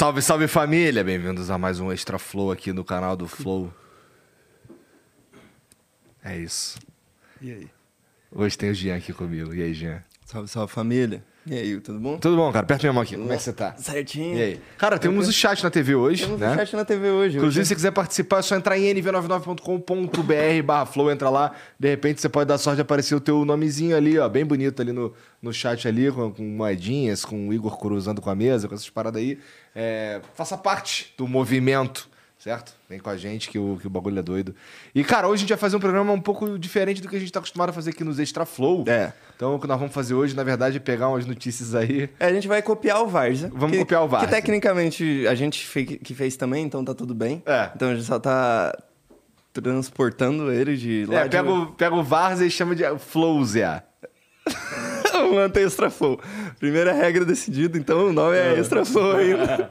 Salve, salve família! Bem-vindos a mais um Extra Flow aqui no canal do Flow. É isso. E aí? Hoje tem o Jean aqui comigo. E aí, Jean? Salve, salve família. E aí, tudo bom? Tudo bom, cara? Perto minha mão aqui. Como é que você tá? Certinho. E aí? Cara, temos o chat na TV hoje, Temos né? um chat na TV hoje. Inclusive, se você quiser participar, é só entrar em nv99.com.br/flow, entra lá. De repente, você pode dar sorte de aparecer o teu nomezinho ali, ó, bem bonito ali no chat ali, com moedinhas, com o Igor cruzando com a mesa, com essas paradas aí. Faça parte do movimento, certo? Vem com a gente que o bagulho é doido. E, cara, hoje a gente vai fazer um programa um pouco diferente do que a gente tá acostumado a fazer aqui nos Extra Flow. Então, o que nós vamos fazer hoje, na verdade, é pegar umas notícias aí. A gente vai copiar o Várzea. Vamos copiar o Várzea. Que tecnicamente a gente que fez também, então tá tudo bem. Então a gente só tá transportando ele de lá. Pega o Várzea e chama de Flowzea. Vamos manter Extra Flow. Primeira regra decidida, então o nome é Extra Flow ainda.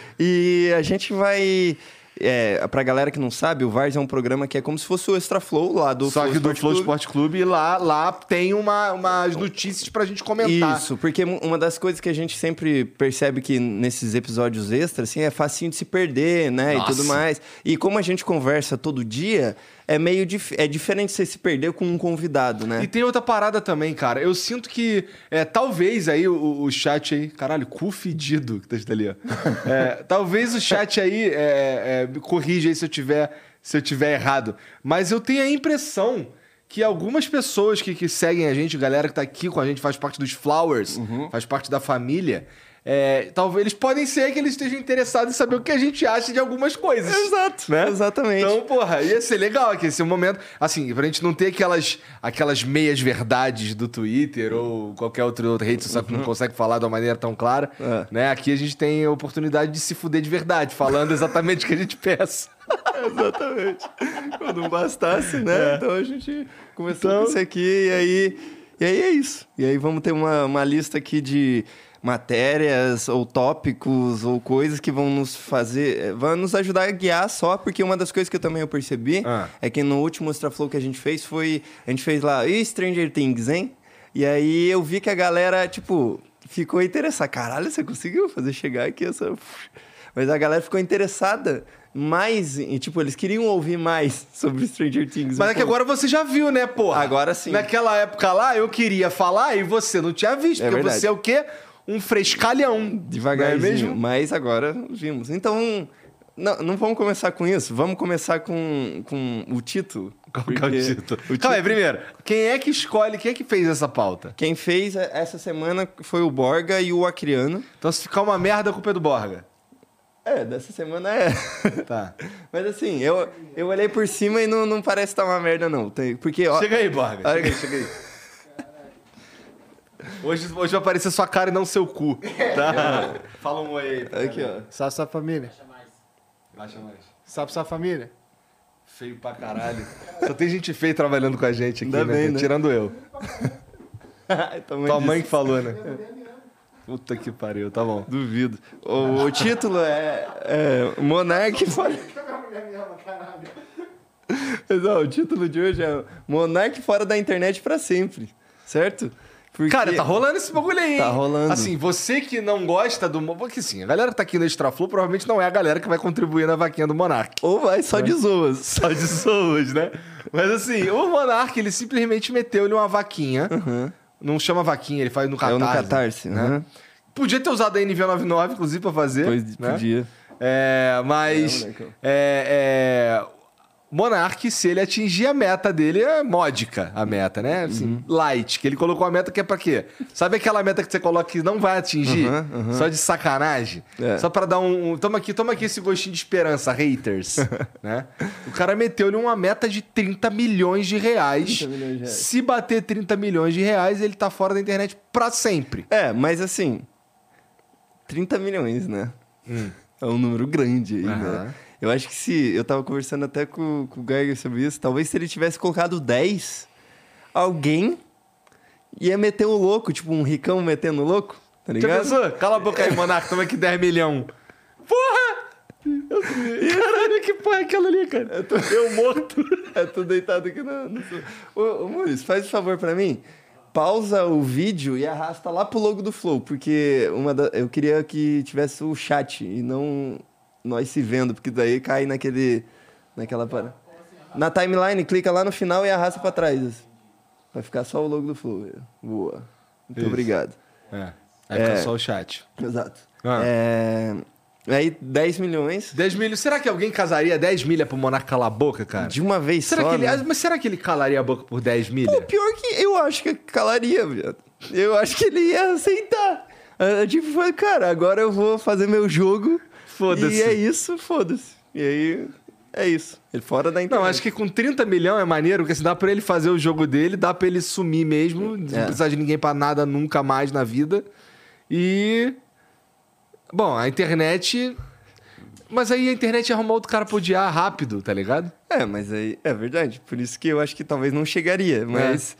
E a gente vai... pra galera que não sabe, o Várzea é um programa que é como se fosse o Extra Flow lá do Só Flow que do Sport Flow Clube. Sport Clube, e lá tem umas notícias pra gente comentar. Isso, porque uma das coisas que a gente sempre percebe que nesses episódios extras, assim, é facinho de se perder, né? Nossa. E tudo mais. E como a gente conversa todo dia, é meio diferente você se perder com um convidado, né? E tem outra parada também, cara. Eu sinto que talvez aí o chat aí... Caralho, cu fedido que tá ali, ó. Talvez o chat aí me corrija aí se eu tiver errado. Mas eu tenho a impressão que algumas pessoas que seguem a gente, galera que tá aqui com a gente, faz parte dos Flowers, faz parte da família... talvez eles podem ser que eles estejam interessados em saber o que a gente acha de algumas coisas. Exato, né? Exatamente. Então, porra, ia ser legal aqui esse momento. Assim, pra gente não ter aquelas meias verdades do Twitter ou qualquer outra rede social que não consegue falar de uma maneira tão clara. Né? Aqui a gente tem a oportunidade de se fuder de verdade, falando exatamente o que a gente pensa. Exatamente. Quando não bastasse, né? Então a gente começou com isso aqui e aí é isso. E aí vamos ter uma lista aqui de matérias ou tópicos ou coisas que vão nos ajudar a guiar só, porque uma das coisas que eu percebi é que no último Extra Flow que a gente fez lá, e Stranger Things, hein? E aí eu vi que a galera, tipo, ficou interessada. Caralho, você conseguiu fazer chegar aqui essa... Mas a galera ficou interessada mais, e tipo, eles queriam ouvir mais sobre Stranger Things. Mas é que agora você já viu, né, porra? Agora sim. Naquela época lá, eu queria falar e você não tinha visto, porque verdade. você é o quê? Um frescalhão. Devagarzinho, não é mesmo? mas agora vimos. Então, não vamos começar com isso. Vamos começar com o título. Qual que é o título? Calma aí, primeiro. Quem é que escolhe, quem é que fez essa pauta? Quem fez essa semana foi o Borga e o Acriano. Então, se ficar uma merda, a culpa é do Borga. Dessa semana é. Tá. Mas assim, eu olhei por cima e não parece estar uma merda, não. Porque, ó... Chega aí, Borga. Chega aí. Hoje vai aparecer sua cara e não seu cu, tá? Fala um oi aí. Aqui, ó. Salve sua família. Baixa mais. Salve sua família. Feio pra caralho. Só tem gente feia trabalhando com a gente aqui, Ainda né? bem, né? Tirando eu. Tua mãe que disse. falou, né? Puta que pariu, tá bom. Duvido. O título é Monark fora... Mas, ó, o título de hoje é Monark fora da internet pra sempre, certo? Porque... Cara, tá rolando esse bagulho aí, hein? Tá rolando. Assim, você que não gosta do... Porque, assim, a galera que tá aqui no Extra Flow provavelmente não é a galera que vai contribuir na vaquinha do Monark. Ou vai só de zoas. Só de zoas, né? Mas, assim, o Monark, ele simplesmente meteu-lhe uma vaquinha. Não chama vaquinha, ele faz no Catarse. É o no Catarse, né? Podia ter usado a NV99, inclusive, pra fazer. Pois, né? podia. Mas... Monark, se ele atingir a meta dele, é módica a meta, né? Assim, light, que ele colocou a meta que é pra quê? Sabe aquela meta que você coloca que não vai atingir? Só de sacanagem? Só pra dar Toma aqui esse gostinho de esperança, haters. Né? O cara meteu-lhe uma meta de 30 milhões de reais. 30 milhões de reais. Se bater 30 milhões de reais, ele tá fora da internet pra sempre. Mas assim... 30 milhões, né? É um número grande aí, né? Eu acho que se... Eu tava conversando até com o Geiger sobre isso. Talvez se ele tivesse colocado 10, alguém ia meter o louco. Tipo, um ricão metendo o louco. Tá Já ligado? pensou? Cala a boca aí, Monark. Toma aqui 10 milhões. Porra! Caralho, que porra é aquela ali, cara? Eu morto. Eu tô deitado aqui no... Ô, Maurício, faz um favor pra mim. pausa o vídeo e arrasta lá pro logo do Flow, porque eu queria que tivesse o chat e não nós se vendo, porque daí cai naquela parada. Na timeline, clica lá no final e arrasta pra trás. Assim. Vai ficar só o logo do Flow. Boa. Muito obrigado. Aí fica só o chat. Exato. Aí 10 milhões. 10 milhões. Será que alguém casaria 10 milha pro Monark calar a boca, cara? De uma vez será só, que ele, né? Mas será que ele calaria a boca por 10 milha? Pô, pior que eu acho que calaria, viado. Eu acho que ele ia aceitar. Tipo, foi, cara, agora eu vou fazer meu jogo. Foda-se. E é isso, foda-se. E aí, é isso. Ele fora da internet. Não, acho que com 30 milhões é maneiro, porque assim, dá pra ele fazer o jogo dele, dá pra ele sumir mesmo, não precisar de ninguém pra nada nunca mais na vida. E... Bom, a internet... Mas aí a internet ia arrumar outro cara pra odiar rápido, tá ligado? Mas aí... É verdade. Por isso que eu acho que talvez não chegaria, mas...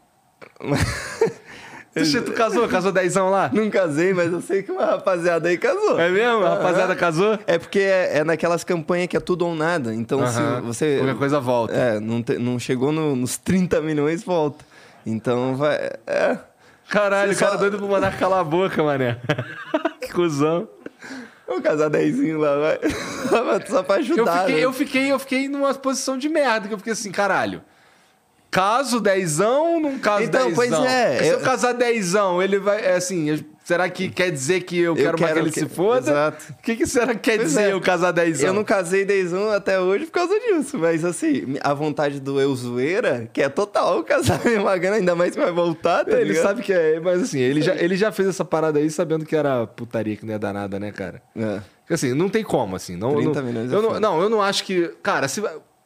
Tu casou 10ão lá? Não casei, mas eu sei que uma rapaziada aí casou. É mesmo? A rapaziada casou? É porque é naquelas campanhas que é tudo ou nada. Então, se você... Qualquer coisa volta. Não chegou nos 30 milhões, volta. Então, vai... Caralho, o cara doido pra mandar calar a boca, mané. Que cuzão. Vou casar 10zinho lá, vai. Só pra ajudar. Eu fiquei numa posição de merda, que eu fiquei assim, caralho. Caso 10ão, não caso 10ão. Então, pois é. Se eu casar 10ão, ele vai... assim, será que quer dizer que eu quero que ele se foda? Exato. O que será que quer dizer eu casar 10ão? Eu não casei 10ão até hoje por causa disso. Mas, assim, a vontade do eu zoeira, que é total casar uma grana, ainda mais que vai voltar, tá Ele ligado? sabe que é... Mas, assim, ele já fez essa parada aí sabendo que era putaria, que não ia dar nada, né, cara? Porque, assim, não tem como, assim. Não, 30 milhões eu não acho que... Cara, se...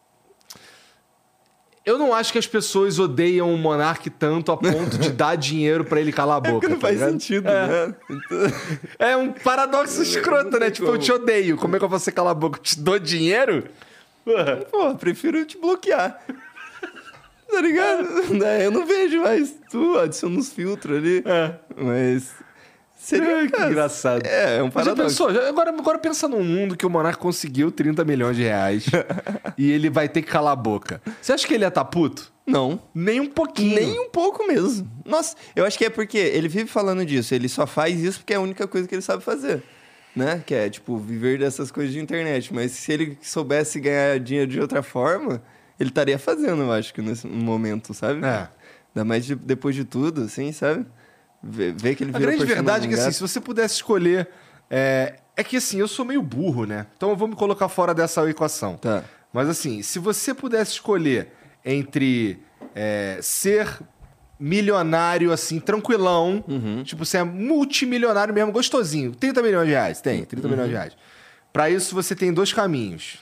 Eu não acho que as pessoas odeiam o Monark tanto a ponto de dar dinheiro pra ele calar a boca. Não faz sentido, né? É um paradoxo escroto, né? Tipo, eu te odeio. Como é que eu vou você calar a boca? Eu te dou dinheiro? Pô, prefiro te bloquear. Tá ligado? Eu não vejo mais. Tu adiciona uns filtros ali. Mas... Seria que engraçado. É um paradoxo. Já pensou? Agora pensa num mundo que o Monark conseguiu 30 milhões de reais e ele vai ter que calar a boca. Você acha que ele ia estar puto? Não. Nem um pouquinho. Nem um pouco mesmo. Nossa, eu acho que é porque ele vive falando disso. Ele só faz isso porque é a única coisa que ele sabe fazer. Né? Que é, tipo, viver dessas coisas de internet. Mas se ele soubesse ganhar dinheiro de outra forma, ele estaria fazendo, eu acho, que nesse momento, sabe? Ainda mais depois de tudo, assim, sabe? Ver que ele a grande verdade é que, assim, se você pudesse escolher... É que, assim, eu sou meio burro, né? Então eu vou me colocar fora dessa equação. Tá. Mas, assim, se você pudesse escolher entre ser milionário, assim, tranquilão, tipo, você é multimilionário mesmo, gostosinho, 30 milhões de reais, 30 milhões de reais. Pra isso, você tem dois caminhos.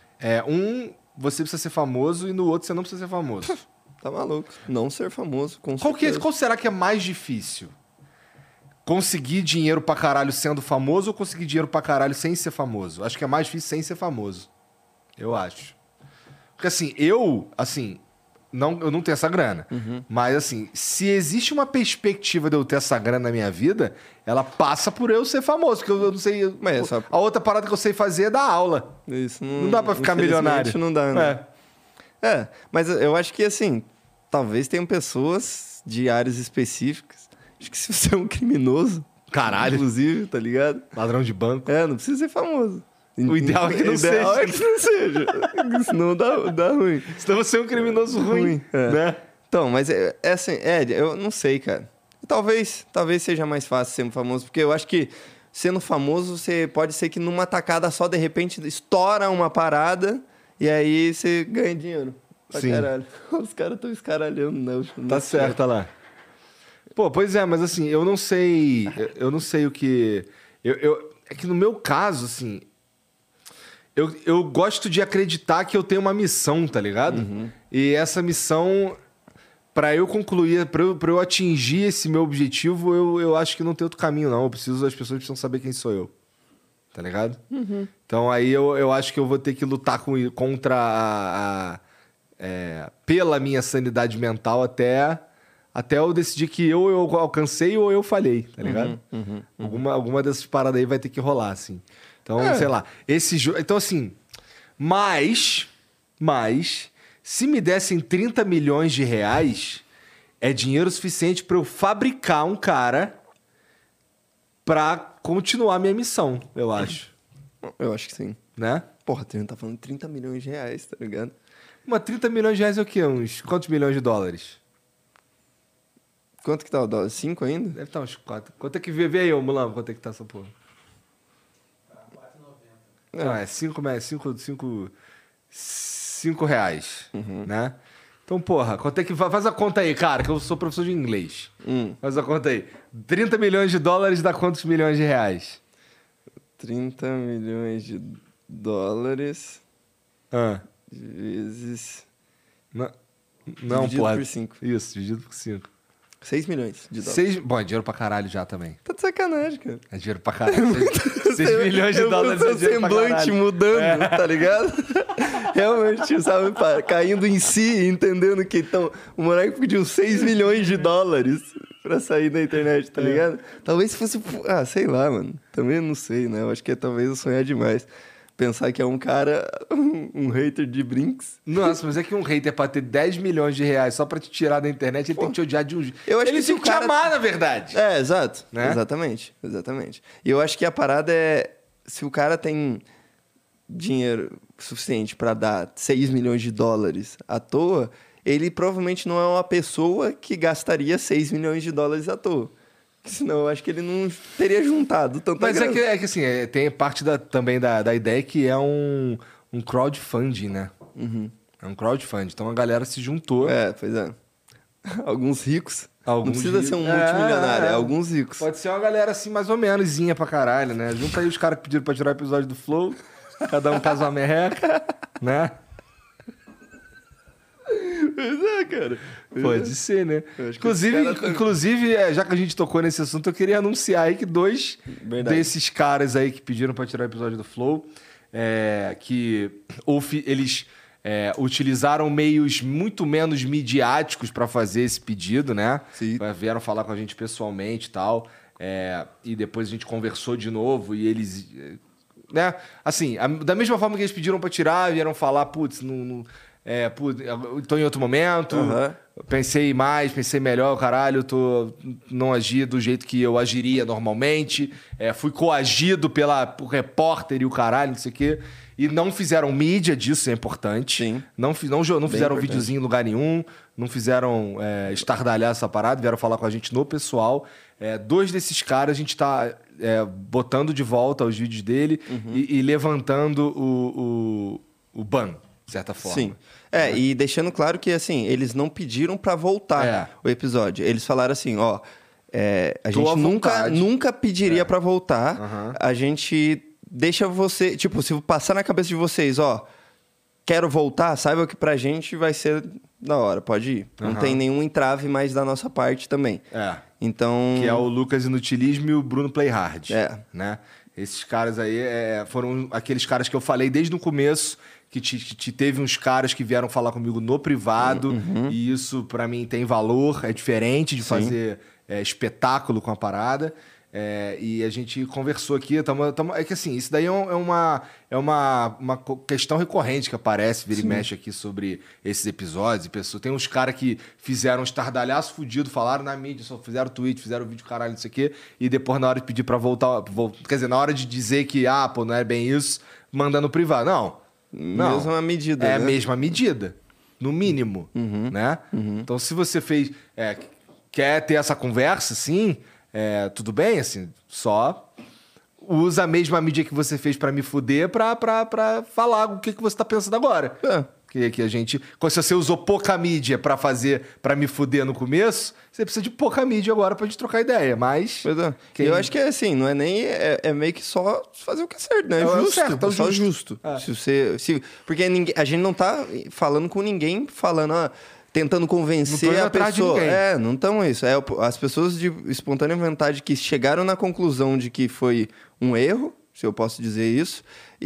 Você precisa ser famoso e no outro você não precisa ser famoso. Tá maluco. Não ser famoso, com certeza. Qual será que é mais difícil? Conseguir dinheiro pra caralho sendo famoso ou conseguir dinheiro pra caralho sem ser famoso? Acho que é mais difícil sem ser famoso. Eu acho. Porque assim, eu não tenho essa grana. Mas assim, se existe uma perspectiva de eu ter essa grana na minha vida, ela passa por eu ser famoso. Porque eu não sei... Mas a outra parada que eu sei fazer é dar aula. Isso não dá pra ficar milionário. Não dá, né? Mas eu acho que assim, talvez tenham pessoas de áreas específicas. Acho que se você é um criminoso, caralho, inclusive, tá ligado? Ladrão de banco. Não precisa ser famoso. O ideal é que não seja. É que não seja. Senão dá ruim. Senão você é um criminoso ruim. Né? Então, mas assim, eu não sei, cara. Talvez seja mais fácil ser famoso, porque eu acho que sendo famoso, você pode ser que numa tacada só, de repente, estoura uma parada e aí você ganha dinheiro. Pra caralho. Os caras estão escaralhando, né? Tá certo, olha lá. Pô, pois é, mas assim, eu não sei o que... É que no meu caso, assim, eu gosto de acreditar que eu tenho uma missão, tá ligado? E essa missão, pra eu concluir, pra eu atingir esse meu objetivo, eu acho que não tem outro caminho, não. As pessoas precisam saber quem sou eu, tá ligado? Então aí eu acho que eu vou ter que lutar contra pela minha sanidade mental até eu decidir que eu alcancei ou eu falhei, tá ligado? Alguma dessas paradas aí vai ter que rolar, assim. Então, sei lá. Esse jogo... Então, assim... Mas... Se me dessem 30 milhões de reais, é dinheiro suficiente pra eu fabricar um cara pra continuar a minha missão, eu acho. Eu acho que sim. Né? Porra, a gente tá falando de 30 milhões de reais, tá ligado? Mas 30 milhões de reais é o quê? Uns quantos milhões de dólares? Quanto que tá o dólar? 5 ainda? Deve estar uns 4. Quanto é que vê aí, ô Mulambo? Quanto é que tá essa porra? Não, é 5 reais, né? Então, porra, quanto é que... Faz a conta aí, cara, que eu sou professor de inglês. Faz a conta aí. 30 milhões de dólares dá quantos milhões de reais? 30 milhões de dólares Ah. vezes... Não, dividido porra. por 5. Isso, dividido por 5. 6 milhões de dólares. Bom, é dinheiro pra caralho já também. Tá de sacanagem, cara. É dinheiro pra caralho. 6 milhões de dólares é o dinheiro pra semblante caralho. mudando, tá ligado? Realmente, sabe, caindo em si, entendendo que então, o Monark pediu 6 milhões de dólares pra sair da internet, tá ligado? Talvez fosse... Ah, sei lá, mano. Também não sei, né? Eu acho que talvez eu sonhar demais. Pensar que é um cara, um hater de Brinks. Nossa, mas é que um hater pra ter 10 milhões de reais só pra te tirar da internet, ele tem que te odiar de um jeito. Eu acho Ele que se tem o que te cara- amar, na verdade. É, exato. Né? Exatamente. E eu acho que a parada é... Se o cara tem dinheiro suficiente pra dar 6 milhões de dólares à toa, ele provavelmente não é uma pessoa que gastaria 6 milhões de dólares à toa. Senão eu acho que ele não teria juntado tanta Mas grana. é que assim, tem parte também da ideia que é um crowdfunding, né? É um crowdfunding. Então a galera se juntou. É, pois é. Alguns ricos. Alguns não precisa ser um ricos. multimilionário, é alguns ricos. Pode ser uma galera assim, mais ou menoszinha pra caralho, né? Junta aí os caras que pediram pra tirar o episódio do Flow. Cada um casa uma merreca, né? Pois é, cara. Pode ser, né? Eu acho que esse cara Inclusive, já que a gente tocou nesse assunto, eu queria anunciar aí que 2 Verdade. desses caras aí que pediram pra tirar o episódio do Flow, eles utilizaram meios muito menos midiáticos pra fazer esse pedido, né? Sim. Vieram falar com a gente pessoalmente e tal. E depois a gente conversou de novo e eles... Né? Assim, da mesma forma que eles pediram pra tirar, vieram falar, putz, tô em outro momento, pensei melhor, caralho, não agi do jeito que eu agiria normalmente, fui coagido por repórter e o caralho, não sei o quê, e não fizeram mídia disso, é importante. Sim. Não fizeram importante. videozinho em lugar nenhum, não fizeram estardalhar essa parada, vieram falar com a gente no pessoal. 2 desses caras a gente tá botando de volta os vídeos dele e levantando o ban, de certa forma. Sim. E deixando claro que, assim, eles não pediram pra voltar o episódio. Eles falaram assim, ó... a Tô à gente vontade. nunca pediria pra voltar. A gente deixa você... Tipo, se passar na cabeça de vocês, ó... Quero voltar, saiba que pra gente vai ser da hora, pode ir. Não tem nenhum entrave mais da nossa parte também. Então... Que é o Lucas Inutilismo e o Bruno Playhard. né? Esses caras aí foram aqueles caras que eu falei desde o começo, que teve uns caras que vieram falar comigo no privado, e isso pra mim tem valor, é diferente de fazer espetáculo com a parada. E a gente conversou aqui, é que assim, isso daí é uma questão recorrente que aparece, vira e mexe aqui sobre esses episódios. Tem uns caras que fizeram um estardalhaço fudido, falaram na mídia, só fizeram tweet, fizeram vídeo, caralho, não sei o quê, e depois na hora de pedir pra voltar, quer dizer, na hora de dizer que, não é bem isso, manda no privado. Não. Mesma medida, É a né? mesma medida, no mínimo, né? Então, se você quer ter essa conversa, sim... tudo bem, assim, só usa a mesma mídia que você fez pra me fuder pra falar o que você tá pensando agora. Que a gente... Se você usou pouca mídia pra me fuder no começo, você precisa de pouca mídia agora pra gente trocar ideia, mas... Pois é. Eu acho que assim, não é nem... É meio que só fazer o que é certo, né? É o Justo. certo, é o só justo. justo. Porque a gente não tá falando com ninguém, tentando convencer Não tô indo a atrás de pessoa. ninguém. Não estão isso. As pessoas de espontânea vontade que chegaram na conclusão de que foi um erro, se eu posso dizer isso,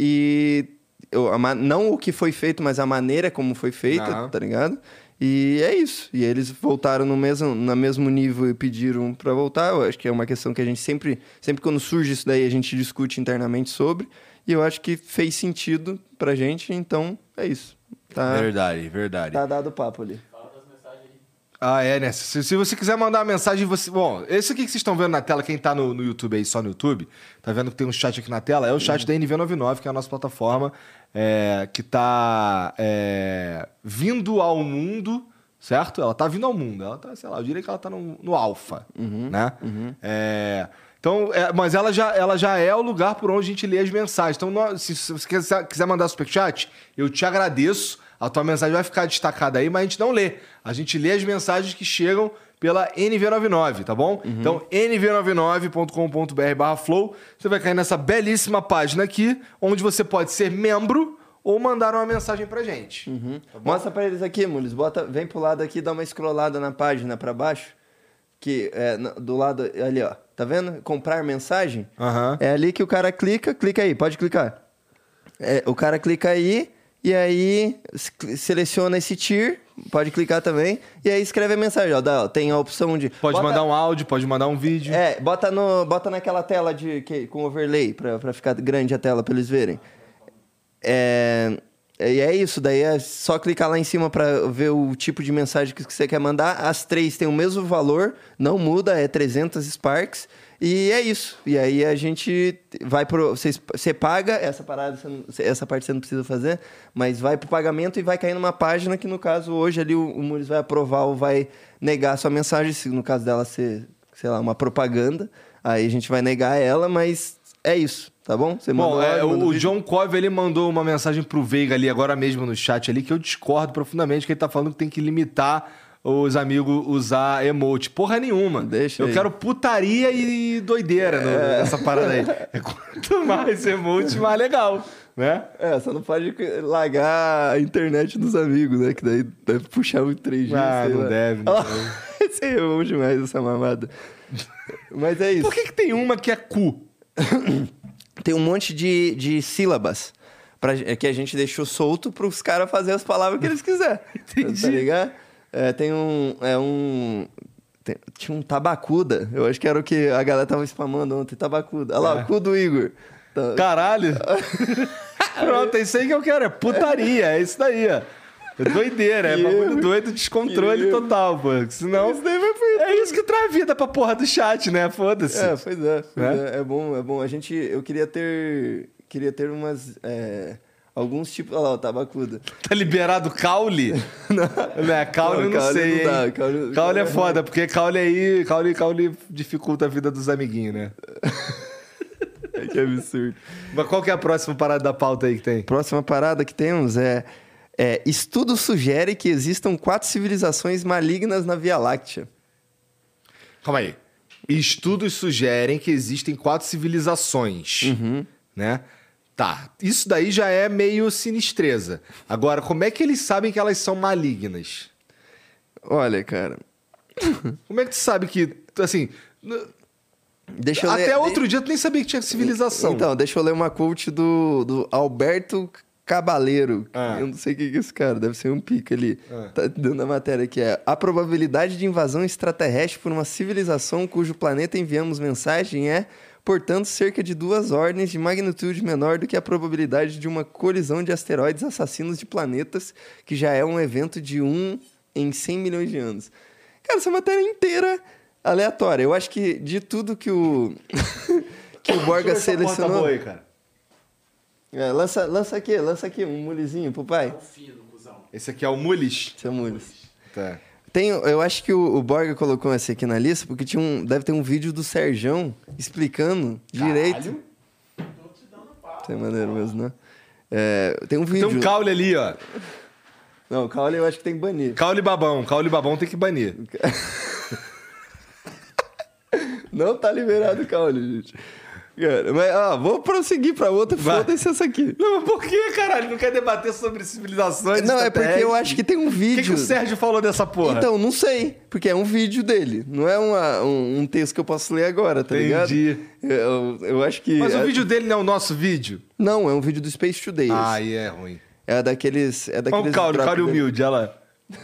e não o que foi feito, mas a maneira como foi feita, tá ligado? E é isso. E eles voltaram no mesmo nível e pediram pra voltar. Eu acho que é uma questão que a gente sempre quando surge isso daí, a gente discute internamente sobre. E eu acho que fez sentido pra gente, então é isso. Tá, Verdade. tá dado o papo ali. Ah, é, né? Se você quiser mandar uma mensagem, você... Bom, esse aqui que vocês estão vendo na tela, quem tá no YouTube aí, só no YouTube, tá vendo que tem um chat aqui na tela? É o chat da NV99, que é a nossa plataforma, que tá vindo ao mundo, certo? Ela tá vindo ao mundo. Ela tá, sei lá, eu diria que ela tá no alfa, né? Então, mas ela já é o lugar por onde a gente lê as mensagens. Então, se você quiser mandar superchat, eu te agradeço. A tua mensagem vai ficar destacada aí, mas a gente não lê. A gente lê as mensagens que chegam pela NV99, tá bom? Então, nv99.com.br/flow. Você vai cair nessa belíssima página aqui, onde você pode ser membro ou mandar uma mensagem pra gente. Tá, mostra pra eles aqui, Mules. Vem pro lado aqui, dá uma scrollada na página pra baixo. Que do lado ali, ó. Tá vendo? Comprar mensagem. É ali que o cara clica aí, pode clicar. O cara clica aí e aí seleciona esse tier, pode clicar também, e aí escreve a mensagem. Ó, tem a opção de... Pode mandar um áudio, pode mandar um vídeo. Bota naquela tela com overlay pra ficar grande a tela pra eles verem. E é isso, daí é só clicar lá em cima para ver o tipo de mensagem que você quer mandar. As 3 têm o mesmo valor, não muda, é 300 Sparks. E é isso. E aí a gente vai pro... Você paga, essa parte você não precisa fazer, mas vai pro pagamento e vai cair numa página que, no caso, hoje ali o Mules vai aprovar ou vai negar a sua mensagem, se no caso dela ser, sei lá, uma propaganda. Aí a gente vai negar ela, mas é isso. Tá bom? Você o John Cove, ele mandou uma mensagem pro Veiga ali agora mesmo no chat ali, que eu discordo profundamente, que ele tá falando que tem que limitar os amigos usar emote. Porra nenhuma. Deixa eu aí. quero putaria e doideira nessa parada aí. Quanto mais emote, mais legal, né? Só não pode largar a internet dos amigos, né? Que daí deve puxar o 3G. Não deve. Esse é bom demais, essa mamada. Mas é isso. Por que tem uma que é cu? Tem um monte de sílabas que a gente deixou solto para os caras fazerem as palavras que eles quiserem. Entendi. Tá ligado? Tinha um tabacuda. Eu acho que era o que a galera tava spamando ontem. Tabacuda. Olha lá, o cu do Igor. Caralho. Pronto, é isso aí que eu quero. É putaria. É isso daí, ó. É doideira. É bagulho doido, descontrole total, pô. Senão... É isso que traz vida pra porra do chat, né? Foda-se. Pois é. É bom. Eu queria ter umas... alguns tipos... Olha lá, o tabacuda. Tá liberado caule? Não, caule eu não sei, não hein? Caule Caule é foda, porque caule aí... Caule dificulta a vida dos amiguinhos, né? Que absurdo. Mas qual que é a próxima parada da pauta aí que tem? Próxima parada que temos estudo sugere que existam 4 civilizações malignas na Via Láctea. Calma aí. Estudos sugerem que existem 4 civilizações, né? Tá, isso daí já é meio sinistreza. Agora, como é que eles sabem que elas são malignas? Olha, cara... Como é que tu sabe que, assim... Deixa eu Até outro dia tu nem sabia que tinha civilização. Então, deixa eu ler uma quote do Alberto Cabaleiro. Eu não sei o que é esse cara, deve ser um pica ali. Tá dando a matéria que a probabilidade de invasão extraterrestre por uma civilização cujo planeta enviamos mensagem portanto, cerca de 2 ordens de magnitude menor do que a probabilidade de uma colisão de asteroides assassinos de planetas, que já é um evento de 1 em 100 milhões de anos. Cara, essa matéria inteira aleatória. Eu acho que de tudo que o Borga selecionou... Tá boa aí, cara. Lança aqui um mulezinho pro pai. Esse aqui é o Mules? Esse é o Mules. Tá. Eu acho que o Borga colocou esse aqui na lista porque deve ter um vídeo do Serjão explicando direito. Isso é maneiro mesmo, né? Tem um vídeo... Tem um caule ali, ó. Não, o caule eu acho que tem que banir. Caule babão tem que banir. Não tá liberado o caule, gente. Cara, mas, vou prosseguir pra outra, foda-se essa aqui. Não, mas por que, caralho? Não quer debater sobre civilizações? Não, é porque eu acho que tem um vídeo... O que o Sérgio falou dessa porra? Então, não sei, porque é um vídeo dele. Não é um texto que eu posso ler agora, tá ligado? Entendi. Eu acho que... Mas o vídeo dele não é o nosso vídeo? Não, é um vídeo do Space Today. Aí é ruim. É daqueles... Olha o caule humilde, olha lá.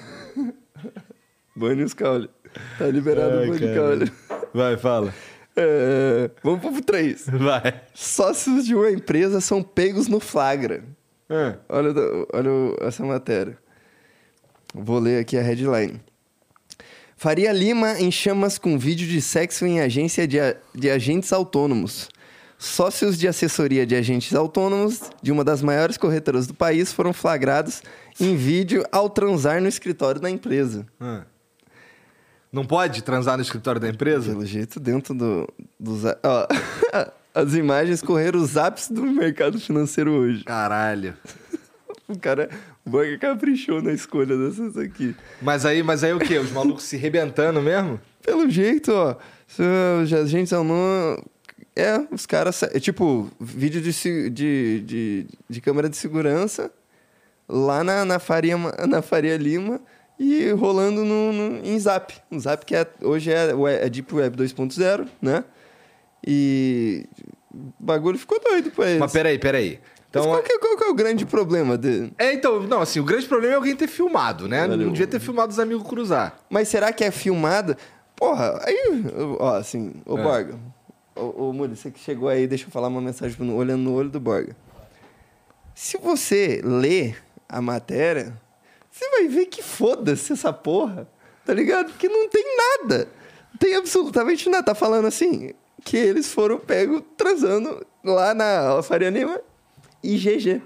Bane os caule. Tá liberado o bane caule. Vai, fala. Vamos pro 3. Vai. Sócios de uma empresa são pegos no flagra. Olha essa matéria. Vou ler aqui a headline. Faria Lima em chamas com vídeo de sexo em agência de agentes autônomos. Sócios de assessoria de agentes autônomos de uma das maiores corretoras do país foram flagrados em vídeo ao transar no escritório da empresa. Não pode transar no escritório da empresa? Pelo jeito, dentro dos... Ó, as imagens correram os ápices do mercado financeiro hoje. Caralho. O Borga caprichou na escolha dessas aqui. Mas aí o quê? Os malucos se rebentando mesmo? Pelo jeito, ó. Os agentes autônomos... os caras... tipo, vídeo de câmera de segurança lá na Faria Lima e rolando em Zap. Um Zap que hoje é Deep Web 2.0, né? E o bagulho ficou doido pra eles. Mas peraí. Então, qual que é o grande problema dele? Não, assim, o grande problema é alguém ter filmado, né? Não devia ter filmado os amigos cruzar. Mas será que é filmado? Porra, aí, ó, assim, Borga, ô Muri, você que chegou aí, deixa eu falar uma mensagem olhando no olho do Borga. Se você lê a matéria, você vai ver que foda-se essa porra, tá ligado? Porque não tem nada, não tem absolutamente nada. Tá falando assim, que eles foram pegos transando lá na Faria Lima e GG.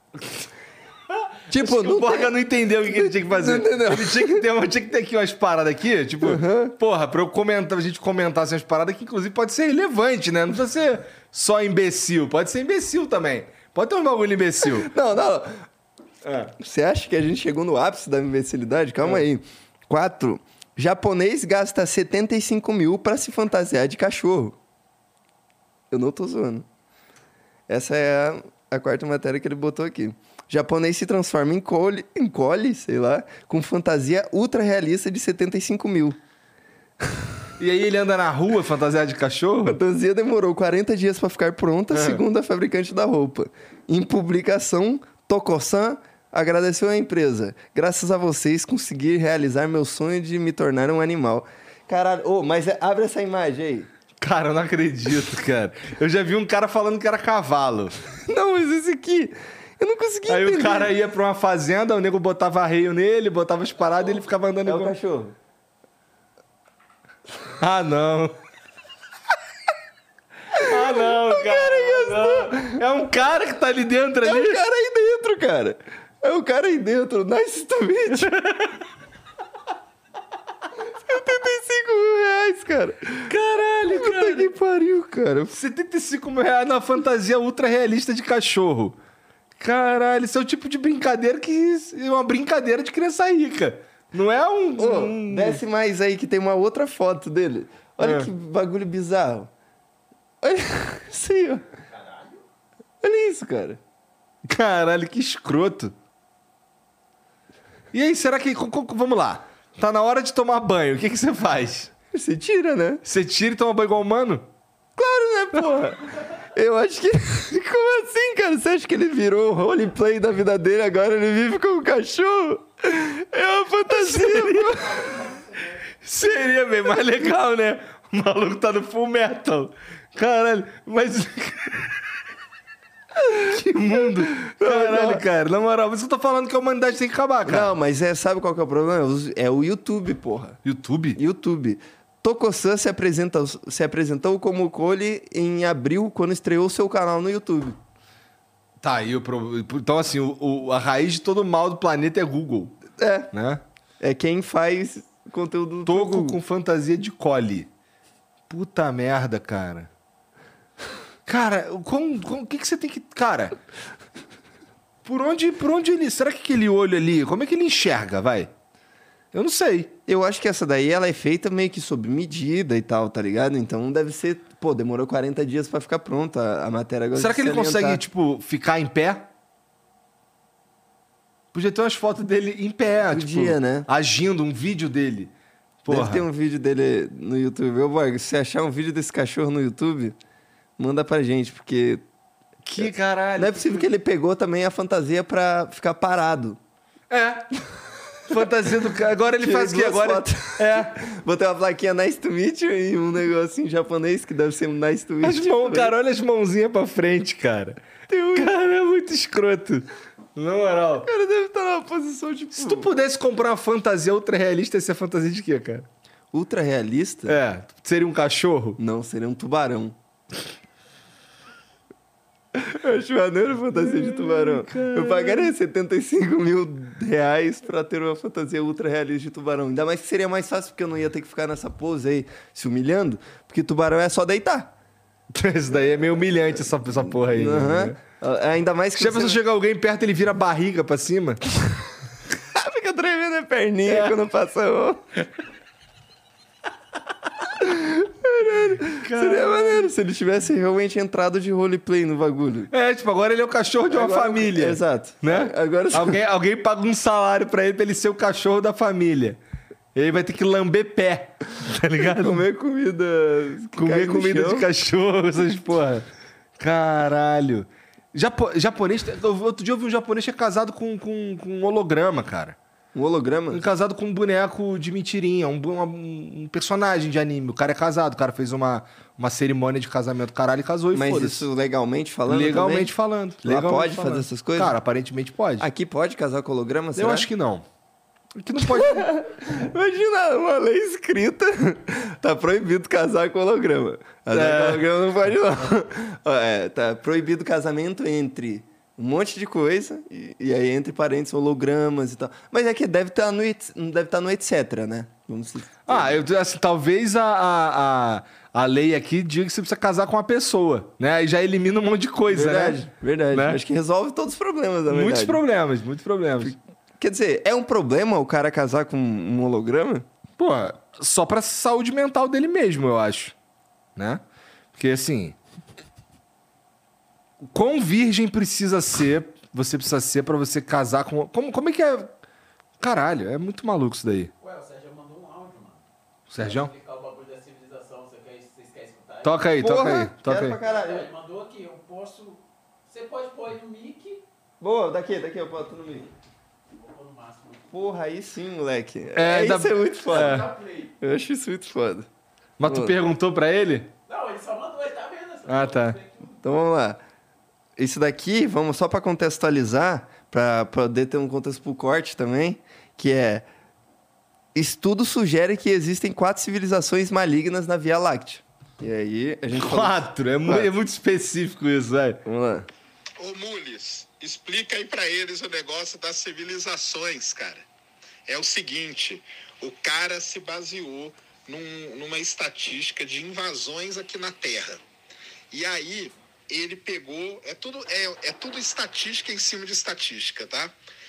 Tipo, o Borga não entendeu o que ele tinha que fazer. Não entendeu. Ele tinha que ter aqui umas paradas aqui, tipo, porra, pra a gente comentar assim, umas paradas que inclusive pode ser relevante, né? Não precisa ser só imbecil, pode ser imbecil também. Pode ter um bagulho imbecil. Não. Você acha que a gente chegou no ápice da imbecilidade? Calma aí. 4. Japonês gasta 75 mil pra se fantasiar de cachorro. Eu não tô zoando. Essa é a quarta matéria que ele botou aqui. Japonês se transforma em Collie, sei lá, com fantasia ultra realista de 75 mil. E aí ele anda na rua fantasiado de cachorro? A fantasia demorou 40 dias pra ficar pronta, segundo a fabricante da roupa. Em publicação, Tokosan agradeceu à empresa. Graças a vocês, consegui realizar meu sonho de me tornar um animal. Caralho, mas abre essa imagem aí. Cara, eu não acredito, cara. Eu já vi um cara falando que era cavalo. Não, mas esse aqui... Eu não consegui entender. Aí o cara ia pra uma fazenda, o nego botava arreio nele, botava as paradas e ele ficava andando igual... o cachorro. Ah, não. Cara. É um cara que tá ali dentro ali. É um cara aí dentro, cara. É um cara aí dentro. Nice to meet you. 75 mil reais, cara. Caralho, cara. Puta que pariu, cara. 75 mil reais na fantasia ultra realista de cachorro. Caralho, isso é o tipo de brincadeira que é uma brincadeira de criança rica. Não é Desce mais aí que tem uma outra foto dele. Olha que bagulho bizarro. Olha isso aí, ó. Caralho. Olha isso, cara. Caralho, que escroto. E aí, será que... Vamos lá. Tá na hora de tomar banho. O que você faz? Você tira, né? Você tira e toma banho igual humano? Claro, né, porra? Eu acho que... Como assim, cara? Você acha que ele virou o roleplay da vida dele, agora ele vive como um cachorro? É uma fantasia, pô. Seria bem mais legal, né? O maluco tá no Full Metal. Caralho, mas... Que mundo. Caralho, cara. Na moral, você tá falando que a humanidade tem que acabar, cara. Não, mas sabe qual que é o problema? É o YouTube, porra. YouTube. Tokosan se apresentou como Collie em abril, quando estreou seu canal no YouTube. Tá, então assim, a raiz de todo mal do planeta é Google. É. Né? É quem faz conteúdo do Google. Com fantasia de Collie. Puta merda, cara. Cara, o que você tem que... Cara, por onde ele... Será que aquele olho ali... Como é que ele enxerga, vai? Eu não sei. Eu acho que essa daí, ela é feita meio que sob medida e tal, tá ligado? Então deve ser... Pô, demorou 40 dias pra ficar pronta a matéria. Agora será que ele consegue, tipo, ficar em pé? Podia ter umas fotos dele em pé, Podia, tipo... né? Agindo, um vídeo dele. Porra. Deve ter um vídeo dele no YouTube. Ô, Borg, se você achar um vídeo desse cachorro no YouTube, manda pra gente, porque... Que caralho. Não é possível que ele pegou também a fantasia pra ficar parado. É. Fantasia do cara. Agora ele faz o quê? Agora... Botei uma plaquinha nice to meet you e um negocinho japonês que deve ser um nice to meet you. Cara, olha as mãozinhas pra frente, cara. Cara, é muito escroto. Na moral. O cara deve estar numa posição, tipo... Se tu pudesse comprar uma fantasia ultra realista, ia ser fantasia de quê, cara? Ultra realista? É, seria um cachorro? Não, seria um tubarão. Eu acho maneiro a fantasia de tubarão. Eu pagaria R$75 mil pra ter uma fantasia ultra realista de tubarão. Ainda mais que seria mais fácil, porque eu não ia ter que ficar nessa pose aí se humilhando, porque tubarão é só deitar. Isso daí é meio humilhante, essa porra aí. Né? Ainda mais que já pensou chegar alguém perto, ele vira a barriga pra cima? Fica tremendo a perninha quando passa o... Seria maneiro se ele tivesse realmente entrado de roleplay no bagulho. É, tipo, agora ele é o cachorro de uma família. Exato. Né? Agora... alguém paga um salário pra ele ser o cachorro da família. Ele vai ter que lamber pé, tá ligado? Comer comida... Comer comida de cachorro, essas porra. Caralho. Japonês... Outro dia eu vi um japonês que é casado com um holograma, cara. Um holograma? Casado com um boneco de mentirinha, um personagem de anime. O cara é casado, o cara fez uma cerimônia de casamento, caralho, e casou e foda-se. Mas isso legalmente falando Legalmente falando. Lá pode fazer essas coisas? Cara, aparentemente pode. Aqui pode casar com holograma, será? Eu acho que não. Aqui não pode... Imagina, uma lei escrita, tá proibido casar com holograma. Casar com holograma não pode não. Tá proibido casamento entre... um monte de coisa, e aí entre parênteses, hologramas e tal. Mas é que deve estar no etc, né? Vamos assim, talvez a lei aqui diga que você precisa casar com uma pessoa, né? Aí já elimina um monte de coisa, verdade, né? Verdade, né? Acho que resolve todos os problemas, na verdade. Muitos problemas. Quer dizer, é um problema o cara casar com um holograma? Pô, só pra saúde mental dele mesmo, eu acho. Né? Porque, assim... Quão virgem você precisa ser pra você casar com... Como é que é? Caralho, é muito maluco isso daí. Ué, o Sérgio mandou um áudio, mano. O Sérgio? Explicar o bagulho da civilização, vocês querem escutar? Toca aí. Pra caralho. Ele mandou aqui, eu posso... Você pode pôr aí no mic. Boa, daqui eu boto no mic. Vou pôr no máximo. Porra, aí sim, moleque. Isso é muito foda. É. Eu acho isso muito foda. Mas tu perguntou pra ele? Não, ele só mandou, ele tá vendo essa Ah, tá. Então vamos lá. Isso daqui, vamos só para contextualizar, para poder ter um contexto pro corte também, que é... Estudo sugere que existem 4 civilizações malignas na Via Láctea. E aí a gente... 4? É muito específico isso, velho. Vamos lá. Ô, Mules, explica aí pra eles o negócio das civilizações, cara. É o seguinte, o cara se baseou numa estatística de invasões aqui na Terra. E aí... ele pegou... É tudo estatística em cima de estatística, tá?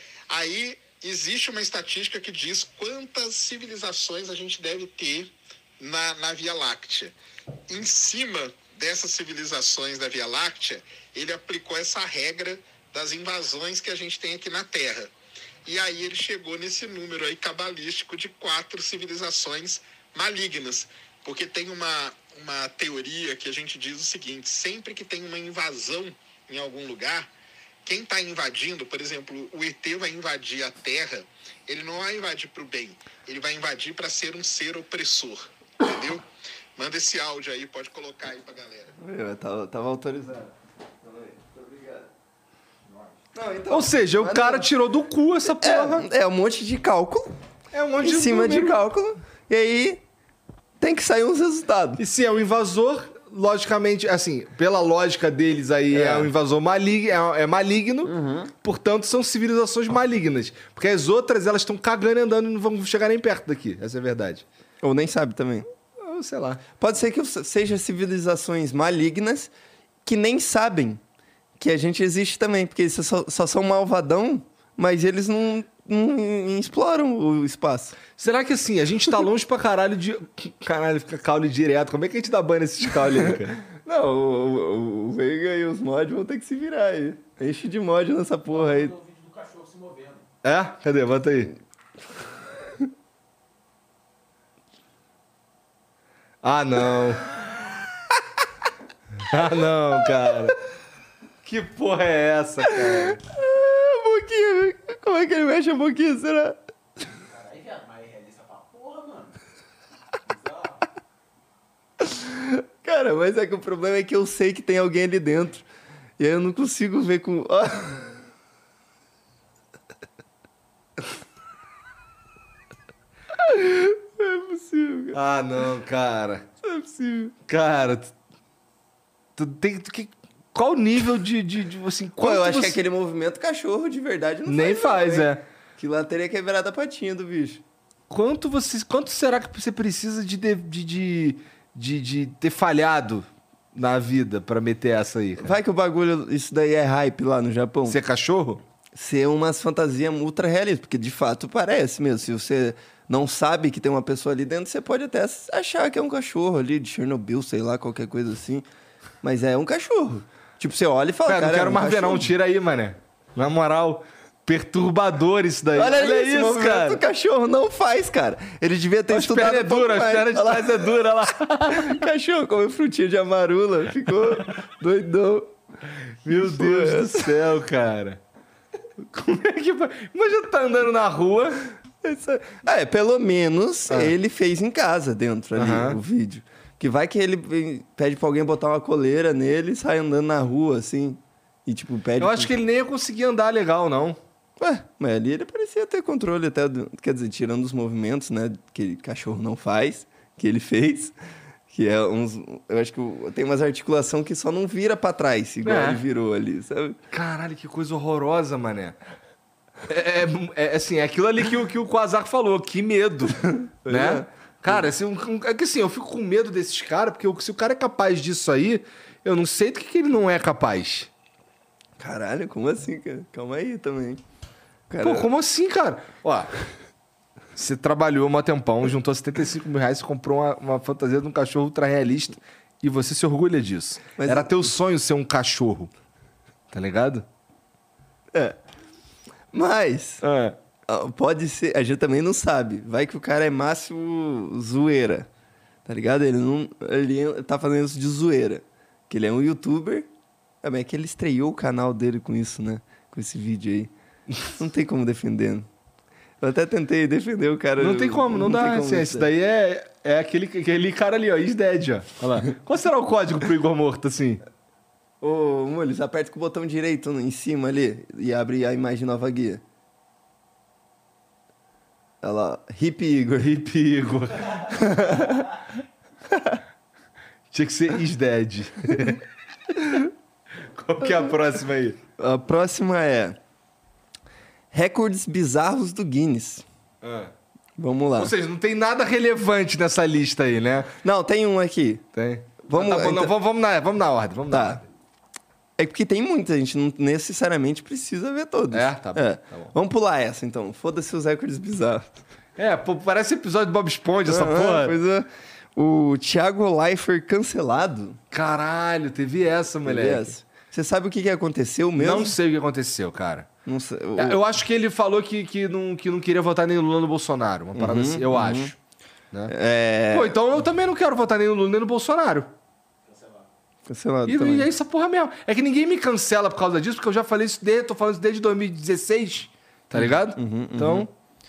Aí existe uma estatística que diz quantas civilizações a gente deve ter na Via Láctea. Em cima dessas civilizações da Via Láctea, ele aplicou essa regra das invasões que a gente tem aqui na Terra. E aí ele chegou nesse número aí cabalístico de 4 civilizações malignas. Porque tem uma teoria que a gente diz o seguinte: sempre que tem uma invasão em algum lugar, quem está invadindo, por exemplo, o ET vai invadir a Terra, ele não vai invadir para o bem, ele vai invadir para ser um ser opressor, entendeu? Manda esse áudio aí, pode colocar aí pra galera. Tava autorizado. Muito obrigado. Não, então, ou seja, o cara tirou do cu essa porra. É um monte de cálculo. É um monte em cima de cálculo. E aí... tem que sair uns resultados. E se é um invasor, logicamente, assim, pela lógica deles aí, é um invasor maligno, portanto, são civilizações malignas. Porque as outras, elas estão cagando e andando e não vão chegar nem perto daqui. Essa é a verdade. Ou nem sabe também. Ou sei lá. Pode ser que sejam civilizações malignas que nem sabem que a gente existe também. Porque eles só são malvadão, mas eles não exploram o espaço. Será que assim, a gente tá longe pra caralho de... Caralho, fica caule direto. Como é que a gente dá banho nesses caule aí, cara? Não, o Veiga e os mods vão ter que se virar aí. Enche de mod nessa porra aí. O vídeo do cachorro se movendo. É? Cadê? Bota aí. Ah, não. Ah, não, cara. Que porra é essa, cara? A boquinha, como é que ele mexe a boquinha, será? Caralho, viado, mas é realista pra porra, mano. Cara, mas é que o problema é que eu sei que tem alguém ali dentro. E aí eu não consigo ver com... Não é possível, Ah, não, cara. Não é possível. Cara, tu tem... Qual o nível de assim... Pô, eu acho você... que aquele movimento cachorro de verdade não Nem faz, não, hein? é. Que lá teria quebrado a patinha do bicho. Quanto será que você precisa de ter falhado na vida pra meter essa aí, cara? Vai que o bagulho, isso daí é hype lá no Japão. Ser cachorro? Ser umas fantasias ultra realistas, porque de fato parece mesmo. Se você não sabe que tem uma pessoa ali dentro, você pode até achar que é um cachorro ali de Chernobyl, sei lá, qualquer coisa assim. Mas é um cachorro. Tipo, você olha e fala, Cara, não quero é um mais ver não, cachorro. tira aí, mané. Na moral, perturbador isso daí. Olha isso, movimento cara. o cachorro não faz, cara. Ele devia ter As estudado pernas é dura, as pernas de trás é dura lá. Cachorro comeu frutinha de amarula, ficou doidão. Meu Deus do céu, cara. Como é que... Imagina tá andando na rua... Pelo menos ele fez em casa dentro ali, o vídeo. Que vai que ele pede pra alguém botar uma coleira nele e sai andando na rua, assim. E tipo, pede... Eu acho que ele nem ia conseguir andar legal, não. Ué, mas ali ele parecia ter controle até, quer dizer, tirando os movimentos, né, que cachorro não faz, que ele fez, que é uns... Eu acho que tem umas articulação que só não vira pra trás, igual ele virou ali, sabe? Caralho, que coisa horrorosa, mané. Assim, é aquilo ali que o Quasar falou, que medo, né? Cara, assim, é que assim, eu fico com medo desses caras, porque se o cara é capaz disso aí, eu não sei do que ele não é capaz. Caralho, como assim, cara? Calma aí também. Cara... Pô, como assim, cara? Ó, você trabalhou um tempão, juntou 75 mil reais, você comprou uma fantasia de um cachorro ultra realista e você se orgulha disso. Mas... Era teu sonho ser um cachorro, tá ligado? Mas... Pode ser, a gente também não sabe. Vai que o cara é máximo zoeira, tá ligado? Ele tá fazendo isso de zoeira. Que ele é um youtuber. Mas é que ele estreou o canal dele com isso, né? Com esse vídeo aí. Não tem como defender. Eu até tentei defender o cara. Não tem como, não dá. Assim, esse daí é aquele cara ali, ó, Is Dead, ó. Olha lá. Qual será o código pro Igor morto, assim? Ô, Mules, aperta com o botão direito em cima ali e abre a imagem nova guia. Olha lá, Hip Igor. Hip Igor. Tinha que ser Is Dead. Qual que é a próxima aí? A próxima é recordes bizarros do Guinness. Vamos lá. Ou seja, não tem nada relevante nessa lista aí, né? Não, tem um aqui. Tem. Vamos, tá bom, então... vamos na ordem. Vamos na ordem. É porque tem muita, a gente não necessariamente precisa ver todos. Tá bom. Tá bom. Vamos pular essa, então. Foda-se os recordes bizarros. Pô, parece episódio do Bob Esponja, essa porra. Pois é. O Thiago Leifert cancelado. Caralho, teve essa, moleque. Você sabe o que aconteceu mesmo? Não sei o que aconteceu, cara. Não sei. Eu acho que ele falou que não queria votar nem no Lula nem no Bolsonaro. Uma parada assim, eu acho. Né? Pô, então eu também não quero votar nem no Lula nem no Bolsonaro. Cancelado E também. é essa porra mesmo. É que ninguém me cancela por causa disso, porque eu já falei isso tô falando isso desde 2016, tá ligado? Então...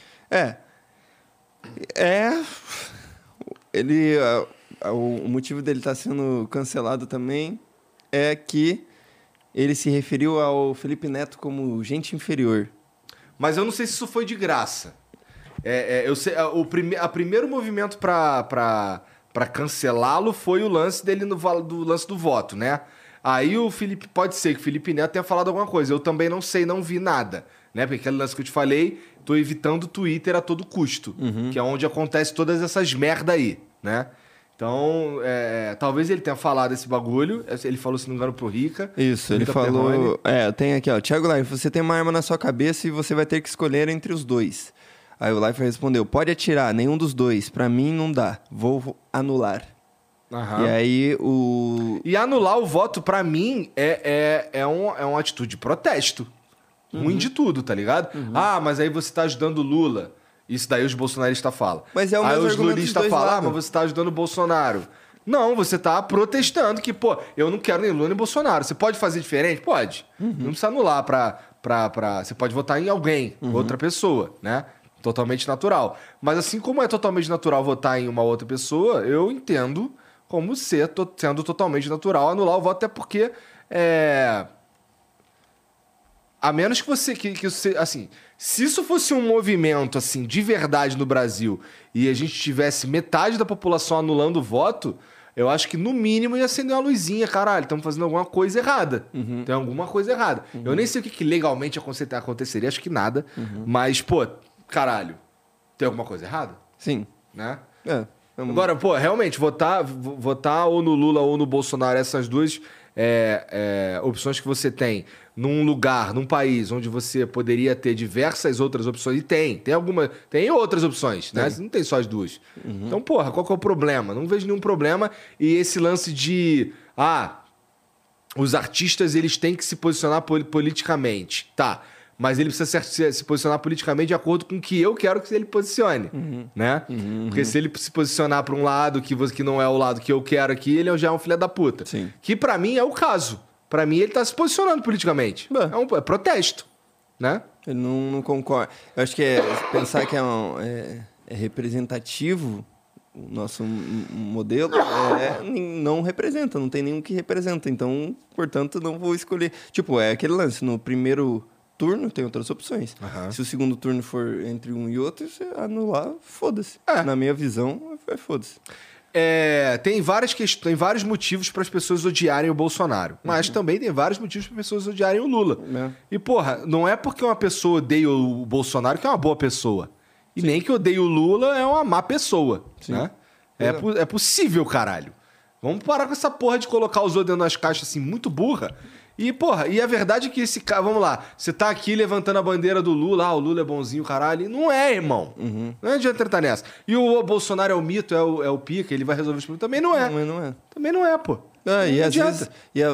Ele... O motivo dele estar sendo cancelado também é que ele se referiu ao Felipe Neto como gente inferior. Mas eu não sei se isso foi de graça. Eu sei, o primeiro movimento pra cancelá-lo foi o lance dele do lance do voto, né? Aí o Felipe... Pode ser que o Felipe Neto tenha falado alguma coisa. Eu também não sei, não vi nada. Né? Porque aquele lance que eu te falei, tô evitando o Twitter a todo custo. Que é onde acontece todas essas merda aí, né? Então, talvez ele tenha falado esse bagulho. Ele falou, se não me engano, pro Rica. Isso, ele falou... tem aqui, ó. Thiago Leifert, você tem uma arma na sua cabeça e você vai ter que escolher entre os dois. Aí o Leifert respondeu, pode atirar, nenhum dos dois. Pra mim, não dá. Vou anular. E aí E anular o voto, pra mim, é uma atitude de protesto. Ruim de tudo, tá ligado? Mas aí você tá ajudando o Lula. Isso daí os bolsonaristas falam. Mas é o aí mesmo os argumento lulistas dos dois falam, lados. mas você tá ajudando o Bolsonaro. Não, você tá protestando que, pô, eu não quero nem Lula nem Bolsonaro. Você pode fazer diferente? Pode. Não precisa anular você pode votar em alguém, outra pessoa, né? Totalmente natural. Mas assim como é totalmente natural votar em uma outra pessoa, eu entendo como sendo totalmente natural anular o voto, até porque A menos que você, assim, se isso fosse um movimento, assim, de verdade no Brasil e a gente tivesse metade da população anulando o voto, eu acho que no mínimo ia acender uma luzinha, caralho, estamos fazendo alguma coisa errada. Tem alguma coisa errada. Eu nem sei o que legalmente aconteceria, acho que nada, mas, pô, caralho, tem alguma coisa errada? Sim. Né? Agora, pô, realmente, votar ou no Lula ou no Bolsonaro, essas duas opções que você tem num lugar, num país onde você poderia ter diversas outras opções, e tem outras opções, né? Não tem só as duas. Então, porra, qual que é o problema? Não vejo nenhum problema. E esse lance de, os artistas, eles têm que se posicionar politicamente. Tá, mas ele precisa se posicionar politicamente de acordo com o que eu quero que ele posicione, né? Porque se ele se posicionar para um lado que não é o lado que eu quero aqui, ele já é um filho da puta. Sim. Que pra mim é o caso. Pra mim ele tá se posicionando politicamente. É protesto, né? Ele não concorda. Eu acho que pensar que é representativo o nosso modelo não representa, não tem nenhum que representa. Então, portanto, não vou escolher. Tipo, é aquele lance, no primeiro turno tem outras opções. Se o segundo turno for entre um e outro, você anular, foda-se. Na minha visão, foda-se. Tem vários motivos para as pessoas odiarem o Bolsonaro, mas também tem vários motivos para as pessoas odiarem o Lula. E, porra, não é porque uma pessoa odeia o Bolsonaro que é uma boa pessoa. E nem que odeia o Lula é uma má pessoa. Né? É possível, caralho. Vamos parar com essa porra de colocar os outros dentro das caixas assim, muito burra. E, porra, a verdade é que esse cara... Vamos lá, você tá aqui levantando a bandeira do Lula, o Lula é bonzinho, caralho. Não é, irmão. Não adianta entrar nessa. E o Bolsonaro é o mito, é o pica, ele vai resolver os problemas. Também não é. Não é. Também não é, pô. E às vezes...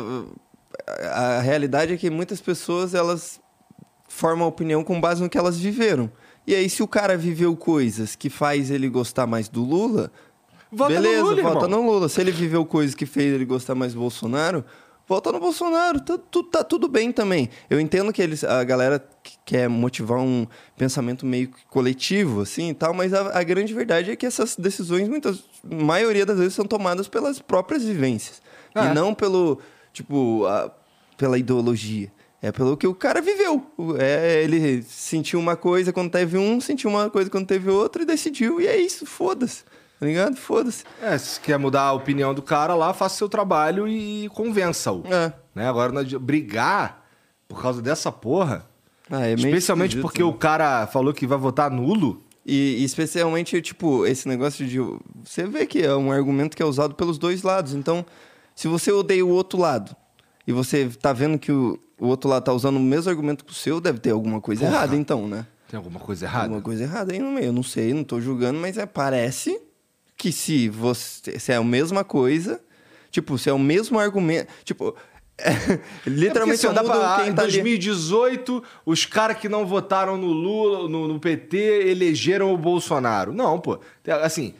A realidade é que muitas pessoas, elas formam a opinião com base no que elas viveram. E aí, se o cara viveu coisas que faz ele gostar mais do Lula... Beleza, vota no Lula. Se ele viveu coisas que fez ele gostar mais do Bolsonaro... Volta no Bolsonaro, tá tudo bem também. Eu entendo que a galera quer motivar um pensamento meio coletivo, assim, e tal, mas a grande verdade é que essas decisões, maioria das vezes, são tomadas pelas próprias vivências. E não pela ideologia. É pelo que o cara viveu. Ele sentiu uma coisa quando teve sentiu uma coisa quando teve outra e decidiu, e é isso, foda-se. Tá ligado? Foda-se. Se quer mudar a opinião do cara lá, faça seu trabalho e convença-o. Né? Agora, brigar por causa dessa porra, especialmente porque o cara falou que vai votar nulo. E especialmente, esse negócio de... Você vê que é um argumento que é usado pelos dois lados. Então, se você odeia o outro lado e você tá vendo que o outro lado tá usando o mesmo argumento que o seu, deve ter alguma coisa errada, então, né? Tem alguma coisa errada? Alguma coisa errada aí no meio. Eu não sei, não tô julgando, mas parece... que se é a mesma coisa, se é o mesmo argumento, literalmente em 2018, os caras que não votaram no Lula, no PT, elegeram o Bolsonaro. Não, pô. Assim,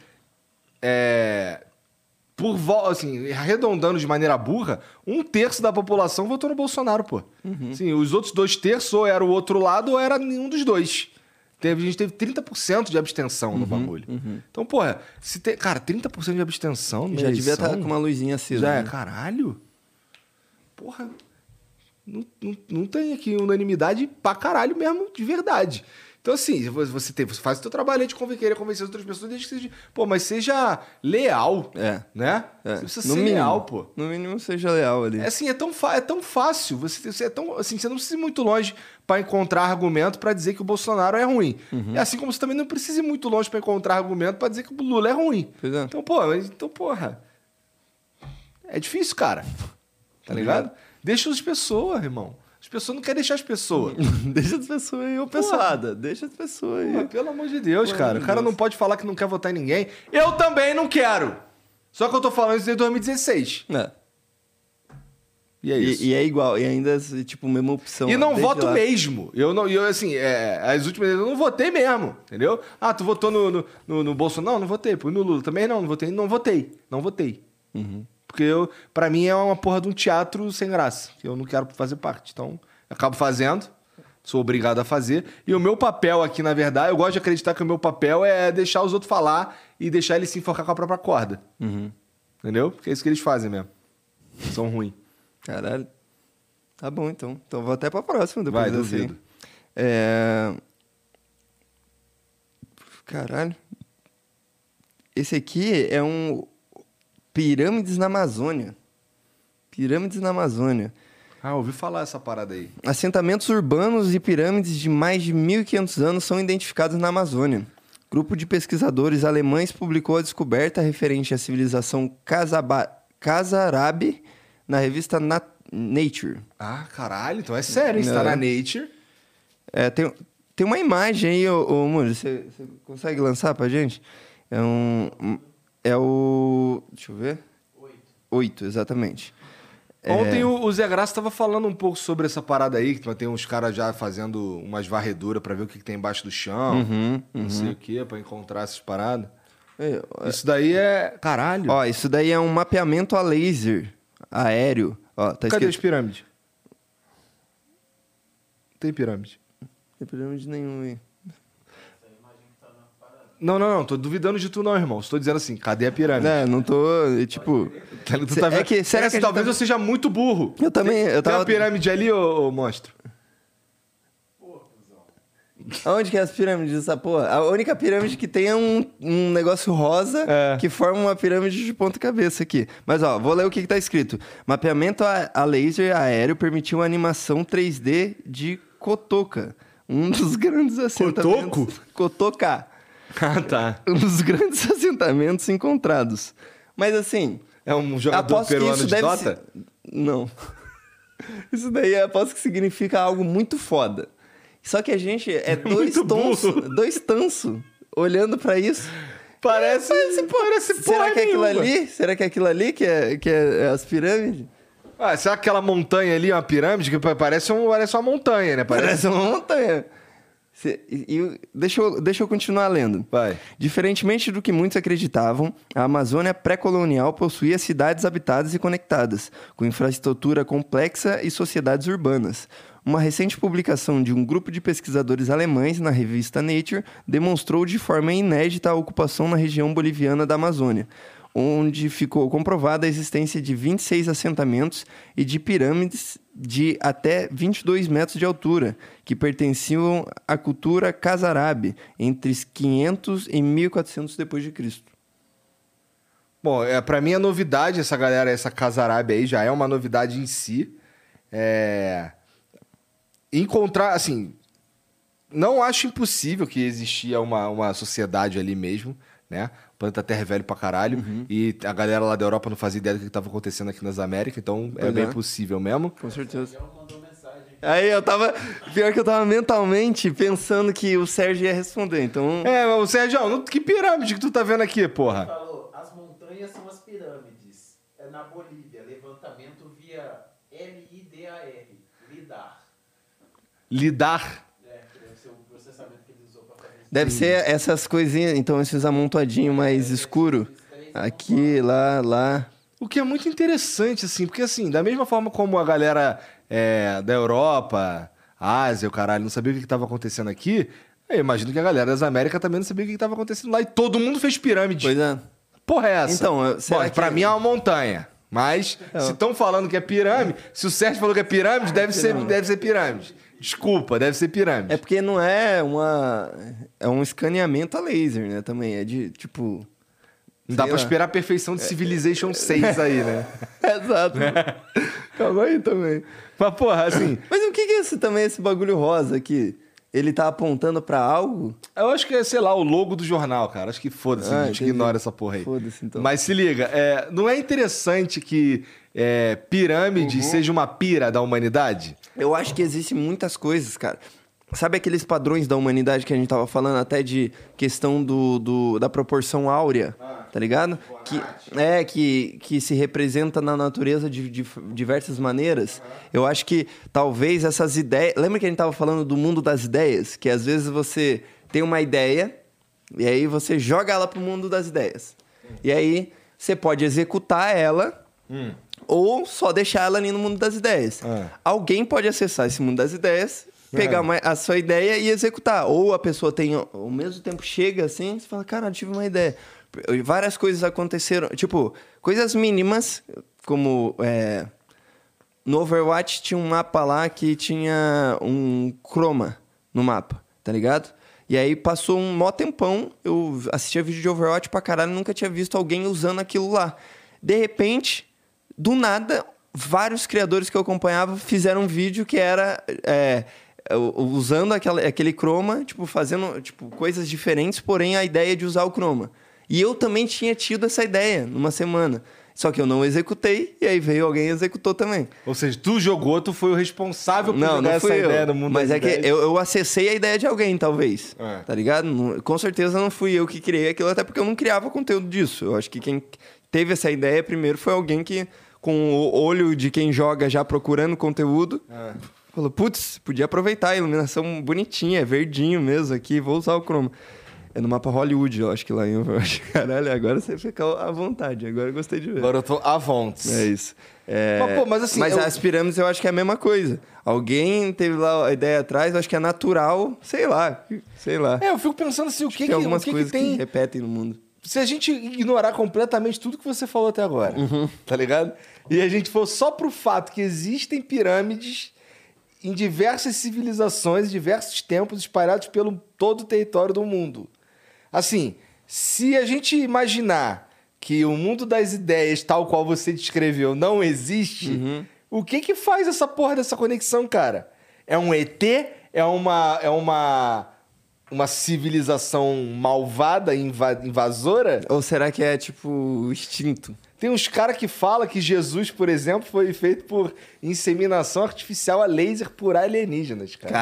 arredondando de maneira burra, 1/3 da população votou no Bolsonaro, pô. Assim, os outros 2/3 ou era o outro lado ou era nenhum dos dois. A gente teve 30% de abstenção no bagulho. Então, porra, cara, 30% de abstenção já eleição, devia estar com uma luzinha acesa. Já caralho. Porra, não tem aqui unanimidade pra caralho mesmo, de verdade. Então, assim, você faz o seu trabalho de querer convencer outras pessoas, desde que seja... Pô, mas seja leal, né? Você precisa ser leal, pô. No mínimo, seja leal ali. É tão fácil. Você não precisa ir muito longe para encontrar argumento para dizer que o Bolsonaro é ruim. Assim como você também não precisa ir muito longe para encontrar argumento para dizer que o Lula é ruim. Então, porra... É difícil, cara. Tá ligado? Deixa as pessoas, irmão. As pessoas não querem deixar as pessoas. Deixa as pessoas aí, pessoada. Deixa as pessoas aí. Pelo amor de Deus, cara. O cara não pode falar que não quer votar em ninguém. Eu também não quero. Só que eu tô falando isso desde 2016. E é isso. E é igual. E ainda, mesma opção. E não voto mesmo. As últimas vezes eu não votei mesmo. Entendeu? Tu votou no Bolsonaro? Não votei. Pô, no Lula também não votei. Não votei. Porque pra mim é uma porra de um teatro sem graça, que eu não quero fazer parte. Então, eu acabo fazendo, sou obrigado a fazer. E o meu papel aqui, na verdade, eu gosto de acreditar que o meu papel é deixar os outros falar e deixar eles se enforcar com a própria corda. Entendeu? Porque é isso que eles fazem mesmo. São ruins. Caralho. Tá bom, então. Então vou até pra próxima depois Vai, dessa aí. duvido. Caralho. Esse aqui é um... Pirâmides na Amazônia. Pirâmides na Amazônia. Ah, ouvi falar essa parada aí. Assentamentos urbanos e pirâmides de mais de 1.500 anos são identificados na Amazônia. Grupo de pesquisadores alemães publicou a descoberta referente à civilização Khazarabe na revista Nature. Ah, caralho, então é sério, hein? Você tá na Nature. Tem uma imagem aí, ô Muro, você consegue lançar pra gente? É o... Deixa eu ver. 8, exatamente. Ontem o Zé Graça tava falando um pouco sobre essa parada aí, que tem uns caras já fazendo umas varreduras pra ver o que tem embaixo do chão, não sei o que, pra encontrar essas paradas. Isso daí é... Caralho. Ó, isso daí é um mapeamento a laser aéreo. Ó, tá Cadê escrito... as pirâmides? Tem pirâmide. Não tem pirâmide nenhuma aí. Não. Tô duvidando de tu não, irmão. Estou dizendo assim, cadê a pirâmide? Não tô... Tipo... Tu tá vendo? Será que talvez eu seja muito burro. Eu também... Tem uma pirâmide ali, ô monstro? Aonde que é as pirâmides dessa porra? A única pirâmide que tem é um negócio rosa que forma uma pirâmide de ponta cabeça aqui. Mas, ó, vou ler o que tá escrito. Mapeamento a laser aéreo permitiu a animação 3D de Kotoka, um dos grandes assentamentos... Cotoco? Kotoka. Ah, tá. Um dos grandes assentamentos encontrados. Mas, assim... É um jogador aposto que peruano isso de deve Dota? ser... Não. Isso daí eu aposto que significa algo muito foda. Só que a gente é dois tanso olhando pra isso. Parece Será que é aquilo ali? Será que é aquilo ali que é as pirâmides? Ah, será que aquela montanha ali é uma pirâmide? Que parece uma montanha, né? Parece uma montanha. Deixa eu continuar lendo. Vai. Diferentemente do que muitos acreditavam, a Amazônia pré-colonial possuía cidades habitadas e conectadas, com infraestrutura complexa e sociedades urbanas. Uma recente publicação de um grupo de pesquisadores alemães na revista Nature demonstrou de forma inédita a ocupação na região boliviana da Amazônia, onde ficou comprovada a existência de 26 assentamentos e de pirâmides de até 22 metros de altura, que pertenciam à cultura Khazarabe, entre 500 e 1400 d.C. Bom, pra mim é novidade essa galera, essa Khazarabe aí, já é uma novidade em si. Encontrar, assim, não acho impossível que existia uma sociedade ali mesmo, né? O planeta Terra é velho pra caralho. E a galera lá da Europa não fazia ideia do que estava acontecendo aqui nas Américas, então é bem possível mesmo. Com certeza. Aí pior que eu tava mentalmente pensando que o Sérgio ia responder, então... O Sérgio, que pirâmide que tu tá vendo aqui, porra? Falou, as montanhas são as pirâmides. É na Bolívia, levantamento via LIDAR. Lidar. Deve ser o processamento que ele usou pra fazer isso. Deve ser essas coisinhas, então, esses amontoadinhos mais escuro. Aqui, lá. O que é muito interessante, assim, porque assim, da mesma forma como a galera da Europa, Ásia, o caralho, não sabia o que estava acontecendo aqui, eu imagino que a galera das Américas também não sabia o que estava acontecendo lá. E todo mundo fez pirâmide. Pois é. Porra é essa? Então, será pra mim é uma montanha. Mas, se estão falando que é pirâmide, se o Sérgio falou que é pirâmide, deve ser pirâmide. Desculpa, deve ser pirâmide. É porque não é é um escaneamento a laser, né, também. É de, tipo... Não dá pra esperar a perfeição de Civilization 6 aí, né? Exato. Calma aí também. Mas, porra, assim... Mas o que é esse bagulho rosa aqui? Ele tá apontando pra algo? Eu acho que é, sei lá, o logo do jornal, cara. Acho que foda-se, a gente entendi. ignora essa porra aí. Foda-se, então. Mas se liga, não é interessante que pirâmide seja uma pira da humanidade? Eu acho que existem muitas coisas, cara. Sabe aqueles padrões da humanidade que a gente tava falando até de questão da proporção áurea, tá ligado? Que se representa na natureza de diversas maneiras. Eu acho que talvez essas ideias... Lembra que a gente tava falando do mundo das ideias? Que às vezes você tem uma ideia e aí você joga ela pro mundo das ideias. E aí você pode executar ela... Ou só deixar ela ali no mundo das ideias. Alguém pode acessar esse mundo das ideias, pegar a sua ideia e executar. Ou a pessoa tem, ao mesmo tempo, chega assim, você fala, cara, eu tive uma ideia. Várias coisas aconteceram, tipo, coisas mínimas, como no Overwatch tinha um mapa lá que tinha um chroma no mapa, tá ligado? E aí passou um mó tempão, eu assistia vídeo de Overwatch pra caralho, nunca tinha visto alguém usando aquilo lá. De repente, do nada, vários criadores que eu acompanhava fizeram um vídeo que era usando aquele chroma, tipo, fazendo coisas diferentes, porém a ideia de usar o chroma. E eu também tinha tido essa ideia numa semana. Só que eu não executei, e aí veio alguém e executou também. Ou seja, tu jogou, tu foi o responsável por jogar essa ideia no mundo. Mas que eu acessei a ideia de alguém, talvez. Tá ligado? Com certeza não fui eu que criei aquilo, até porque eu não criava conteúdo disso. Eu acho que quem teve essa ideia primeiro foi alguém que, com o olho de quem joga já procurando conteúdo, falou, putz, podia aproveitar a iluminação bonitinha, verdinho mesmo aqui, vou usar o chroma. É no mapa Hollywood, eu acho que lá em Overwatch. Caralho, agora você fica à vontade. Agora eu gostei de ver. Agora eu tô à vontade. É isso. Mas assim... Mas as pirâmides eu acho que é a mesma coisa. Alguém teve lá a ideia atrás, eu acho que é natural, sei lá. Eu fico pensando assim, o que tem algumas coisas que tem... que repetem no mundo. Se a gente ignorar completamente tudo que você falou até agora, tá ligado? E a gente for só pro fato que existem pirâmides em diversas civilizações, em diversos tempos, espalhados pelo todo o território do mundo. Assim, se a gente imaginar que o mundo das ideias, tal qual você descreveu, não existe, o que faz essa porra dessa conexão, cara? É um ET? É uma civilização malvada, invasora? Ou será que é, tipo, instinto? Tem uns caras que falam que Jesus, por exemplo, foi feito por inseminação artificial a laser por alienígenas, cara.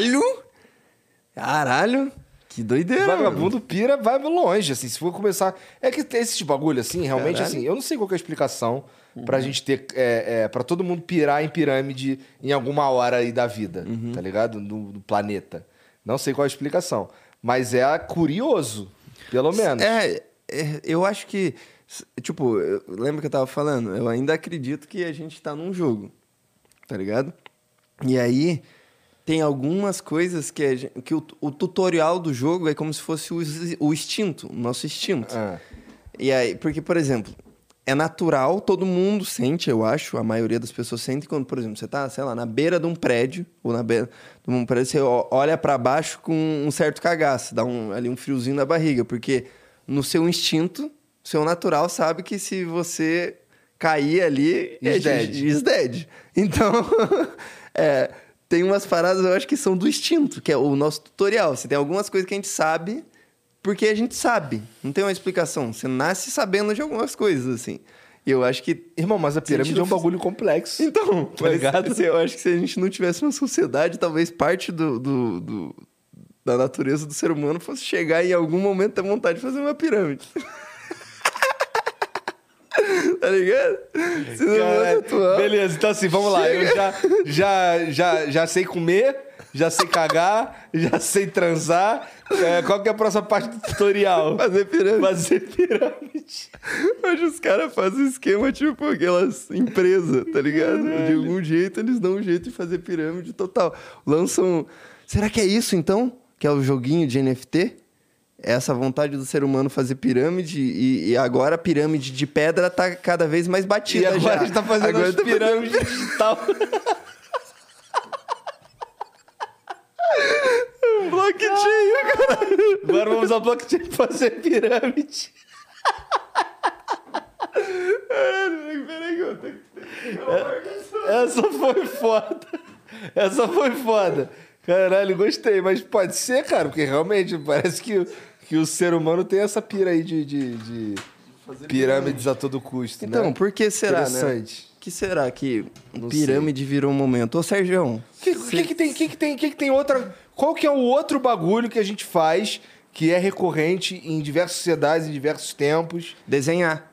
Caralho! Que doideira, vagabundo pira, vai longe, assim, se for começar... É que esses bagulho, assim, realmente, Caralho. assim, eu não sei qual que é a explicação pra gente ter... pra todo mundo pirar em pirâmide em alguma hora aí da vida, tá ligado? No planeta. Não sei qual é a explicação. Mas é curioso, pelo menos. Eu acho que... Tipo, lembra que eu tava falando? Eu ainda acredito que a gente tá num jogo, tá ligado? E aí... Tem algumas coisas que o tutorial do jogo é como se fosse o instinto, o nosso instinto. E aí, porque, por exemplo, é natural, todo mundo sente, eu acho, a maioria das pessoas sente quando, por exemplo, você tá, sei lá, na beira de um prédio, ou na beira de um prédio, você olha para baixo com um certo cagaço, dá ali um friozinho na barriga, porque no seu instinto, seu natural sabe que se você cair ali, is dead. Então, tem umas paradas, eu acho que são do instinto, que é o nosso tutorial. Você tem algumas coisas que a gente sabe, porque a gente sabe. Não tem uma explicação. Você nasce sabendo de algumas coisas, assim. E eu acho que... Irmão, mas a pirâmide é um bagulho complexo. Então, tá ligado? Eu acho que se a gente não tivesse uma sociedade, talvez parte da natureza do ser humano fosse chegar em algum momento ter vontade de fazer uma pirâmide. Tá ligado? Beleza, então assim, vamos lá. Eu já sei comer, já sei cagar, já sei transar. Qual que é a próxima parte do tutorial? Fazer pirâmide. Hoje os caras fazem esquema tipo aquelas empresas, tá ligado? De algum jeito eles dão um jeito de fazer pirâmide total. Lançam... Será que é isso então? Que é o joguinho de NFT? Essa vontade do ser humano fazer pirâmide e agora a pirâmide de pedra tá cada vez mais batida. E agora a gente tá fazendo as pirâmides digital. Blockchain, cara. Agora vamos usar o blockchain pra fazer pirâmide. Peraí que eu tenho que... Essa foi foda. Caralho, gostei. Mas pode ser, cara, porque realmente parece que o ser humano tem essa pira aí de pirâmides a todo custo, então, né? Por que será, interessante. Né? Que será que Não pirâmide sei. Virou um momento? Ô, Sérgio... que tem outra... Qual que é o outro bagulho que a gente faz que é recorrente em diversas sociedades, em diversos tempos? Desenhar.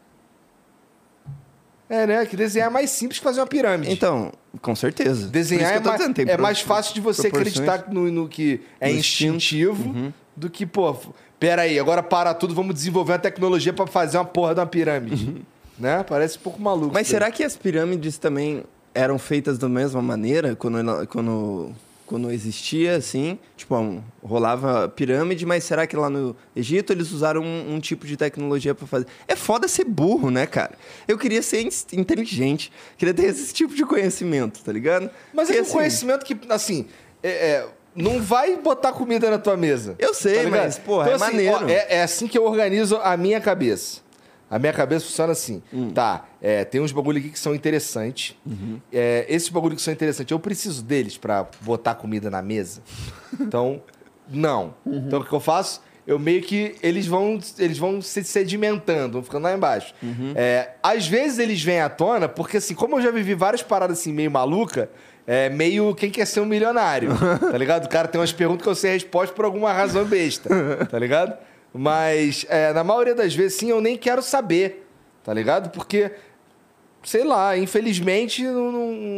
Né? Que desenhar é mais simples que fazer uma pirâmide. Então, com certeza. Desenhar é mais fácil de você acreditar no que é instintivo do que, pô... Pera aí, agora para tudo, vamos desenvolver uma tecnologia pra fazer uma porra de uma pirâmide. Né? Parece um pouco maluco. Mas será que as pirâmides também eram feitas da mesma maneira quando quando existia, assim, tipo, rolava pirâmide, mas será que lá no Egito eles usaram um tipo de tecnologia para fazer? É foda ser burro, né, cara? Eu queria ser inteligente, queria ter esse tipo de conhecimento, tá ligado? Mas é um conhecimento que, assim, não vai botar comida na tua mesa. Eu sei, tá mas, porra, então, é assim, maneiro. Ó, é assim que eu organizo a minha cabeça. A minha cabeça funciona assim. Tá, tem uns bagulho aqui que são interessantes. Esses bagulho que são interessantes, eu preciso deles pra botar comida na mesa. Então, não. Então, o que eu faço? Eu meio que... Eles vão se sedimentando, vão ficando lá embaixo. Às vezes eles vêm à tona, porque assim, como eu já vivi várias paradas assim, meio maluca, meio quem quer ser um milionário, tá ligado? O cara tem umas perguntas que eu sei a resposta por alguma razão besta, tá ligado? Mas, na maioria das vezes, sim, eu nem quero saber, tá ligado? Porque, sei lá, infelizmente, eu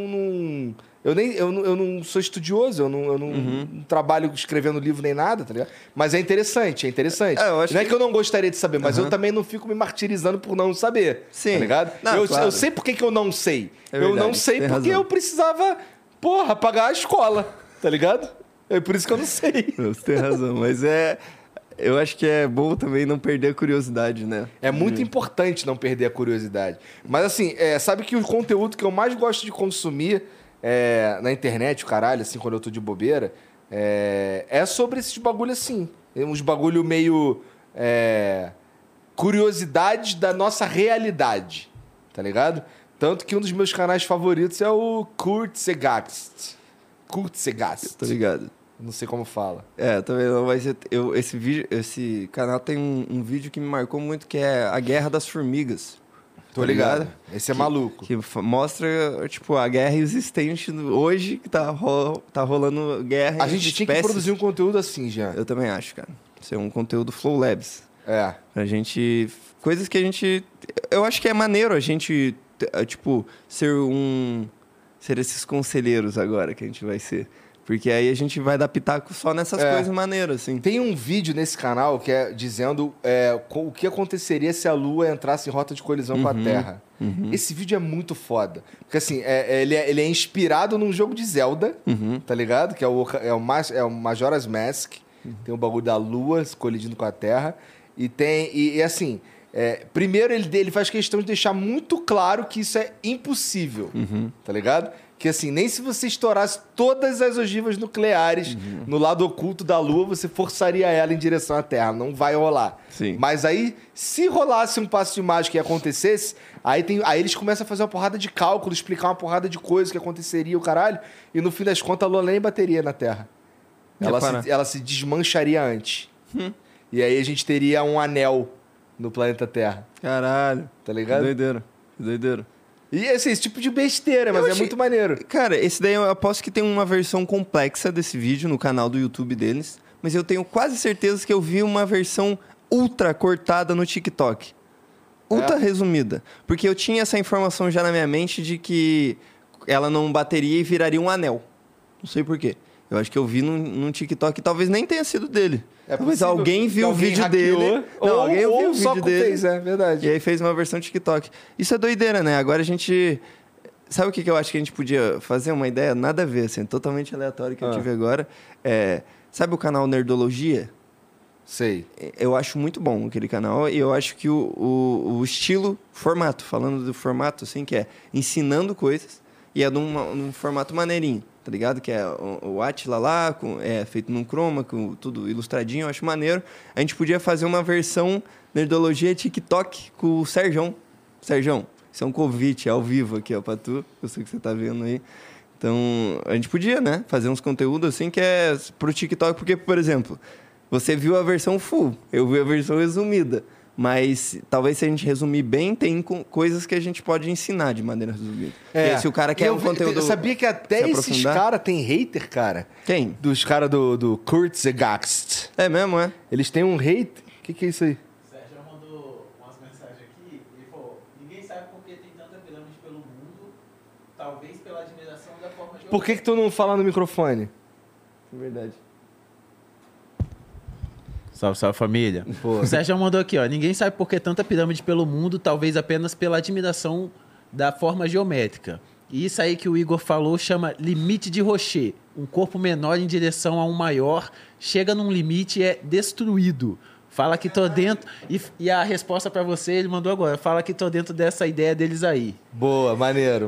não sou estudioso, eu não trabalho escrevendo livro nem nada, tá ligado? Mas é interessante. Não é que eu não gostaria de saber, mas eu também não fico me martirizando por não saber, sim, tá ligado? Não, claro. Eu sei por que eu não sei. Verdade, eu não sei porque razão. eu precisava, pagar a escola, tá ligado? É por isso que eu não sei. Você tem razão, mas eu acho que é bom também não perder a curiosidade, né? É muito importante não perder a curiosidade. Mas assim, sabe que o conteúdo que eu mais gosto de consumir na internet, o caralho, assim, quando eu tô de bobeira, é sobre esses bagulho assim. Uns bagulho meio... curiosidades da nossa realidade, tá ligado? Tanto que um dos meus canais favoritos é o Kurzgesagt. Tô ligado. Não sei como fala. Também não vai ser... Esse canal tem um vídeo que me marcou muito, que é a Guerra das Formigas. Tô ligado? Esse é maluco. Que mostra, tipo, a guerra existente hoje, que tá rolando guerra. A gente tinha que produzir um conteúdo assim, já. Eu também acho, cara. Isso é um conteúdo Flow Labs. Pra gente... Coisas que a gente... Eu acho que é maneiro a gente, tipo, ser esses conselheiros agora que a gente vai ser. Porque aí a gente vai dar pitaco só nessas coisas maneiras, assim. Tem um vídeo nesse canal que é dizendo o que aconteceria se a Lua entrasse em rota de colisão com a Terra. Esse vídeo é muito foda. Porque assim, ele é inspirado num jogo de Zelda, tá ligado? Que é o Majora's Mask. Tem o bagulho da Lua colidindo com a Terra. E assim... primeiro, ele faz questão de deixar muito claro que isso é impossível, tá ligado? Que assim, nem se você estourasse todas as ogivas nucleares no lado oculto da Lua, você forçaria ela em direção à Terra. Não vai rolar. Sim. Mas aí, se rolasse um passo de mágica e acontecesse, aí eles começam a fazer uma porrada de cálculo, explicar uma porrada de coisas que aconteceria, o caralho, e no fim das contas a Lua nem bateria na Terra. Ela se desmancharia antes. E aí a gente teria um anel no planeta Terra. Caralho. Tá ligado? Que doideira. E assim, esse tipo de besteira, mas é muito maneiro. Cara, esse daí eu aposto que tem uma versão complexa desse vídeo no canal do YouTube deles, mas eu tenho quase certeza que eu vi uma versão ultra cortada no TikTok. Ultra resumida. Porque eu tinha essa informação já na minha mente de que ela não bateria e viraria um anel. Não sei por quê. Eu acho que eu vi num TikTok, talvez nem tenha sido dele. Talvez alguém viu o vídeo dele. Alguém viu o vídeo dele. Fez, verdade. E aí fez uma versão TikTok. Isso é doideira, né? Agora a gente... Sabe o que eu acho que a gente podia fazer? Uma ideia nada a ver, assim, totalmente aleatório que eu tive agora. Sabe o canal Nerdologia? Sei. Eu acho muito bom aquele canal e eu acho que o estilo, formato, falando do formato, assim, que é ensinando coisas e é num formato maneirinho. Tá ligado? Que é o Atila lá, feito num chroma, com tudo ilustradinho, eu acho maneiro. A gente podia fazer uma versão Nerdologia TikTok com o Serjão. Serjão, isso é um convite ao vivo aqui, ó, pra tu. Eu sei que você tá vendo aí. Então, a gente podia, né? Fazer uns conteúdos assim que é pro TikTok, porque, por exemplo, você viu a versão full, eu vi a versão resumida. Mas talvez se a gente resumir bem, tem coisas que a gente pode ensinar de maneira resumida. E aí, se o cara quer um conteúdo... Eu sabia que até esses caras têm hater, cara. Quem? Dos caras do Kurzgesagt. É mesmo, é? Eles têm um hater... O que é isso aí? O Sérgio mandou umas mensagens aqui. Ele falou, ninguém sabe por que tem tanta pirâmide pelo mundo. Talvez pela admiração da forma de... Por que tu não fala no microfone? É verdade. Salve, salve, família. O Sérgio mandou aqui, ó. Ninguém sabe por que tanta pirâmide pelo mundo, talvez apenas pela admiração da forma geométrica. E isso aí que o Igor falou chama limite de Rocher. Um corpo menor em direção a um maior chega num limite e é destruído. Fala que tô dentro... E a resposta pra você, ele mandou agora. Fala que tô dentro dessa ideia deles aí. Boa, maneiro.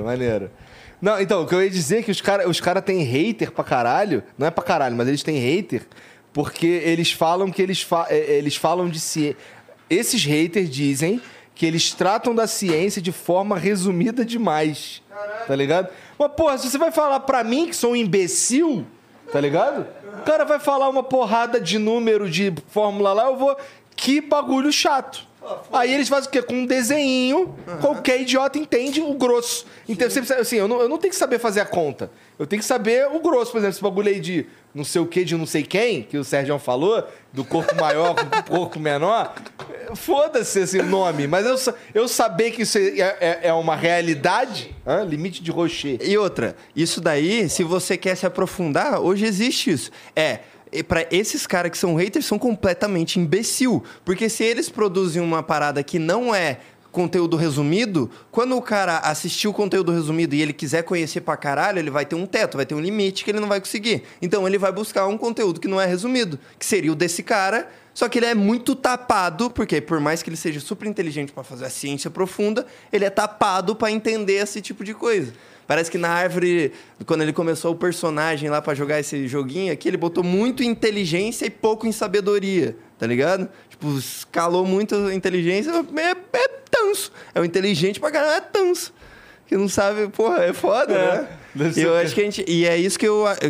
Não, então, o que eu ia dizer é que os cara têm hater pra caralho. Não é pra caralho, mas eles têm hater porque eles falam que eles falam de ciência. Esses haters dizem que eles tratam da ciência de forma resumida demais. Caralho. Tá ligado? Mas, porra, se você vai falar pra mim que sou um imbecil, tá ligado? O cara vai falar uma porrada de número, de fórmula lá, eu vou... Que bagulho chato. Aí eles fazem o quê? Com um desenho, qualquer idiota entende o grosso. Então, assim, eu não tenho que saber fazer a conta. Eu tenho que saber o grosso. Por exemplo, esse bagulho aí de não sei o que, de não sei quem, que o Sérgio falou, do corpo maior com o corpo menor. Foda-se esse nome. Mas eu saber que isso é uma realidade, limite de Rocher. E outra, isso daí, se você quer se aprofundar, hoje existe isso. E para esses caras que são haters, são completamente imbecil. Porque se eles produzem uma parada que não é conteúdo resumido, quando o cara assistir o conteúdo resumido e ele quiser conhecer pra caralho, ele vai ter um teto, vai ter um limite que ele não vai conseguir. Então ele vai buscar um conteúdo que não é resumido, que seria o desse cara, só que ele é muito tapado, porque por mais que ele seja super inteligente pra fazer a ciência profunda, ele é tapado pra entender esse tipo de coisa. Parece que na árvore, quando ele começou o personagem lá pra jogar esse joguinho aqui, ele botou muito inteligência e pouco em sabedoria, tá ligado? Tipo, escalou muito a inteligência, é tanso. É o inteligente pra caramba, é tanso. Que não sabe, porra, é foda, né? Eu acho que a gente... E é isso que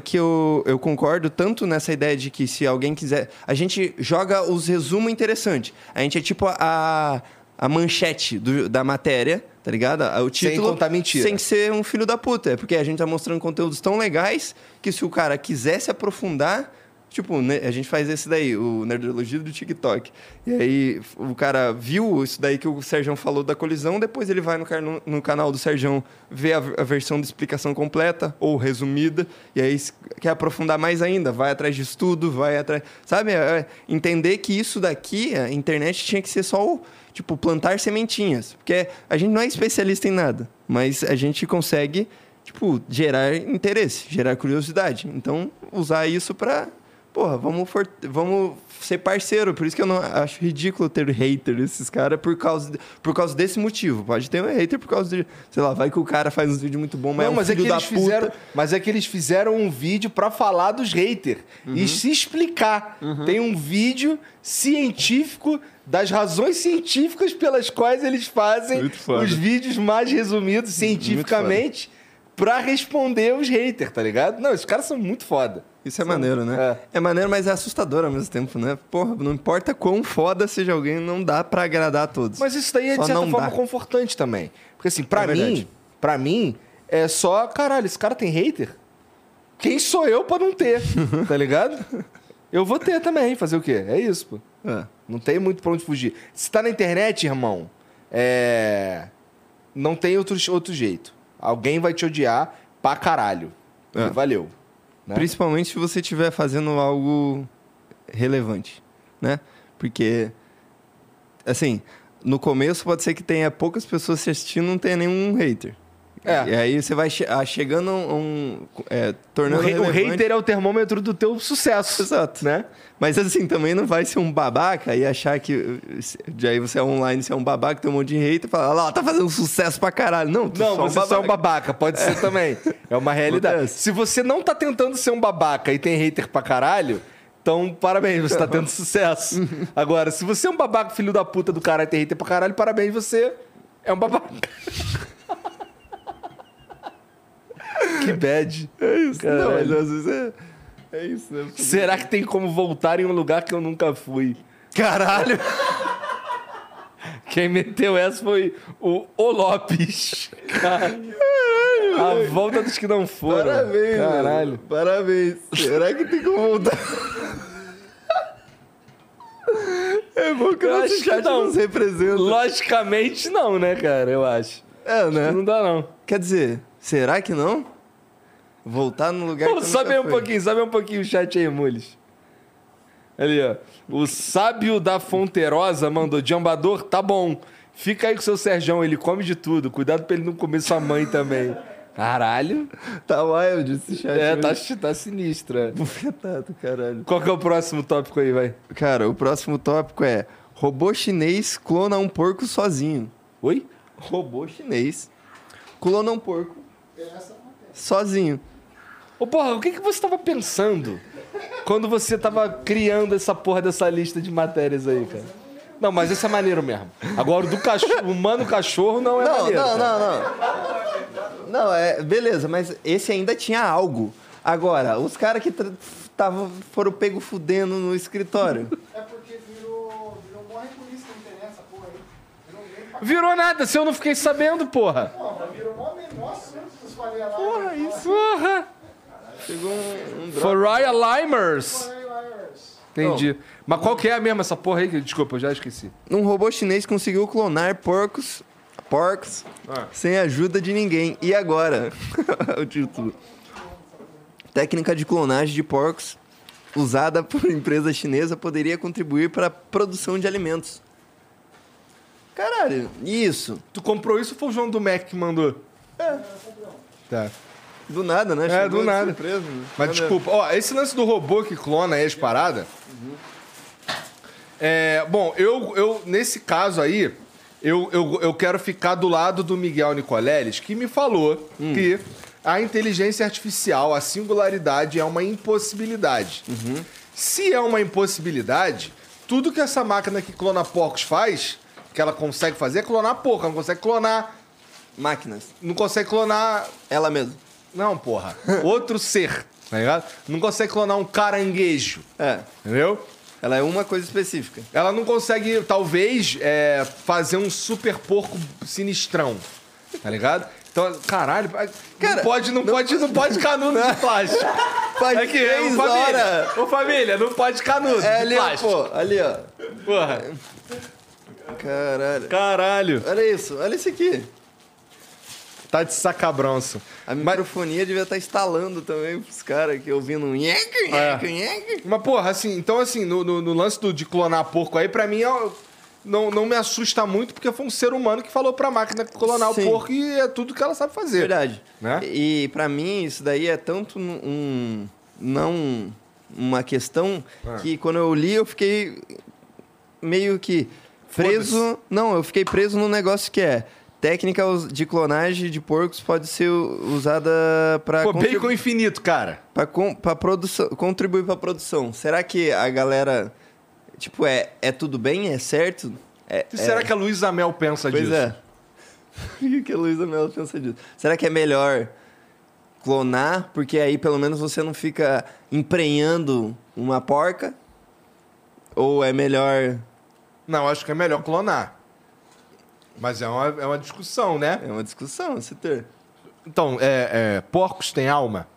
eu concordo tanto nessa ideia de que se alguém quiser... A gente joga os resumos interessantes. A gente é tipo a manchete da matéria, tá ligado? O título, sem contar mentira. Sem ser um filho da puta. É porque a gente tá mostrando conteúdos tão legais que se o cara quiser se aprofundar... Tipo, a gente faz esse daí, o Nerdologia do TikTok. E aí o cara viu isso daí que o Sérgio falou da colisão, depois ele vai no canal do Sérgio ver a versão de explicação completa ou resumida, e aí quer aprofundar mais ainda, vai atrás de estudo, vai atrás... Sabe? Entender que isso daqui, a internet tinha que ser só tipo, plantar sementinhas. Porque a gente não é especialista em nada, mas a gente consegue, tipo, gerar interesse, gerar curiosidade. Então, usar isso pra... Porra, vamos ser parceiro. Por isso que eu não acho ridículo ter hater esses caras por causa desse motivo. Pode ter um hater por causa de... Sei lá, vai que o cara faz uns vídeos muito bons, mas não, filho da puta. Mas é que eles fizeram um vídeo pra falar dos haters. E se explicar. Tem um vídeo científico das razões científicas pelas quais eles fazem os vídeos mais resumidos cientificamente pra responder os haters, tá ligado? Não, esses caras são muito foda. Isso é maneiro, né? É maneiro, mas é assustador ao mesmo tempo, né? Porra, não importa quão foda seja alguém, não dá pra agradar a todos. Mas isso daí é, de certa forma, confortante também. Porque, assim, pra mim, é só... Caralho, esse cara tem hater? Quem sou eu pra não ter? Tá ligado? Eu vou ter também. Fazer o quê? É isso, pô. Não tem muito pra onde fugir. Se tá na internet, irmão, não tem outro jeito. Alguém vai te odiar pra caralho. Valeu. Né? Principalmente se você estiver fazendo algo relevante, né? Porque, assim, no começo pode ser que tenha poucas pessoas se assistindo, não tenha nenhum hater. E aí você vai chegando tornando o hater é o termômetro do teu sucesso. Exato. Né? Mas assim, também não vai ser um babaca e achar que... De aí você é online, você é um babaca, tem um monte de hater e fala, lá, tá fazendo sucesso pra caralho. Não, você só é um babaca. Pode ser também. É uma realidade. Se você não tá tentando ser um babaca e tem hater pra caralho, então parabéns, você tá tendo sucesso. Agora, se você é um babaca, filho da puta do cara e tem hater pra caralho, parabéns, você é um babaca. Que bad. É isso. Caralho. Não, mas às vezes é isso, né? Será que tem como voltar em um lugar que eu nunca fui? Caralho! Quem meteu essa foi o Lopes. Caralho. A volta dos que não foram. Parabéns, caralho. Mano. Parabéns. Será que tem como voltar? É bom que o nosso chat nos representa. Logicamente não, né, cara? Eu acho. Né? Acho que não dá, não. Quer dizer, será que não? Voltar no lugar que sobe um pouquinho o chat aí, Mules. Ali, ó. O sábio da Fonterosa mandou: de ambador, tá bom. Fica aí com o seu Serjão, ele come de tudo. Cuidado pra ele não comer sua mãe também. Caralho. Tá wild esse chat. Tá sinistra. Bufetado, caralho. Qual que é o próximo tópico aí, vai? Cara, o próximo tópico é... Robô chinês clona um porco sozinho. Oi? Robô chinês clona um porco sozinho. Ô, porra, o que você tava pensando quando você tava criando essa porra dessa lista de matérias aí, cara? Não, mas esse é maneiro mesmo. Agora, o do cachorro, humano-cachorro não é maneiro. Não, beleza, mas esse ainda tinha algo. Agora, os caras que foram pego fudendo no escritório. É porque virou morre por isso que não interessa, porra aí. Virou nada, se eu não fiquei sabendo, porra. Porra, virou mó meme. Nossa, eu falei lá. Porra, isso. Porra. Chegou um drop. For Royal Limers. Entendi. Mas qual que é mesmo essa porra aí? Desculpa, eu já esqueci. Um robô chinês conseguiu clonar porcos sem ajuda de ninguém. E agora? O título. Técnica de clonagem de porcos usada por empresa chinesa poderia contribuir para a produção de alimentos. Caralho, isso. Tu comprou isso ou foi o João do Mac que mandou? Tá. Do nada, né? É, Chegou do nada. de surpresa, né? Mas desculpa, ó, esse lance do robô que clona aí as paradas. Bom, eu nesse caso aí, eu quero ficar do lado do Miguel Nicoleles, que me falou que a inteligência artificial, a singularidade é uma impossibilidade. Se é uma impossibilidade, tudo que essa máquina que clona porcos faz, que ela consegue fazer, é clonar porco. Ela não consegue clonar... Máquinas. Não consegue clonar... Ela mesma. Não, porra. Outro ser, tá ligado? Não consegue clonar um caranguejo. É. Entendeu? Ela é uma coisa específica. Ela não consegue, talvez, fazer um super porco sinistrão. Tá ligado? Então, caralho, Cara, não pode canudo de plástico. Faz É que, 3 horas. Ô família, não pode canudo É de ali, ó, plástico. pô. Ali, ó. Porra. Caralho. Caralho. Olha isso. Olha isso aqui. Tá de sacabronço. A microfonia devia estar instalando também pros caras aqui ouvindo um nheque. Mas, porra, assim, então, assim, no lance de clonar porco aí, pra mim, não me assusta muito, porque foi um ser humano que falou pra máquina clonar Sim. o porco e é tudo que ela sabe fazer. Verdade. Né? E pra mim, isso daí é tanto não uma questão que quando eu li, eu fiquei meio que preso... Não, eu fiquei preso num negócio que é... Técnica de clonagem de porcos pode ser usada para... Pô, bacon infinito, cara. Para produção, contribuir para a produção. Será que a galera, tipo, é tudo bem? É certo? Será que a Luísa Mel pensa Pois disso? é. O que a Luísa Mel pensa disso? Será que é melhor clonar? Porque aí pelo menos você não fica emprenhando uma porca? Ou é melhor... Não, acho que é melhor clonar. Mas é uma discussão, né? É uma discussão, se ter. Então, porcos têm alma?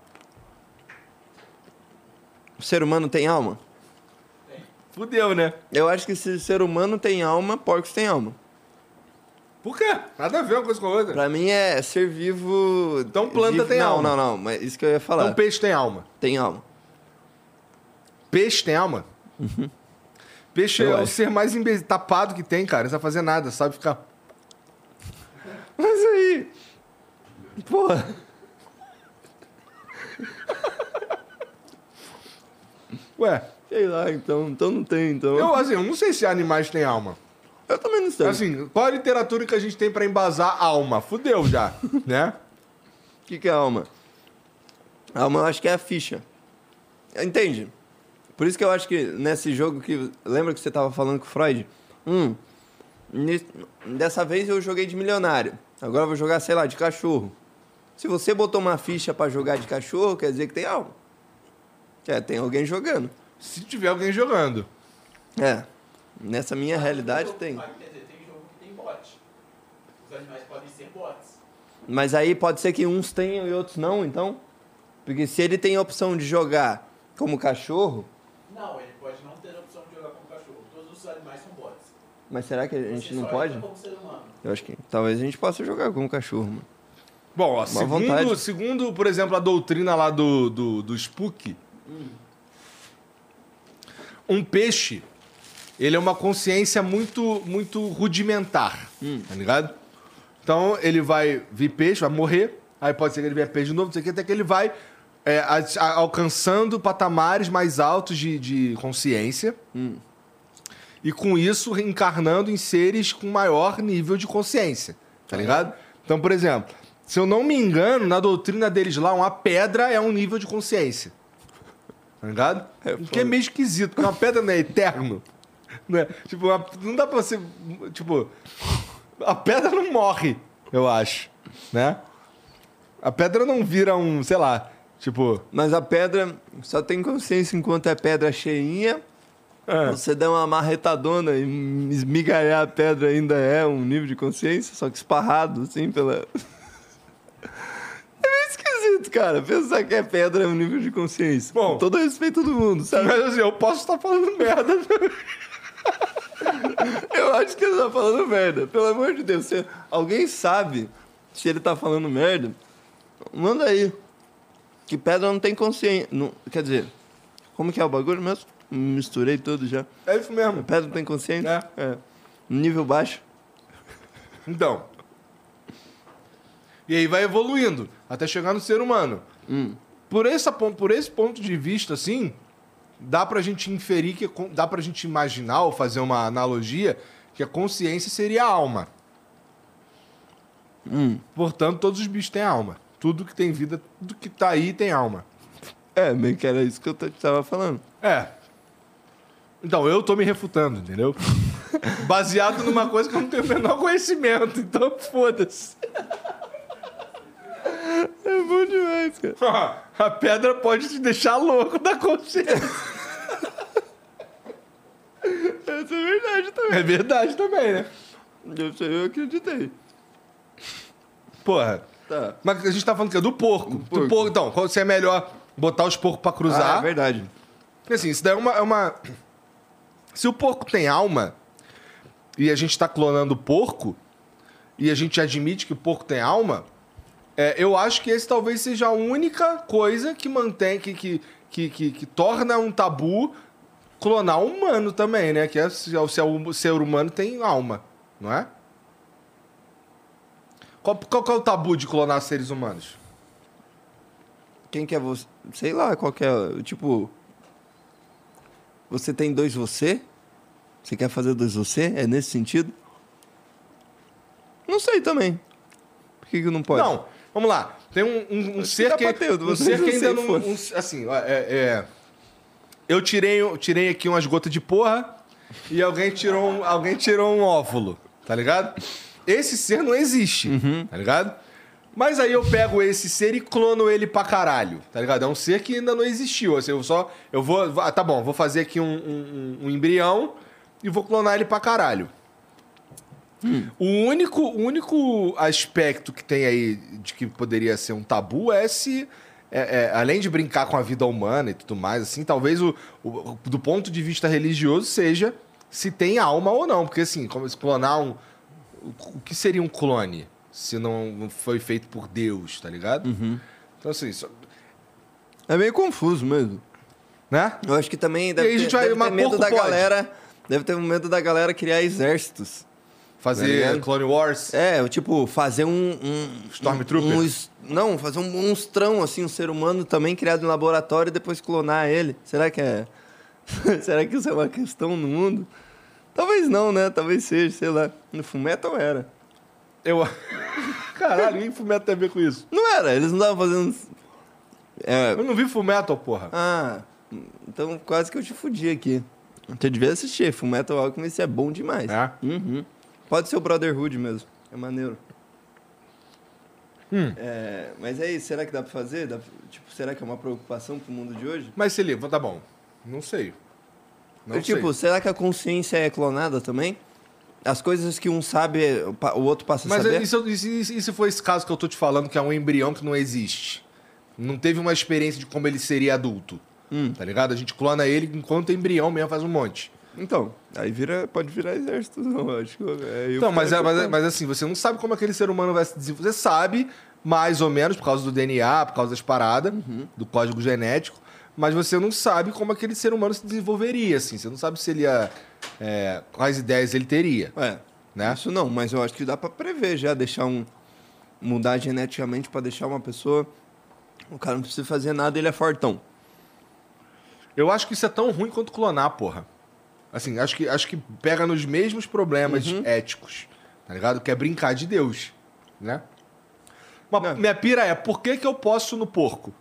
O ser humano tem alma? Fudeu, né? Eu acho que se o ser humano tem alma, porcos têm alma. Por quê? Nada a ver uma coisa com a outra. Pra mim é ser vivo... Então planta tem alma. Não, mas isso que eu ia falar. Então peixe tem alma. Tem alma. Peixe tem alma? Peixe Eu é o acho. ser mais tapado que tem, cara. Não sabe fazer nada, sabe ficar... Mas aí... Porra... Ué, Sei lá, então não tem, então... eu não sei se animais têm alma. Eu também não sei. Assim, qual a literatura que a gente tem pra embasar alma? Fudeu já, né? O que é alma? Alma eu acho que é a ficha. Entende? Por isso que eu acho que nesse jogo que... Lembra que você tava falando com o Freud? Dessa vez eu joguei de milionário. Agora eu vou jogar, sei lá, de cachorro. Se você botou uma ficha pra jogar de cachorro, quer dizer que tem alma. Tem alguém jogando. Se tiver alguém jogando. Nessa minha realidade tem. Quer dizer, tem jogo que tem bot. Os animais podem ser bots. Mas aí pode ser que uns tenham e outros não, então? Porque se ele tem a opção de jogar como cachorro... Não, ele pode não ter a opção de jogar como cachorro. Todos os animais são bots. Mas será que a gente Você não só pode? entra como ser humano. Eu acho que talvez a gente possa jogar como cachorro, mano. Bom, ó, vontade. segundo, por exemplo, a doutrina lá do Spook, um peixe, ele é uma consciência muito, muito rudimentar, tá ligado? Então, ele vai vir peixe, vai morrer, aí pode ser que ele venha peixe de novo, não sei o que, até que ele vai alcançando patamares mais altos de consciência. E com isso, reencarnando em seres com maior nível de consciência, tá ligado? Então, por exemplo, se eu não me engano, na doutrina deles lá, uma pedra é um nível de consciência. Tá ligado? Porque é meio esquisito, porque uma pedra não é eterno. Não é? Tipo, não dá pra você... Tipo, a pedra não morre, eu acho, né? A pedra não vira um, sei lá, tipo... Mas a pedra só tem consciência enquanto é pedra cheinha. Você dá uma marretadona e esmigalhar a pedra ainda é um nível de consciência, só que esparrado, assim, pela... É meio esquisito, cara. Pensar que é pedra é um nível de consciência. Bom, com todo respeito do mundo, sabe? Mas assim, eu posso estar falando merda. Eu acho que ele tá falando merda. Pelo amor de Deus. Se alguém sabe se ele tá falando merda, manda aí. Que pedra não tem consciência. Não, quer dizer, como que é o bagulho mesmo? Misturei tudo já. É isso mesmo. Pedra não tem consciência? É. Nível baixo. Então. E aí vai evoluindo, até chegar no ser humano. Por esse ponto de vista, assim, dá pra gente inferir, dá pra gente imaginar, ou fazer uma analogia, que a consciência seria a alma. Portanto, todos os bichos têm alma. Tudo que tem vida, tudo que tá aí tem alma. É, meio que era isso que eu tava falando. É. Então, eu tô me refutando, entendeu? Baseado numa coisa que eu não tenho o menor conhecimento, então foda-se. É bom demais, cara. A pedra pode te deixar louco da consciência. Essa é verdade também. É verdade também, né? Eu acreditei. Porra. Tá. Mas a gente tá falando que é do porco. porco. Do porco, então, se é melhor botar os porcos pra cruzar. É verdade. Porque assim, isso daí é uma... Se o porco tem alma e a gente tá clonando o porco e a gente admite que o porco tem alma, eu acho que esse talvez seja a única coisa que mantém, que torna um tabu clonar um humano também, né? Que é se o ser humano tem alma, não é? Qual que é o tabu de clonar seres humanos? Quem que é você? Sei lá, qual que é. Tipo. Você tem dois você? Você quer fazer dois você? É nesse sentido? Não sei também. Por que não pode? Não, vamos lá. Tem um ser dá que... pra ter, Um ser que ainda não... fosse. Assim, eu tirei aqui umas gotas de porra e alguém tirou um óvulo, tá ligado? Esse ser não existe, tá ligado? Mas aí eu pego esse ser e clono ele pra caralho, tá ligado? É um ser que ainda não existiu. Assim, tá bom, vou fazer aqui um embrião e vou clonar ele pra caralho. O único aspecto que tem aí de que poderia ser um tabu é se... além de brincar com a vida humana e tudo mais, assim, talvez do ponto de vista religioso seja se tem alma ou não. Porque assim, como se clonar o que seria um clone? Se não foi feito por Deus, tá ligado? Então, assim... É meio confuso mesmo. Né? Eu acho que também E aí a gente vai- deve ter mas medo pouco da pode. galera. Deve ter um medo da galera criar exércitos. Fazer Tá ligado? Clone Wars. Tipo, fazer um Stormtrooper? Não, fazer um monstrão, assim, um ser humano também criado em laboratório e depois clonar ele. Será que é... Será que isso é uma questão no mundo? Talvez não, né? Talvez seja, sei lá. No Fullmetal era. Caralho, ninguém Fullmetal tem a ver com isso. Não era, eles não estavam fazendo... Eu não vi Fullmetal, porra. Ah, então quase que eu te fudi aqui. Você devia assistir, Fullmetal Alchemist é bom demais. É? Pode ser o Brotherhood mesmo, é maneiro. Mas aí, será que dá pra fazer? Será que é uma preocupação pro mundo de hoje? Mas se liga, tá bom. Não sei. Não sei. Será que a consciência é clonada também? As coisas que um sabe, o outro passa a Mas saber? e se for esse caso que eu tô te falando, que é um embrião que não existe? Não teve uma experiência de como ele seria adulto. Tá ligado? A gente clona ele enquanto embrião mesmo, faz um monte. Então, aí pode virar exército, não, acho que... Então, mas assim, você não sabe como aquele ser humano vai se desenvolver. Você sabe, mais ou menos, por causa do DNA, por causa das paradas, do código genético, mas você não sabe como aquele ser humano se desenvolveria, assim. Você não sabe se ele ia quais ideias ele teria. Né? Isso não, mas eu acho que dá pra prever já, mudar geneticamente pra deixar uma pessoa... O cara não precisa fazer nada, ele é fortão. Eu acho que isso é tão ruim quanto clonar, porra. Assim, acho que pega nos mesmos problemas éticos, tá ligado? Que é brincar de Deus, né? Minha pira é, por que eu posso no porco?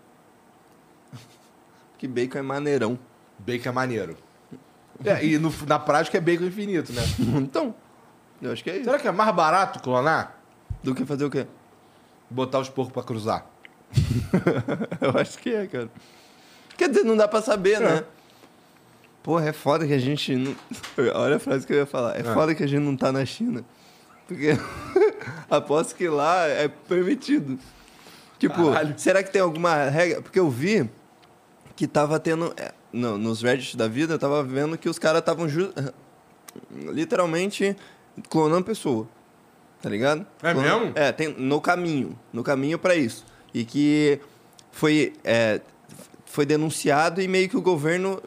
Que bacon é maneirão. Bacon é maneiro. E na prática é bacon infinito, né? Então, eu acho que é isso. Será que é mais barato clonar? Do que fazer o quê? Botar os porcos pra cruzar. Eu acho que é, cara. Quer dizer, não dá pra saber, né? Porra, é foda que a gente não... Olha a frase que eu ia falar. É foda que a gente não tá na China. Porque aposto que lá é permitido. Tipo, será que tem alguma regra? Porque eu vi que tava tendo... nos Reddit da vida, eu tava vendo que os caras estavam literalmente clonando pessoa. Tá ligado? É mesmo? Tem no caminho pra isso. E que foi denunciado e meio que o governo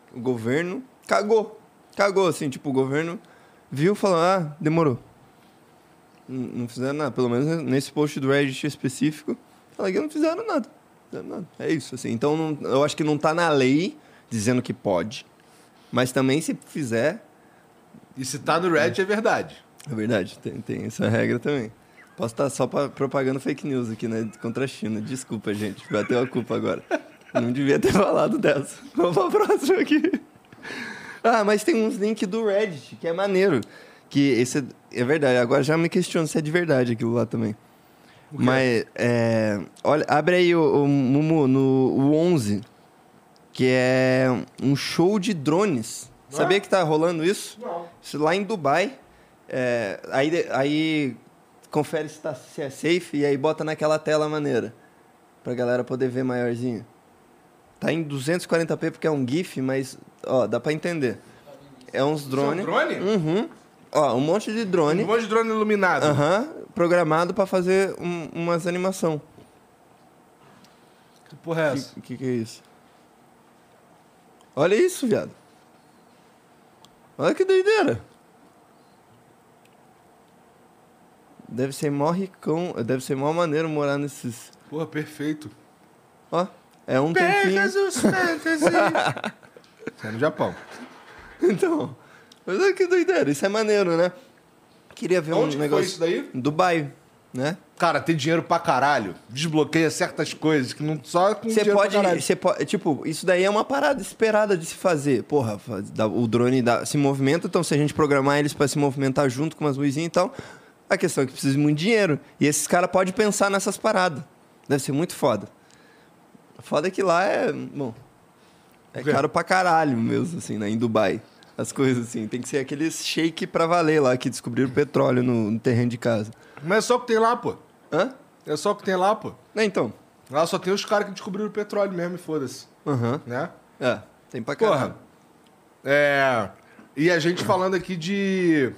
cagou, assim, tipo, o governo viu e falou, demorou. Não fizeram nada, pelo menos nesse post do Reddit específico, fala que não fizeram nada. É isso, assim. Então, eu acho que não tá na lei dizendo que pode, mas também se fizer... E se tá no Reddit é verdade. É verdade, tem essa regra também. Posso estar só propagando fake news aqui, né? Contra a China. Desculpa, gente. Bateu a culpa agora. Não devia ter falado dessa. Vamos pra próxima aqui. Mas tem uns links do Reddit, que é maneiro. Que esse é verdade. Agora já me questiono se é de verdade aquilo lá também. Mas, olha, abre aí o Mumu no 11, que é um show de drones. Sabia que tá rolando isso? Não. Isso lá em Dubai. Aí confere se é safe e aí bota naquela tela maneira. Pra galera poder ver maiorzinho. Tá em 240p porque é um GIF, mas, dá pra entender. É uns drones. Isso é um drone? Um monte de drone. Um monte de drone iluminado. Programado pra fazer umas animação. Que porra é essa? O que é isso? Olha isso, viado. Olha que doideira. Deve ser mó ricão, deve ser mó maneiro morar nesses... Porra, perfeito. É um tempinho... Pegasus Fantasy. É no Japão. Então, mas olha que doideira, isso é maneiro, né? Queria ver Onde um negócio... foi isso daí? Dubai, né? Cara, ter dinheiro pra caralho desbloqueia certas coisas que não só com dinheiro pra caralho. Você pode, tipo, isso daí é uma parada esperada de se fazer. Porra, o drone se movimenta, então se a gente programar eles pra se movimentar junto com umas luzinhas e tal... A questão é que precisa de muito dinheiro. E esses caras podem pensar nessas paradas. Deve ser muito foda. Foda é que lá é... Bom, é caro pra caralho mesmo, assim, né? Em Dubai. As coisas, assim. Tem que ser aqueles shake pra valer lá, que descobriram petróleo no terreno de casa. Mas é só o que tem lá, pô. Hã? É só o que tem lá, pô. Então. Lá só tem os caras que descobriram o petróleo mesmo e foda-se. Né? Tem pra caralho. Porra. E a gente falando aqui de...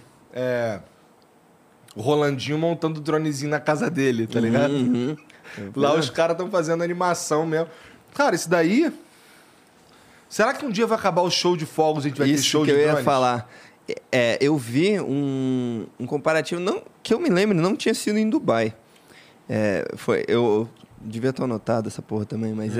O Rolandinho montando o dronezinho na casa dele, tá ligado? Lá os caras estão fazendo animação mesmo. Cara, isso daí... Será que um dia vai acabar o show de fogos e a gente vai ter show de drones? Isso que eu ia falar. Eu vi um comparativo, não, que eu me lembro, não tinha sido em Dubai. Eu devia estar anotado essa porra também, mas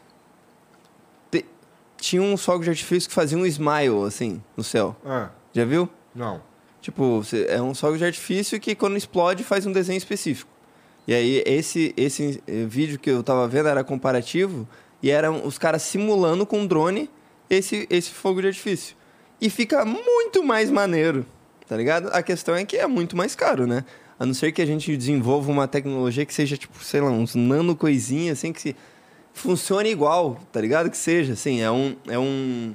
tinha uns fogos de artifício que faziam um smile, assim, no céu. Já viu? Não. Tipo, é um fogo de artifício que quando explode faz um desenho específico. E aí esse vídeo que eu tava vendo era comparativo e eram os caras simulando com drone esse fogo de artifício. E fica muito mais maneiro, tá ligado? A questão é que é muito mais caro, né? A não ser que a gente desenvolva uma tecnologia que seja, tipo, sei lá, uns nano coisinhas, assim, que funcione igual, tá ligado? Que seja, assim, é um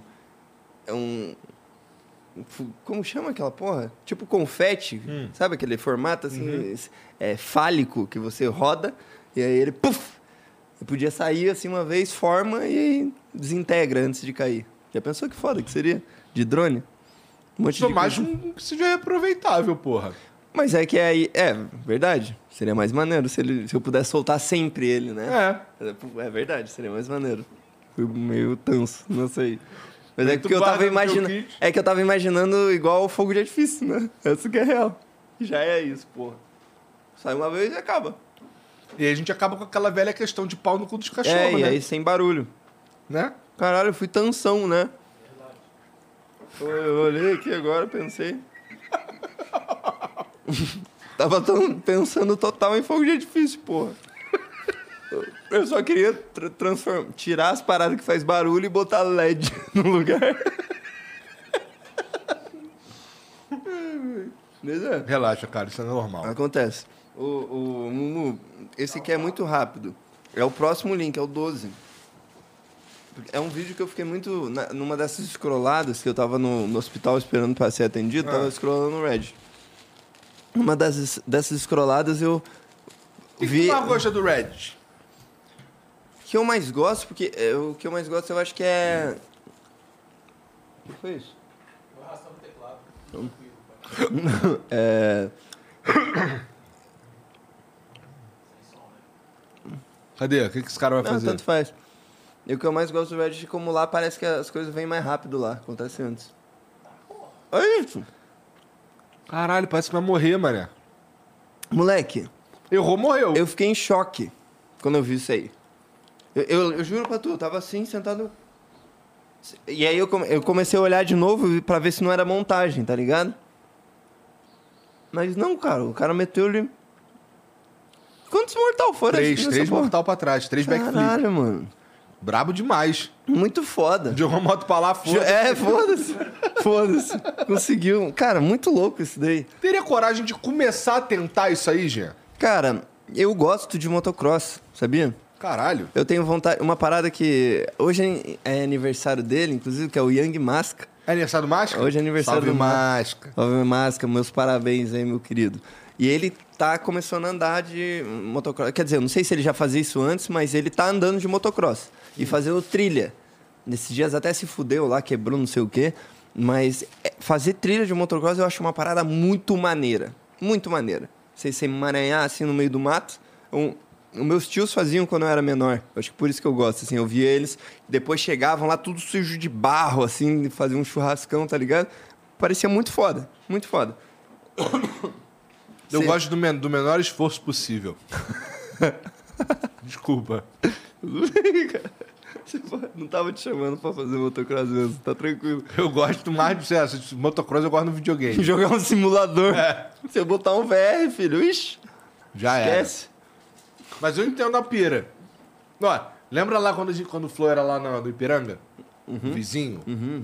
como chama aquela porra? Tipo confete, sabe aquele formato assim, fálico, que você roda e aí ele, puf! E podia sair assim uma vez, forma e aí desintegra antes de cair. Já pensou que foda que seria? De drone? Um monte de mais que seja reaproveitável, porra. Mas é que aí... verdade. Seria mais maneiro se eu pudesse soltar sempre ele, né? É verdade, seria mais maneiro. Fui meio tanso, não sei. Mas é Aí tu porque eu tava guarda no teu imaginando. kit. É que eu tava imaginando igual o fogo de artifício, né? Essa que é real. Já é isso, porra. Sai uma vez e acaba. E aí a gente acaba com aquela velha questão de pau no cu dos cachorros, É, e né? aí sem barulho. Né? Caralho, eu fui tensão, né? Eu olhei aqui agora, pensei. Tava pensando total em fogo de artifício, porra. Eu só queria tirar as paradas que faz barulho e botar LED no lugar. Beleza? Relaxa, cara, isso é normal. Acontece. Mumu, esse aqui é muito rápido. É o próximo link, é o 12. É um vídeo que eu fiquei muito... numa dessas scrolladas, que eu tava no hospital esperando pra ser atendido, tava scrollando no Reddit. Uma dessas scrolladas eu O vi... que tu mais gosta do Reddit? O que eu mais gosto, porque o que eu mais gosto eu acho que é... O que foi isso? Eu arrastando o teclado. Cadê? O que esse cara vai Não, fazer? tanto faz. E o que eu mais gosto do Reddit é como lá parece que as coisas vêm mais rápido lá. Acontece antes. Olha isso. Caralho, parece que vai morrer, mané. Moleque, Errou, morreu. eu fiquei em choque quando eu vi isso aí. Eu juro pra tu, eu tava assim, sentado... E aí eu comecei a olhar de novo pra ver se não era montagem, tá ligado? Mas não, cara. O cara meteu ali... Quantos mortal foram? Três mortal pra trás, 3 backflip. Caralho, mano. Brabo demais. Muito foda. Jogou a moto pra lá, foda. Foda-se. Foda-se. Conseguiu. Cara, muito louco isso daí. Teria coragem de começar a tentar isso aí, Jean? Cara, eu gosto de motocross, sabia? Caralho. Eu tenho vontade... Uma parada que... Hoje é aniversário dele, inclusive, que é o Young Masca. É aniversário do Máscara? Hoje é aniversário Salve do Máscara. Salve, Masca. Meus parabéns aí, meu querido. E ele tá começando a andar de motocross. Quer dizer, eu não sei se ele já fazia isso antes, mas ele tá andando de motocross. E fazendo trilha. Nesses dias até se fudeu lá, quebrou não sei o quê. Mas fazer trilha de motocross eu acho uma parada muito maneira. Muito maneira. Você se emaranhar assim no meio do mato. Os meus tios faziam quando eu era menor. Eu acho que por isso que eu gosto, assim. Eu via eles, depois chegavam lá tudo sujo de barro, assim, faziam um churrascão, tá ligado? Parecia muito foda. Muito foda. Eu Sim. gosto do menor esforço possível. Desculpa. Não tava te chamando pra fazer motocross mesmo, tá tranquilo. Eu gosto mais de sucesso. Motocross eu gosto no videogame. Jogar um simulador. Se eu botar um VR, filho, ixi, Já é. esquece. Mas eu entendo a pira. Ó, lembra lá quando o Flo era lá no Ipiranga? O vizinho?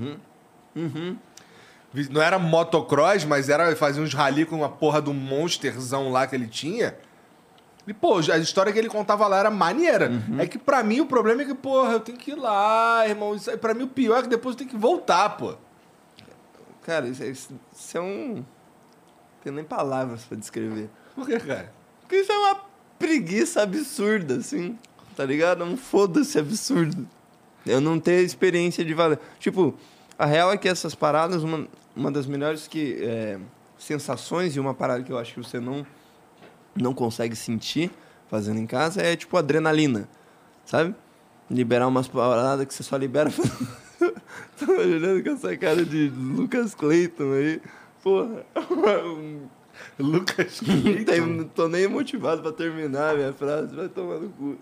Não era motocross, mas fazia uns rally com uma porra do monsterzão lá que ele tinha. E, pô, a história que ele contava lá era maneira. É que pra mim o problema é que, porra, eu tenho que ir lá, irmão. Pra mim o pior é que depois eu tenho que voltar, pô. Cara, isso é um... Não tenho nem palavras pra descrever. Por que, cara? Porque isso é uma preguiça absurda, assim. Tá ligado? É um foda-se absurdo. Eu não tenho experiência de valer. Tipo, a real é que essas paradas, uma das melhores sensações e uma parada que eu acho que você não consegue sentir fazendo em casa é tipo adrenalina, sabe? Liberar umas paradas que você só libera. Tô olhando com essa cara de Lucas Clayton aí. Porra. Lucas Clayton. Não tô nem motivado pra terminar a minha frase. Vai tomar no cu.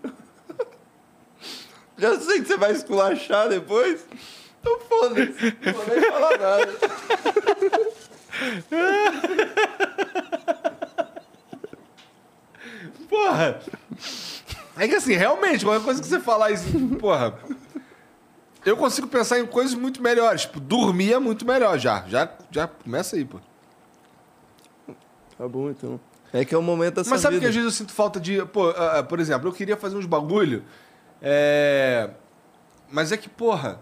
Já sei que você vai esculachar depois. Então foda-se. Não vou nem falar nada. Porra! É que assim, realmente, qualquer coisa que você falar isso, porra. Eu consigo pensar em coisas muito melhores. Tipo, dormir é muito melhor já. Já começa aí, pô. Tá bom, então. É que é o momento da sua Mas sabe vida. que às vezes eu sinto falta de... Pô, por exemplo, eu queria fazer uns bagulho. Mas é que, porra...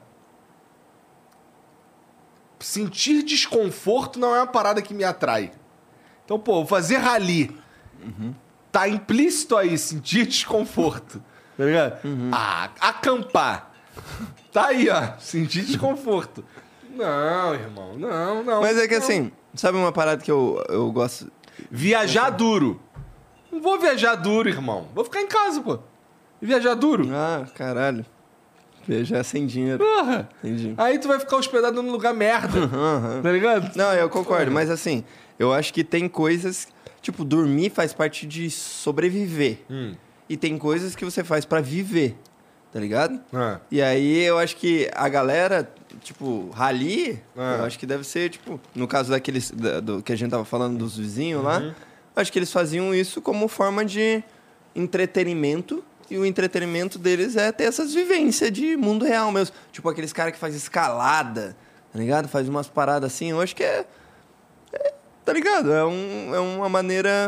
Sentir desconforto não é uma parada que me atrai. Então, pô, fazer rally. Tá implícito aí sentir desconforto. Tá ligado? Acampar. Tá aí, ó. Sentir desconforto. Não, irmão. Não. Mas é que não. assim, sabe uma parada que eu gosto... Viajar duro. Não vou viajar duro, irmão. Vou ficar em casa, pô. E viajar duro. Ah, caralho. Viajar sem dinheiro. Porra! Entendi. Aí tu vai ficar hospedado num lugar merda. Tá ligado? Não, eu concordo, mas assim, eu acho que tem coisas... Tipo, dormir faz parte de sobreviver. E tem coisas que você faz pra viver, tá ligado? E aí eu acho que a galera, tipo, rally, eu acho que deve ser, tipo... No caso daqueles... do que a gente tava falando dos vizinhos lá, eu acho que eles faziam isso como forma de entretenimento. E o entretenimento deles é ter essas vivências de mundo real mesmo. Tipo, aqueles caras que fazem escalada, tá ligado? Faz umas paradas assim, eu acho que tá ligado? É uma maneira...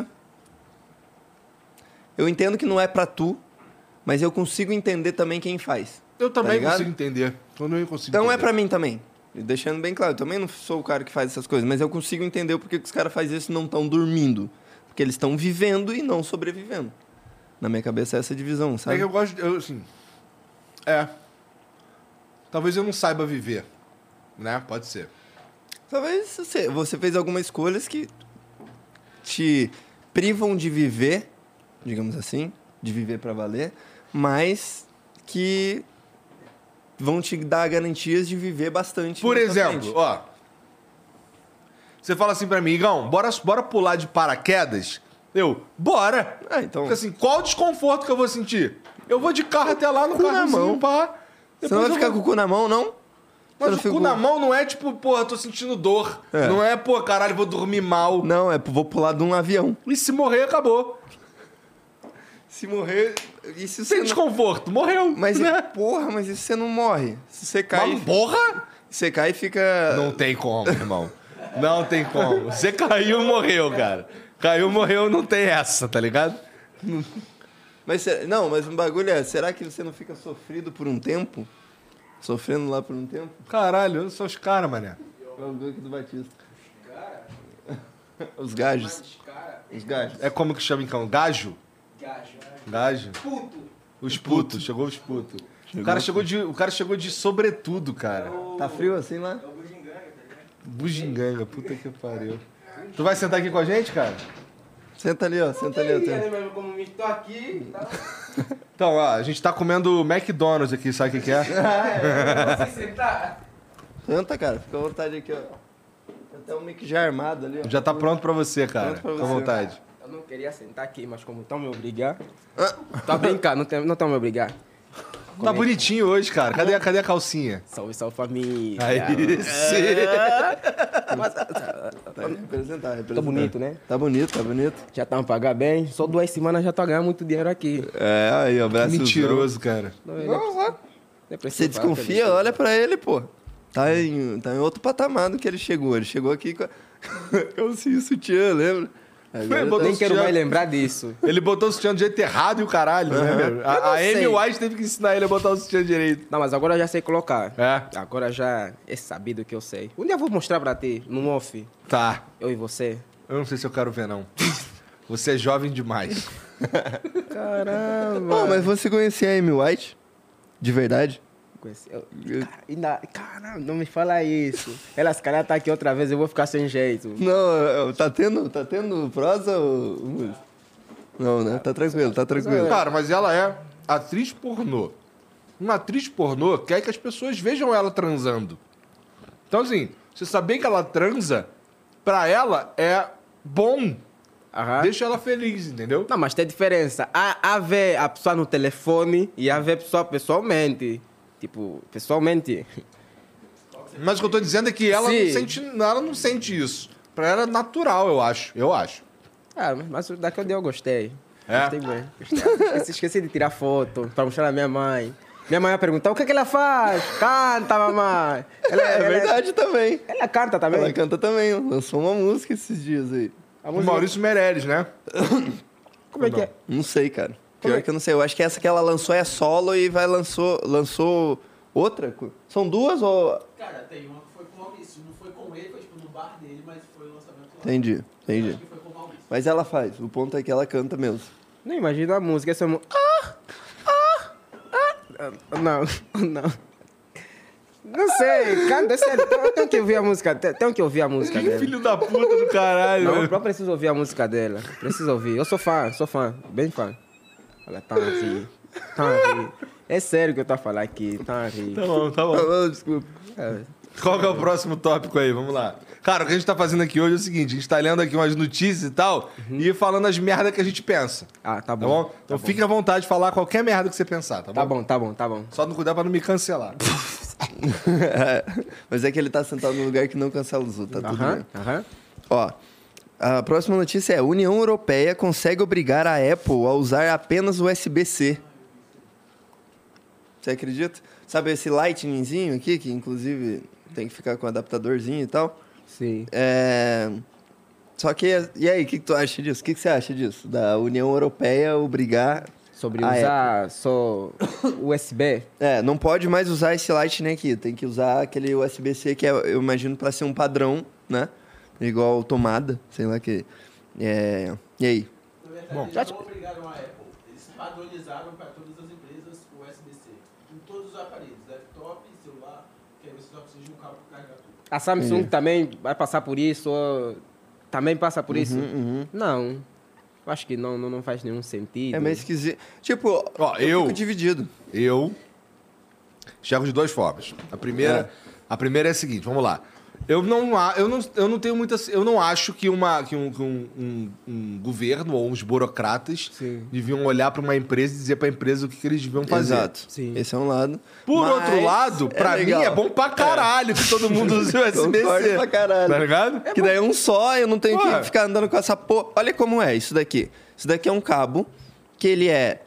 Eu entendo que não é pra tu, mas eu consigo entender também quem faz. Eu também ligado? consigo entender. Eu não consigo Então entender. é pra mim também. Deixando bem claro, eu também não sou o cara que faz essas coisas, mas eu consigo entender o porquê que os caras fazem isso e não estão dormindo. Porque eles estão vivendo e não sobrevivendo. Na minha cabeça é essa divisão, sabe? É que eu gosto... assim... Talvez eu não saiba viver. Né? Pode ser. Talvez você fez algumas escolhas que te privam de viver, digamos assim, de viver pra valer, mas que vão te dar garantias de viver bastante. Por mais pra exemplo, frente. ó... Você fala assim pra mim, Igão, bora pular de paraquedas? Bora! Então... Porque assim, qual o desconforto que eu vou sentir? Eu vou de carro até lá no Cu na carrozinho, mão. pá. Você não vai ficar com o cu na mão, não? Mas Você o não fica cu com- na mão não é tipo, porra, tô sentindo dor. É. Não é, pô, caralho, vou dormir mal. Não, vou pular de um avião. E se morrer, acabou. Se morrer... E se Sem você não... desconforto, morreu. Mas, né? porra, mas e se você não morre? Se você cai... Mas, porra! Você cai e fica... Não tem como, irmão. Não tem como. Você caiu, morreu, cara. Caiu, morreu, não tem essa, tá ligado? Mas, não, mas um bagulho é... Será que você não fica sofrido por um tempo? Sofrendo lá por um tempo? Caralho, olha só os caras, mané. Vamos ver aqui do Batista. Os gajos. Os gajos. É como que chama, então? Gajo? Gajo. Os putos, chegou os putos. O cara chegou de sobretudo, cara. Tá frio assim lá? Bugiganga, puta que pariu. Tu vai sentar aqui com a gente, cara? Senta ali, ó. Senta ali, ó. Mas como me tô aqui, tá? Então, ó, a gente tá comendo McDonald's aqui, sabe o que é? Eu vou se sentar. Senta, cara. Fica à vontade aqui, ó. Tem até um mic já armado ali, ó. Já tá pronto pra você, cara. Pronto pra Fica à você. vontade. Eu não queria sentar aqui, mas como estão me obrigar... Tá brincando, não estão me obrigar. Tá bonitinho hoje, cara. Cadê a calcinha? Salve, salve família. Aí sim. Mas, Representar. tô bonito, né? Tá bonito, tá bonito. Já tá me pagar bem. Só 2 semanas já tô ganhando muito dinheiro aqui. É, aí, ó. Braço Mentiroso, cara. Você desconfia? Olha pra ele, pô. Tá em outro patamar do que ele chegou. Ele chegou aqui com a calcinha e sutiã, lembra? Agora botou Nem o quero sutiã. mais lembrar disso. Ele botou o sutiã do jeito errado e o caralho, né, meu? A Amy sei. White teve que ensinar ele a botar o sutiã direito. Não, mas agora eu já sei colocar. É? Agora já é sabido que eu sei. Um dia eu vou mostrar pra ti, no off, Tá. eu e você. Eu não sei se eu quero ver, não. Você é jovem demais. Caramba. Pô, mas você conhecia a Amy White? De verdade? Caramba, não me fala isso. Ela, se calhar, tá aqui outra vez, eu vou ficar sem jeito. Não, tá tendo prosa ou música? Não, né? Tá tranquilo, tá tranquilo. Cara, mas ela é atriz pornô. Uma atriz pornô quer que as pessoas vejam ela transando. Então, assim, você saber que ela transa, pra ela é bom. Aham. Deixa ela feliz, entendeu? Não, mas tem diferença. A ver a pessoa no telefone e a ver a pessoa pessoalmente. Tipo, pessoalmente. Mas o que eu tô dizendo é que ela Sim. ela não sente isso. Pra ela é natural, eu acho. Eu acho. Ah, mas daquele dia eu gostei. É? Gostei bem. Esqueci de tirar foto pra mostrar à minha mãe. Minha mãe ia perguntar, o que ela faz? Canta, mamãe. É verdade também. Ela canta também. Ela canta também. Lançou uma música esses dias aí. A O música- Maurício Meirelles, né? Como é que é? Não sei, cara. Pior que eu não sei. Eu acho que essa que ela lançou é solo e lançou outra. São duas ou... Cara, tem uma que foi com o Maurício. Não foi com ele, foi tipo no bar dele, mas foi o lançamento lá. Entendi. Acho que foi com o Maurício. Mas ela faz. O ponto é que ela canta mesmo. Não imagino a música. Essa é Não. Não sei, canta, é sério. Tenho que ouvir a música. Tenho que ouvir a música dela. Filho da puta do caralho. Não, velho. eu preciso ouvir a música dela. Preciso ouvir. Eu sou fã, bem fã. Olha, tá aqui. É sério que eu tô a falar aqui. Tá a rir. Tá bom, tá bom. Desculpa. Qual que é o próximo tópico aí? Vamos lá. Cara, o que a gente tá fazendo aqui hoje é o seguinte: a gente tá lendo aqui umas notícias e tal, e falando as merdas que a gente pensa. Ah, tá Tá bom. bom? Então fique à vontade de falar qualquer merda que você pensar, tá bom? Tá bom. Só não cuidar pra não me cancelar. Mas é que ele tá sentado num lugar que não cancela os outros, tá tudo bem. Aham. Ó, a próxima notícia é: a União Europeia consegue obrigar a Apple a usar apenas USB-C. Você acredita? Sabe esse lightningzinho aqui, que inclusive tem que ficar com adaptadorzinho e tal? Sim. Só que, e aí, o que tu acha disso? O que você acha disso? Da União Europeia obrigar Sobre a usar só USB. não pode mais usar esse Lightning aqui. Tem que usar aquele USB-C que eu imagino para ser um padrão, né? Igual tomada, sei lá que... E aí? Bom, eles não obrigaram a Apple. Eles padronizaram para todas as empresas o USB-C. Em todos os aparelhos, laptop, celular, que aí você só precisa de um cabo para carregar tudo. A Samsung também vai passar por isso? Também passa por isso? Não. Eu acho que não faz nenhum sentido. É meio esquisito. Tipo, eu fico dividido. Eu enxergo de duas formas. A primeira é a seguinte, vamos lá. Eu não tenho muitas. Eu não acho que um governo ou uns burocratas deviam olhar para uma empresa e dizer para a empresa o que eles deviam fazer. Exato. Sim. Esse é um lado. Por Mas outro lado, pra mim legal. é bom pra caralho que todo mundo use o USB-C. Concordo pra caralho. Tá ligado? Que daí é um só, eu não tenho Ué. que ficar andando com essa porra. Olha como é isso daqui. Isso daqui é um cabo que ele é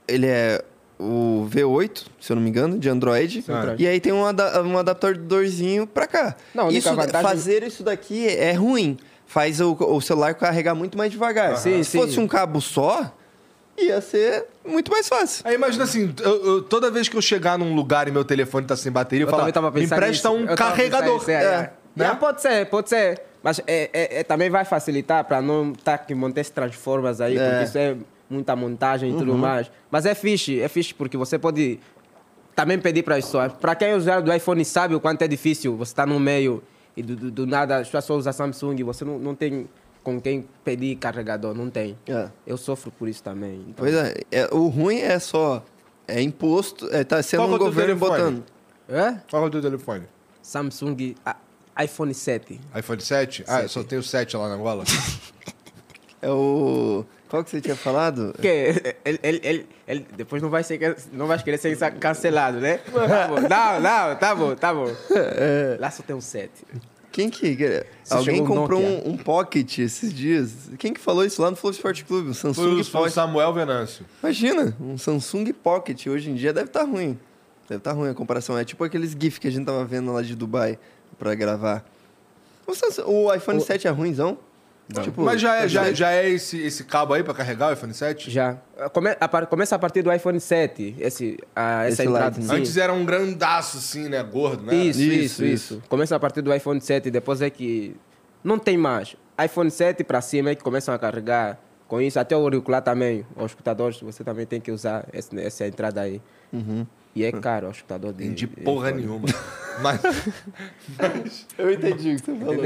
o V8, se eu não me engano, de Android. Android. E aí tem um adaptadorzinho pra cá. Não, a única vantagem- Fazer isso daqui é ruim. Faz o celular carregar muito mais devagar. Sim, Se sim. fosse um cabo só, ia ser muito mais fácil. Aí imagina assim, toda vez que eu chegar num lugar e meu telefone tá sem bateria, eu falo, também tava me pensando empresta nisso. um Eu tava carregador. pensando nisso, né? Pode ser. Mas também vai facilitar para não estar que montar esses transformas aí, porque isso é muita montagem e tudo mais. Mas é fixe porque você pode também pedir para as pessoas. Para quem é usuário do iPhone sabe o quanto é difícil você estar no meio e do nada as pessoas usam Samsung, você não tem com quem pedir carregador, não tem. Eu sofro por isso também. Então. Pois o ruim é só... É imposto, tá sendo Qual que é um o teu governo telefone? botando. Qual é o teu telefone? Samsung iPhone 7. iPhone 7? Ah, eu só tenho 7 lá na Angola. É o... Qual que você tinha falado? Porque ele depois não vai querer ser cancelado, né? Tá bom. Lá só tem um 7. Quem que... Alguém chegou um comprou Nokia. um Pocket esses dias. Quem que falou isso lá no Flow Sport Clube? O Samsung Foi o Pocket. Samuel Venâncio. Imagina, um Samsung Pocket hoje em dia deve estar ruim. Deve estar ruim a comparação. É tipo aqueles GIF que a gente tava vendo lá de Dubai pra gravar. O iPhone 7 é ruimzão? Tipo, Mas já é esse cabo aí pra carregar o iPhone 7? Já. Começa a partir do iPhone 7, essa entrada. Lightning. Sim. Antes era um grandaço assim, né? Gordo, né? Isso. Começa a partir do iPhone 7, depois é que não tem mais. iPhone 7 para cima é que começam a carregar com isso. Até o auricular também, os escutadores, você também tem que usar essa entrada aí. E é caro o escutador de... Entendi porra nenhuma. Mas, Eu entendi o que você falou.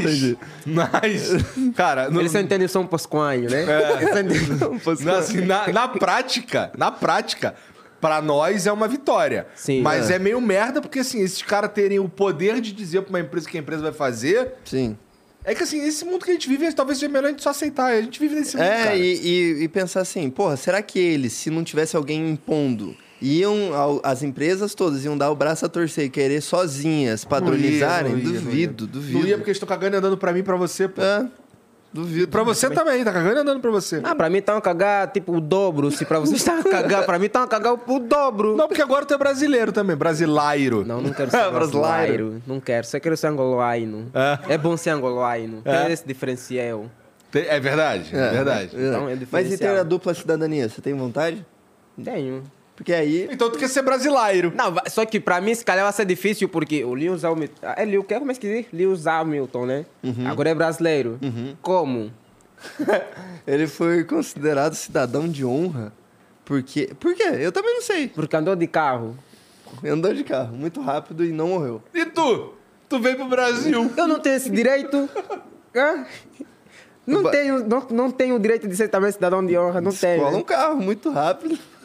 mas, cara... Eles só entendem só um poscoanho, né? Eles só entendem só um poscoanho. Assim, na prática, pra nós é uma vitória. Sim. Mas é meio merda porque, assim, esses caras terem o poder de dizer pra uma empresa o que a empresa vai fazer... Sim. É que, assim, esse mundo que a gente vive, talvez seja melhor a gente só aceitar. A gente vive nesse mundo, cara. E pensar assim, porra, será que eles, se não tivesse alguém impondo, as empresas todas iam dar o braço a torcer e querer sozinhas padronizarem? Não ia. Duvido. Não ia porque eles estão cagando e andando pra mim e pra você, pô. Duvido. Pra você também, tá cagando e andando pra você. Pra mim estão a cagar tipo o dobro. Se pra vocês estão a cagar, pra mim estão a cagar o dobro. Não, porque agora tu é brasileiro também, brasileiro. Não quero ser brasileiro. Não quero, só quero ser angolaino. É bom ser angolaino. Tem esse diferencial. É verdade, é verdade. Então, é Mas e diferencial. ter a dupla cidadania, você tem vontade? Tenho. Porque aí... Então tu quer ser brasileiro. Não, só que pra mim, se calhar vai ser difícil, porque o Lewis Hamilton... Como é que diz? Lewis Hamilton, né? Agora é brasileiro. Como? Ele foi considerado cidadão de honra. Por quê? Eu também não sei. Porque andou de carro. Andou de carro muito rápido e não morreu. E tu? Tu veio pro Brasil. Eu não tenho esse direito. Hã? Não tenho o direito de ser também cidadão de honra, não tenho. Escola um carro muito rápido.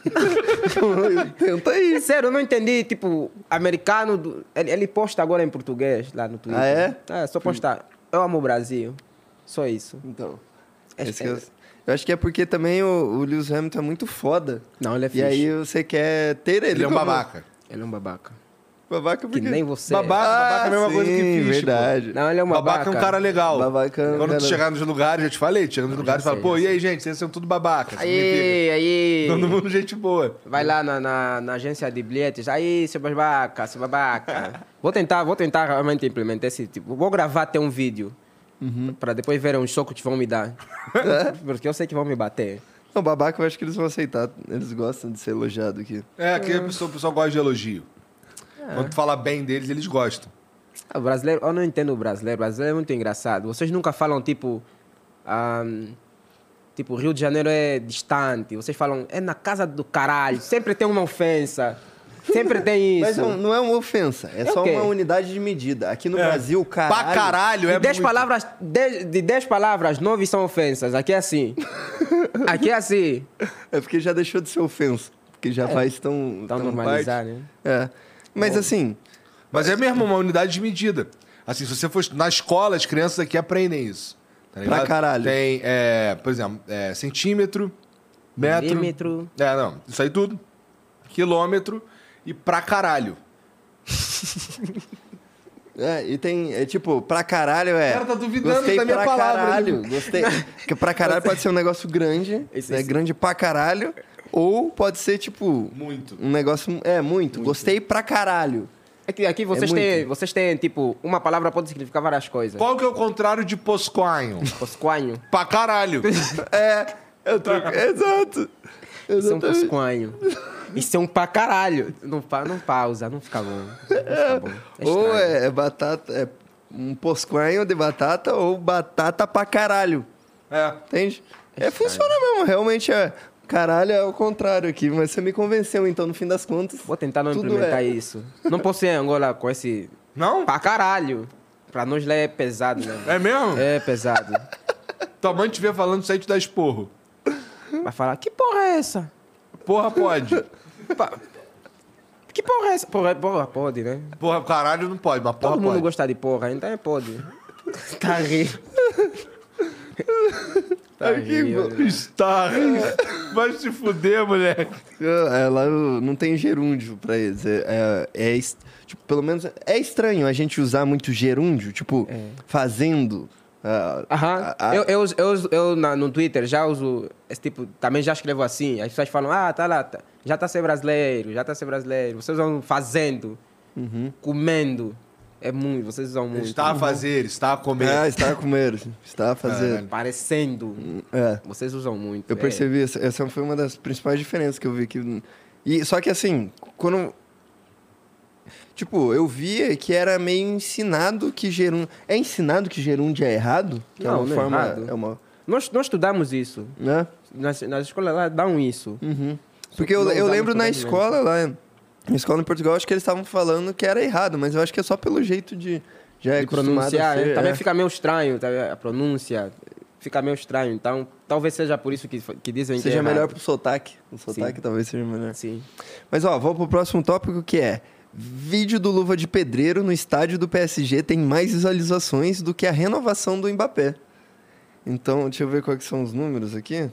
Tenta aí. Sério, eu não entendi. Tipo, americano, ele posta agora em português lá no Twitter. Ah, é? É, só postar. Eu amo o Brasil. Só isso. Então. É- esse que eu acho que é porque também o Lewis Hamilton é muito foda. Não, ele é E fixe. aí você quer ter ele. Ele é um como- babaca. Ele é um babaca. Babaca Que porque... nem você. Babaca é a mesma coisa que sim, fish, verdade. Não, ele é um babaca. Babaca é um cara legal. Babaca é um Quando tu cara- chegar nos lugares, já te falei, chega nos lugares e fala, pô, e aí, gente, vocês são tudo babaca. Significa. Aí. Todo mundo gente boa. Vai lá na agência de bilhetes. Aí, seu babaca, seu babaca. Vou tentar realmente implementar esse tipo. Vou gravar até um vídeo. Pra depois ver um choque que vão me dar. Porque eu sei que vão me bater. Não, babaca eu acho que eles vão aceitar. Eles gostam de ser elogiado aqui. É, aqui o pessoal gosta de elogio. Quando tu fala bem deles, eles gostam. O brasileiro, eu não entendo o brasileiro. O brasileiro é muito engraçado. Vocês nunca falam, tipo... tipo, Rio de Janeiro é distante. Vocês falam, é na casa do caralho. Sempre tem uma ofensa. Sempre tem Mas isso. não é uma ofensa, é É o só quê? uma unidade de medida. Aqui no Brasil, caralho... Pra caralho, é De 10 muito. palavras, de 10 palavras, 9 são ofensas. Aqui é assim. Aqui é assim. É porque já deixou de ser ofensa. Porque já faz tão normalizar, parte. né? É. Mas assim, Mas é mesmo uma unidade de medida. Assim, se você for na escola, as crianças aqui aprendem isso. Tá ligado? Pra caralho. Tem, por exemplo, centímetro, metro. Milímetro. Não, isso aí tudo. Quilômetro e pra caralho. e tem, tipo, pra caralho é... Cara, tá duvidando gostei da minha pra palavra, caralho, né? gostei. Porque pra caralho pode ser um negócio grande, Isso, né? isso. Grande pra caralho, ou pode ser, tipo... Muito. Um negócio... muito. Gostei pra caralho. É que aqui vocês, muito. vocês têm, tipo, uma palavra pode significar várias coisas. Qual que é o contrário de posquanho? Posquanho. Pra caralho. Eu troco... Exato. Isso é um posquanho. Isso é um pra caralho. Não pausa, não fica bom. Não fica bom. É Ou estranho. é batata... É um posquinho de batata ou batata pra caralho. Entende? Funciona mesmo, realmente é. Caralho é o contrário aqui, mas você me convenceu, então, no fim das contas. Vou tentar não tudo implementar é. isso. Não posso ir em Angola com esse... Não? Pra caralho. Pra nós lá é pesado, né? É mesmo? É pesado. Tua mãe te vê falando isso aí, te dá esporro. Vai falar, que porra é essa? Porra, pode. Que porra é essa? Porra pode, né? Porra, caralho não pode, mas porra Todo mundo pode. gosta de porra, então é pode. Tá rindo. Tá rindo. Está. Vai se fuder, moleque. Lá não tem gerúndio pra eles. Tipo, pelo menos é estranho a gente usar muito gerúndio, tipo, fazendo. Aham. Eu no Twitter já uso esse tipo, também já escrevo assim. As pessoas falam, tá lá, já tá sendo brasileiro, já tá sendo brasileiro. Vocês vão fazendo, comendo. É muito, vocês usam muito. Está a fazer, está a comer. Está a comer, está a fazer. Parecendo. É. Vocês usam muito. Eu percebi, essa foi uma das principais diferenças que eu vi aqui. Só que assim, quando... Tipo, eu via que era meio ensinado que gerúndio... É ensinado que gerúndio é errado? Que Não, é uma não é forma... errado. É uma... Nós estudamos isso. Né? Nas escolas lá dão isso. Porque Não eu usamos lembro na corretamente. escola lá... Na escola em Portugal, acho que eles estavam falando que era errado, mas eu acho que é só pelo jeito de... Já é De acostumado pronunciar, a ser, também fica meio estranho, tá? A pronúncia fica meio estranho. Então, talvez seja por isso que dizem que Seja é melhor errado. pro sotaque. O sotaque talvez seja melhor. Sim. Mas, ó, vou pro próximo tópico, que é... Vídeo do Luva de Pedreiro no estádio do PSG tem mais visualizações do que a renovação do Mbappé. Então, deixa eu ver quais são os números aqui.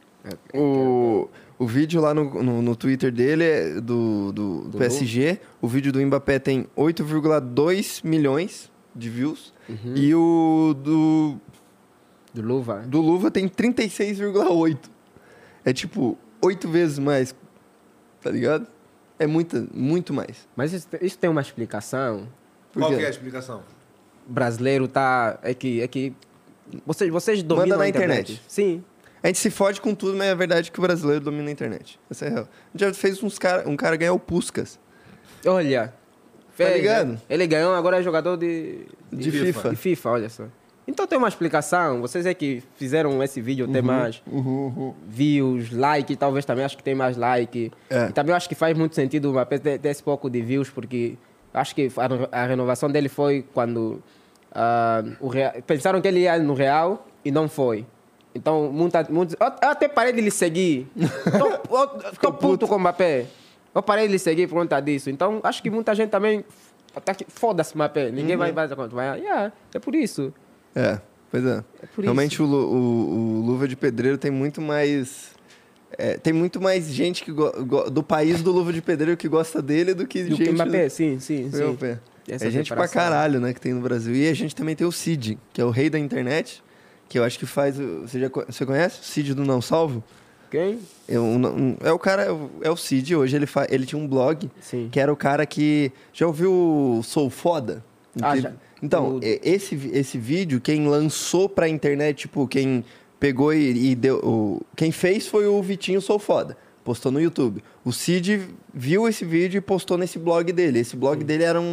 O vídeo lá no Twitter dele é do PSG. O vídeo do Mbappé tem 8,2 milhões de views. E o Do Luva. do Luva tem 36,8. É tipo 8 vezes mais. Tá ligado? É muito mais. Mas isso tem uma explicação. Por Qual quê? que é a explicação? O brasileiro tá... É que vocês dominam Manda na a internet. Sim. A gente se fode com tudo, mas é verdade que o brasileiro domina a internet. Essa é a real. A gente já fez um cara ganhar o Puskas. Olha. Fez, ligado? né? Ele ganhou, agora é jogador de FIFA. De FIFA, olha só. Então tem uma explicação. Vocês é que fizeram esse vídeo ter mais views, like, talvez também acho que tem mais like. É. E também eu acho que faz muito sentido o Mbappé ter esse pouco de views, porque acho que a renovação dele foi quando pensaram que ele ia no Real e não foi. Então, eu até parei de lhe seguir. Estou puto com o Mbappé. Eu parei de lhe seguir por conta disso. Então, acho que muita gente também... Foda-se, Mbappé. Ninguém vai fazer conta. É por isso. Pois é. por Realmente isso. o Luva de Pedreiro tem muito mais... tem muito mais gente que do país do Luva de Pedreiro que gosta dele do que gente... Do Mbappé, sim. Mbappé. Essa É gente pra separação. caralho, né, que tem no Brasil. E a gente também tem o Cid, que é o rei da internet, que eu acho que faz... Você conhece o Cid do Não Salvo? Quem? É o cara, é o Cid. Hoje ele tinha um blog, Sim. que era o cara que... Já ouviu o Sou Foda? Já. Então, esse vídeo, quem lançou pra internet, tipo, quem pegou e deu... Quem fez foi o Vitinho Sou Foda. Postou no YouTube. O Cid viu esse vídeo e postou nesse blog dele. Esse blog dele era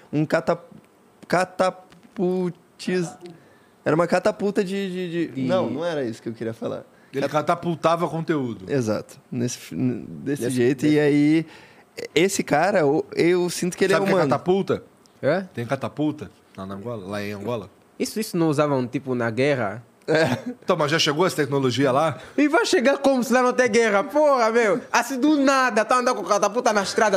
era uma catapulta Não era isso que eu queria falar. Ele catapultava conteúdo. Exato. Desse jeito. E aí, esse cara, eu sinto que ele Sabe é o que é humano. catapulta? É? Tem catapulta lá em Angola. Isso não usavam, tipo, na guerra? Então, mas já chegou essa tecnologia lá? E vai chegar como se lá não tem guerra? Porra, meu. Assim, do nada. Tá andando com catapulta na estrada.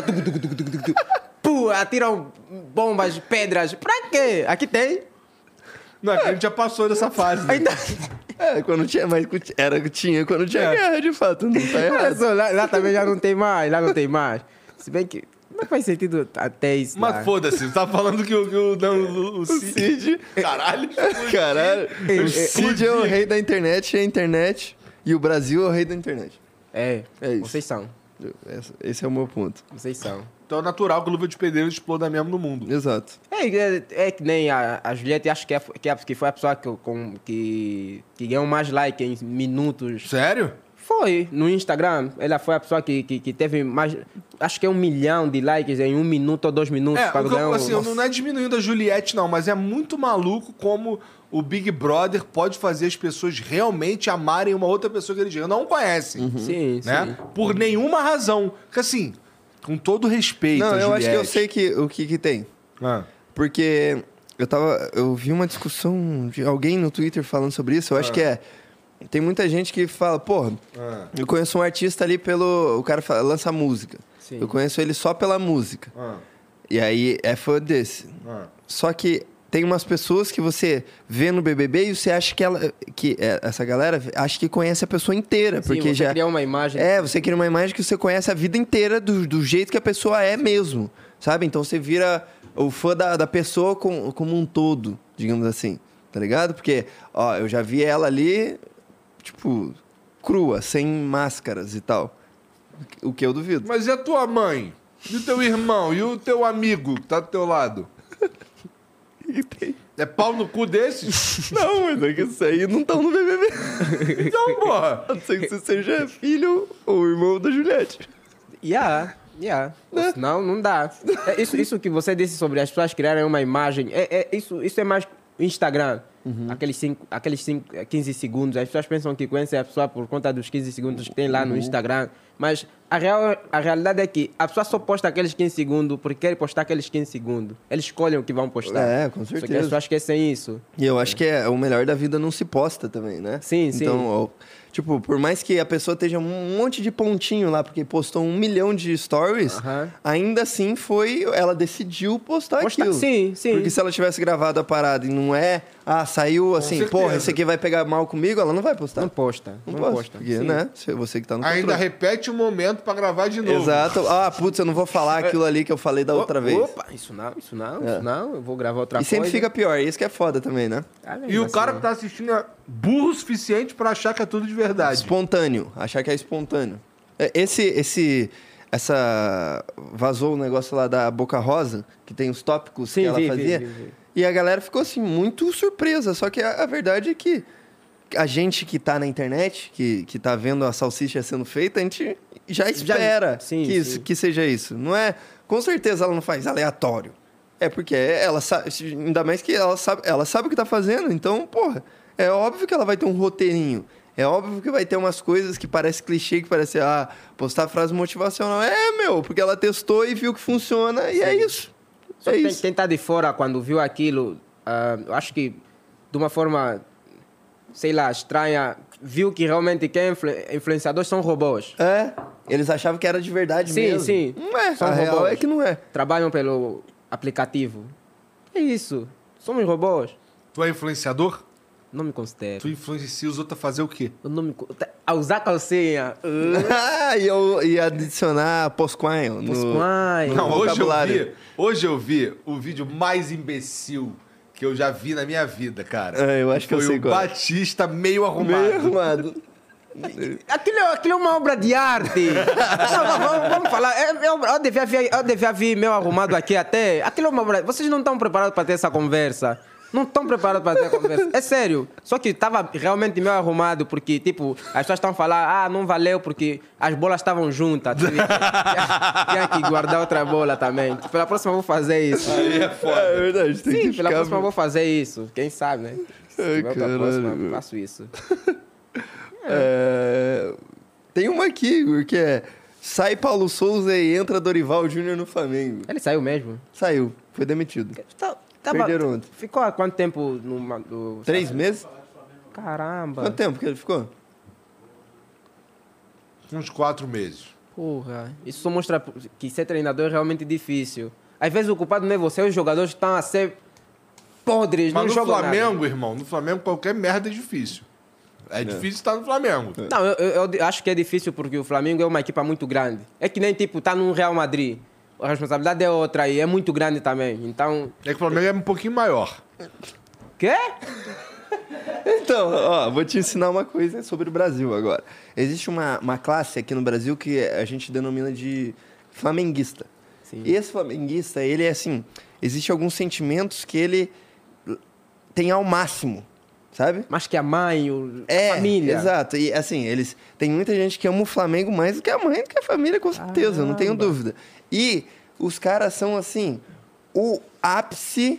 Pô, atiram bombas, pedras. Pra quê? Aqui tem. Não, a gente já passou dessa fase. Ainda... Quando tinha, mas tinha quando tinha guerra, de fato. Não tá Olha errado. só, lá também já não tem mais. Lá não tem mais. Se bem que... Não faz sentido até isso. lá. Mas foda-se, você tá falando que o Cid... Caralho. Caralho. O Cid é o rei da internet, e a internet. E o Brasil é o rei da internet. É isso. Vocês são. Esse é o meu ponto. Vocês são. Então é natural que o Luva de Pedreiro exploda mesmo no mundo. Exato. É que nem a Juliette, acho que foi a pessoa que ganhou mais like em minutos. Sério? Foi, no Instagram. Ela foi a pessoa que teve mais... Acho que 1 milhão de likes em 1 minuto ou 2 minutos. quando ganhou... Assim, eu não é diminuindo a Juliette, não, mas é muito maluco como o Big Brother pode fazer as pessoas realmente amarem uma outra pessoa que eles não conhecem. Sim, Né? sim. Por nenhuma razão. Porque assim, com todo respeito Não, a eu acho que eu Juliette- sei o que tem. Ah. Porque eu vi uma discussão de alguém no Twitter falando sobre isso. Eu acho que tem muita gente que fala, porra, eu conheço um artista ali o cara lança música. Sim. Eu conheço ele só pela música. E aí é fã desse. Só que tem umas pessoas que você vê no BBB e você acha que essa galera acha que conhece a pessoa inteira. Sim, porque você já cria uma imagem. você cria uma imagem que você conhece a vida inteira do jeito que a pessoa é mesmo, sabe? Então você vira o fã da pessoa como um todo, digamos assim, tá ligado? Porque, ó, eu já vi ela ali, tipo, crua, sem máscaras e tal. O que eu duvido. Mas e a tua mãe? E o teu irmão? E o teu amigo que tá do teu lado? É pau no cu desses? Não, mas é que isso aí não estão no BBB. Então, porra. A não ser que você seja filho ou irmão da Juliette. Yeah. Senão, não dá. Isso que você disse sobre as pessoas criarem uma imagem, isso é mais Instagram. Aqueles 15 segundos. As pessoas pensam que conhecem a pessoa por conta dos 15 segundos que tem lá no Instagram. Mas a realidade é que a pessoa só posta aqueles 15 segundos porque quer postar aqueles 15 segundos. Eles escolhem o que vão postar. Com Só que as certeza. pessoas esquecem isso. E eu acho que o melhor da vida não se posta também, né? Sim, sim. Então, ó, tipo, por mais que a pessoa esteja um monte de pontinho lá, porque postou 1 milhão de stories, ainda assim ela decidiu postar aquilo. Sim. Porque se ela tivesse gravado a parada e não saiu assim, certeza. porra, esse aqui vai pegar mal comigo, ela não vai postar. Não posta. Não posta. Porque, Sim. né? Você que tá no Ainda controle. repete o momento pra gravar de novo. Exato. Putz, eu não vou falar aquilo ali que eu falei da outra vez. Opa, isso não. Eu vou gravar outra E coisa. sempre fica pior. Isso que é foda também, né? E o cara que tá assistindo é burro o suficiente pra achar que é tudo de verdade. Espontâneo. Achar que é espontâneo. Vazou o negócio lá da Boca Rosa, que tem os tópicos Sim, que ela vi. fazia. E a galera ficou assim, muito surpresa. Só que a verdade é que a gente que tá na internet, que tá vendo a salsicha sendo feita, a gente já espera sim. que seja isso. Não é... Com certeza ela não faz aleatório. É porque ela sabe... Ainda mais que ela sabe o que tá fazendo. Então, porra, é óbvio que ela vai ter um roteirinho. É óbvio que vai ter umas coisas que parece clichê, que parece, postar frase motivacional. Porque ela testou e viu que funciona e é isso. Só É que isso. quem tá de fora, quando viu aquilo, eu acho que de uma forma, sei lá, estranha, viu que realmente quem é influenciadores são robôs. É, eles achavam que era de verdade mesmo. Sim. Não é, São a real robôs. é que não é. Trabalham pelo aplicativo. É isso. Somos robôs. Tu é influenciador? Não me considero. Tu influencia os outros a fazer o quê? Eu não me... A usar calcinha. E eu ia adicionar Posquinho no Posquinho. Não, vocabulário. hoje eu vi o vídeo mais imbecil que eu já vi na minha vida, cara. Eu acho que eu sei Foi o qual é. Batista meio arrumado. Meio arrumado. Aquilo é uma obra de arte. Não, vamos falar. Eu devia vir meio arrumado aqui até. Aquilo é uma obra... Vocês não estão preparados para ter essa conversa. Não estão preparados para ter a conversa. É sério. Só que estava realmente meio arrumado, porque, tipo, as pessoas estão falando, não valeu porque as bolas estavam juntas. Tinha que guardar outra bola também. Pela próxima eu vou fazer isso. Aí é foda. É verdade, tem Sim, que pela ficar... próxima eu vou fazer isso. Quem sabe, né? Se tiver outra caralho, próxima, eu meu. faço isso. Tem uma aqui, Igor, que é... Sai Paulo Souza e entra Dorival Júnior no Flamengo. Ele saiu mesmo. Saiu, foi demitido. Perderam ontem. Ficou há quanto tempo no... 3 meses? Caramba. Quanto tempo que ele ficou? Uns 4 meses. Porra, isso só mostra que ser treinador é realmente difícil. Às vezes o culpado não é você, os jogadores estão a ser podres, Mas não no jogam Flamengo, nada. irmão, no Flamengo qualquer merda é difícil. É difícil estar no Flamengo. Não, eu acho que é difícil porque o Flamengo é uma equipa muito grande. É que nem, tipo, tá no Real Madrid. A responsabilidade é outra e é muito grande também. Então... É que o Flamengo é um pouquinho maior. Quê? Então, ó, vou te ensinar uma coisa sobre o Brasil agora. Existe uma classe aqui no Brasil que a gente denomina de flamenguista. Sim. E esse flamenguista, ele é assim... Existem alguns sentimentos que ele tem ao máximo, sabe? Mais que a mãe, a família. Exato. E assim, eles... Tem muita gente que ama o Flamengo mais do que a mãe, do que a família, com certeza, eu não tenho Caramba. dúvida. E os caras são, assim, o ápice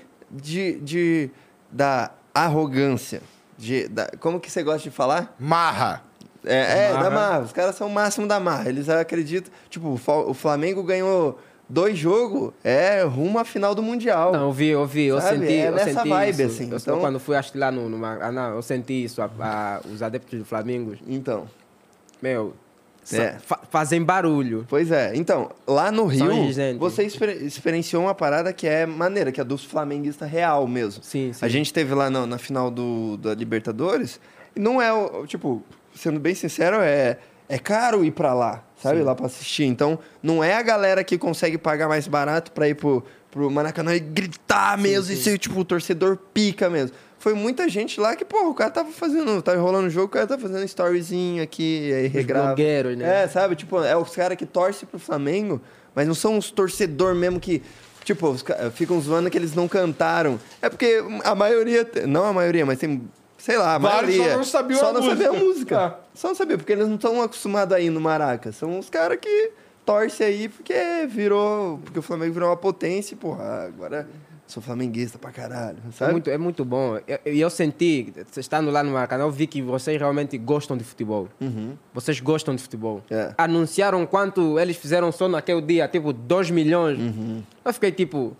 da arrogância. Como que você gosta de falar? Marra. Da marra. Os caras são o máximo da marra. Eles acreditam... Tipo, o Flamengo ganhou 2 jogos, rumo à final do Mundial. Não, eu vi, eu Sabe? senti. É eu nessa senti vibe, isso. assim. Eu, Então- quando fui, acho que lá no Maracanã, eu senti isso. Os adeptos do Flamengo, Então... meu, É. fazem barulho. Pois é. Então, lá no São Rio, exigentes. você experienciou uma parada que é maneira, que é dos flamenguistas real mesmo. Sim. A gente teve lá na final da Libertadores, e não é, tipo, sendo bem sincero, é caro ir pra lá, sabe? Lá pra assistir. Então, não é a galera que consegue pagar mais barato pra ir pro Maracanã e gritar mesmo, e ser, tipo, o torcedor pica mesmo. Foi muita gente lá que, pô, o cara tava enrolando o jogo, o cara tá fazendo storyzinho aqui, aí regrava. blogueiros, né? Sabe? Tipo, é os caras que torcem pro Flamengo, mas não são os torcedor mesmo que, tipo, ficam zoando que eles não cantaram. É porque a maioria, não a maioria, mas tem, sei lá, a Vários maioria. só não sabiam só a não música. sabia a música. Só não sabia, porque eles não estão acostumados a ir no Maraca. São os caras que torcem aí porque o Flamengo virou uma potência e, porra, agora... Sou flamenguista pra caralho, sabe? É muito bom. E eu senti, estando lá no Maracanã, eu vi que vocês realmente gostam de futebol. Vocês gostam de futebol. É. Anunciaram quanto eles fizeram só naquele dia, tipo 2 milhões. Eu fiquei tipo,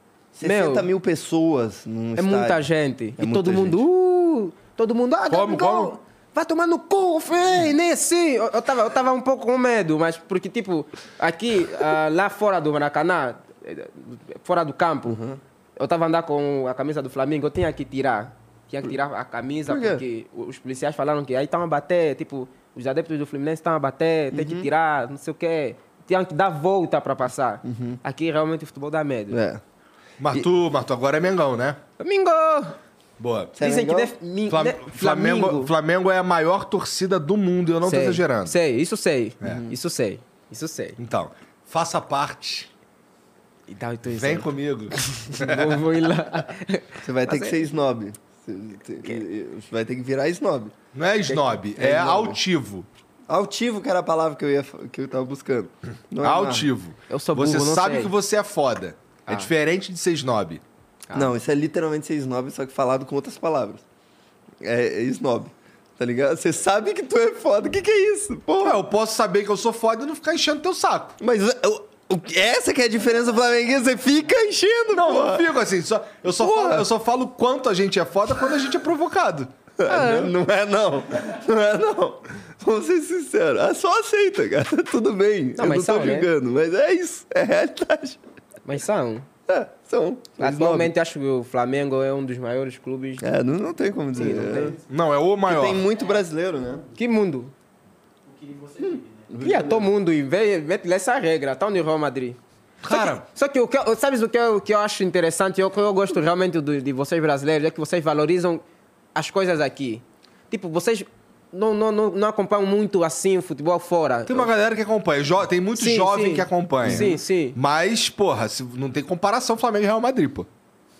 60 mil pessoas num é estádio. muita gente. É E muita todo mundo, Como? Gabigol, vai tomar no cu, filho, nem assim. Eu tava um pouco com medo, mas porque, tipo, aqui, lá fora do Maracanã, fora do campo, eu tava andando com a camisa do Flamengo, eu tinha que tirar. Tinha que tirar a camisa, Por quê? porque os policiais falaram que aí estão a bater, tipo, os adeptos do Fluminense estão a bater, tem que tirar, não sei o quê. Tinha que dar volta para passar. Aqui realmente o futebol dá medo. É. Mas tu agora é Mengão, né? Domingo! Boa. Você é Dizem que Mengão? Flamengo é a maior torcida do mundo, eu não tô exagerando. Sei, isso sei. Isso sei. Então, faça parte. Então, Vem comigo. vou ir lá. Você vai ter Mas que é- ser snob. Você vai ter que virar snob. Não é snob, é altivo. Altivo, que era a palavra que eu tava buscando. Não é Altivo. Eu sou burro, Você não sabe sei. que você é foda. É diferente de ser snob. marra. Não, isso é literalmente ser snob, só que falado com outras palavras. É snob. Tá ligado? Você sabe que tu é foda. O que é isso? Porra. Eu posso saber que eu sou foda e não ficar enchendo teu saco. Mas essa que é a diferença do flamenguista. Você fica enchendo, Não, porra. não fico assim. Eu só falo quanto a gente é foda quando a gente é provocado. Não é, não. Não é, não. Vamos ser sinceros. Só aceita, cara. Tudo bem. Não, eu mas não tô são, né? julgando, mas é isso. É a realidade. Mas são. São. Atualmente acho que o Flamengo é um dos maiores clubes. Não tem como dizer. Não tem. Não, é o maior. Tem muito brasileiro, né? Que mundo? Todo mundo e mete essa regra. Tá no Real Madrid. Cara, Só que sabes o que eu acho interessante? O que eu gosto realmente de vocês brasileiros é que vocês valorizam as coisas aqui. Tipo, vocês não acompanham muito assim o futebol fora. tem uma galera que acompanha. Tem muito Sim, jovem sim. que acompanha. Sim, sim. Mas, porra, não tem comparação Flamengo e Real Madrid, pô.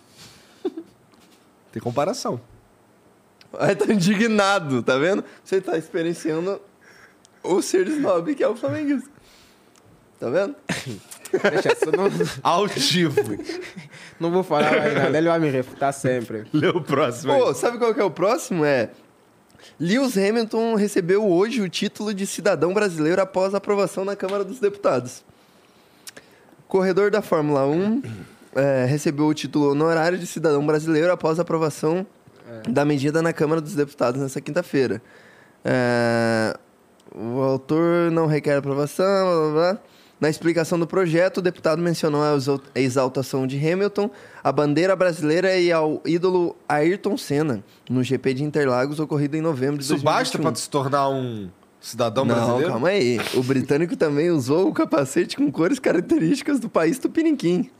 Tem comparação. Aí tá indignado, tá vendo? Você tá experienciando o ser snob que é o flamenguista. Tá vendo? Deixa isso, Altivo. não vou falar mais nada. Ele vai me refutar sempre. Lê o próximo aí. Pô, sabe qual que é o próximo? Lewis Hamilton recebeu hoje o título de cidadão brasileiro após a aprovação na Câmara dos Deputados. Corredor da Fórmula 1 recebeu o título honorário de cidadão brasileiro após a aprovação da medida na Câmara dos Deputados nessa quinta-feira. O autor não requer aprovação, blá, blá, blá. Na explicação do projeto, o deputado mencionou a exaltação de Hamilton, a bandeira brasileira e ao ídolo Ayrton Senna, no GP de Interlagos, ocorrido em novembro de Isso 2021. basta pra se tornar um cidadão brasileiro? Não, calma aí. O britânico também usou o capacete com cores características do país tupiniquim.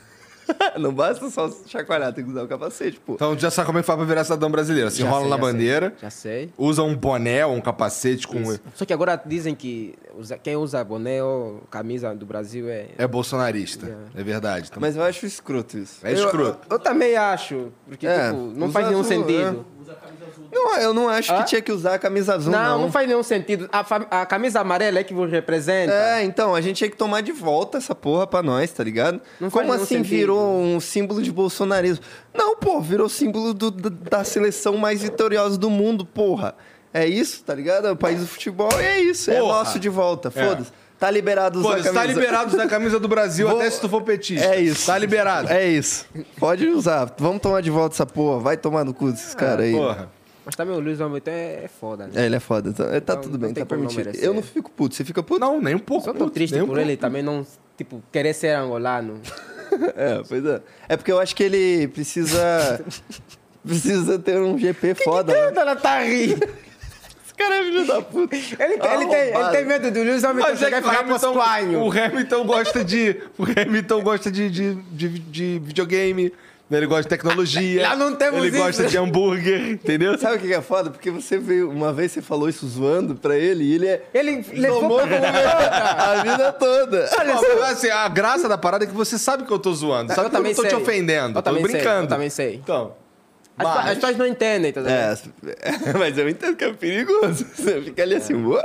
Não basta só chacoalhar, tem que usar o capacete, pô. Então já sabe como é que faz pra virar cidadão brasileiro. Se enrola na bandeira, Já sei. usa um boné ou um capacete com... Só que agora dizem que quem usa boné ou camisa do Brasil É bolsonarista. É verdade. Então, Mas eu acho escroto isso. é escroto. Eu também acho. Porque, tipo, não usa faz nenhum azul, sentido. Não, eu não acho que tinha que usar a camisa azul, não. Não faz nenhum sentido. A camisa amarela é que vos representa. Então, a gente tinha que tomar de volta essa porra pra nós, tá ligado? Não faz Como nenhum assim sentido. virou um símbolo de bolsonarismo? Não, pô, virou símbolo da seleção mais vitoriosa do mundo, porra. É isso, tá ligado? É o país do futebol e é isso. É Porra. nosso de volta, foda-se. Tá liberado usar a Foda-se, camisa. tá liberado da camisa do Brasil até se tu for petista. É isso. Tá liberado. É isso. Pode usar. Vamos tomar de volta essa porra. Vai tomar no cu desses caras aí. Porra. Mas também o Luiz Hamilton é foda, né? Ele é foda. Então, tá tudo não bem, tem tá como não permitido. merecer. Eu não fico puto. Você fica puto? Não, nem um pouco. Só tô puto, triste nem um por pouco. ele também não, tipo, querer ser angolano. Pois é. É porque eu acho que ele precisa ter um GP foda, né? Ela tá rindo. Esse cara é filho da puta. Ele tem medo do Luiz Hamilton Mas é chegar que e falar pro Espanho. o Hamilton gosta de... O Hamilton gosta de videogame, ele gosta de tecnologia. Lá não temos ele isso. gosta de hambúrguer, entendeu? Sabe o que é foda? Porque você veio... Uma vez você falou isso zoando pra ele e ele é... Ele levou Tomou pra a vida toda. Não, mas, assim, a graça da parada é que você sabe que eu tô zoando. Sabe que eu não tô te ofendendo. Eu Tô também brincando. Sei, eu também sei. Então... As pessoas não entendem, tá ligado? Mas eu entendo que é perigoso. Você fica ali assim, uau!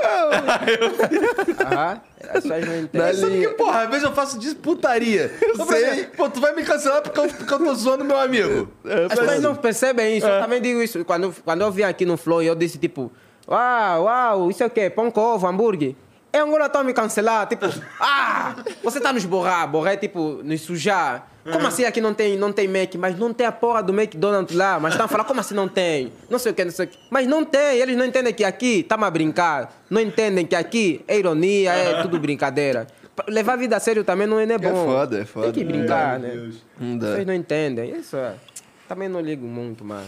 Aham. As pessoas não entendem. Dali- Sabe que, porra, às vezes eu faço disso putaria. Eu sei. Pô, tu vai me cancelar porque eu tô zoando meu amigo. As pessoas não percebem isso. Eu também digo isso. Quando eu vim aqui no Flow, eu disse tipo, uau, isso é o quê? Pão com ovo, hambúrguer? É agora estão me cancelar, tipo, você tá nos borrar é tipo, nos sujar. Como assim aqui não tem Mac? Mas não tem a porra do McDonald's lá. Mas estão a falar, como assim não tem? Não sei o que, não sei o que. Mas não tem, eles não entendem que aqui estamos a brincar. Não entendem que aqui é ironia, é tudo brincadeira. Levar a vida a sério também não é bom. É foda. Tem que brincar, né? Não dá. Vocês não entendem. Isso também não ligo muito, mas...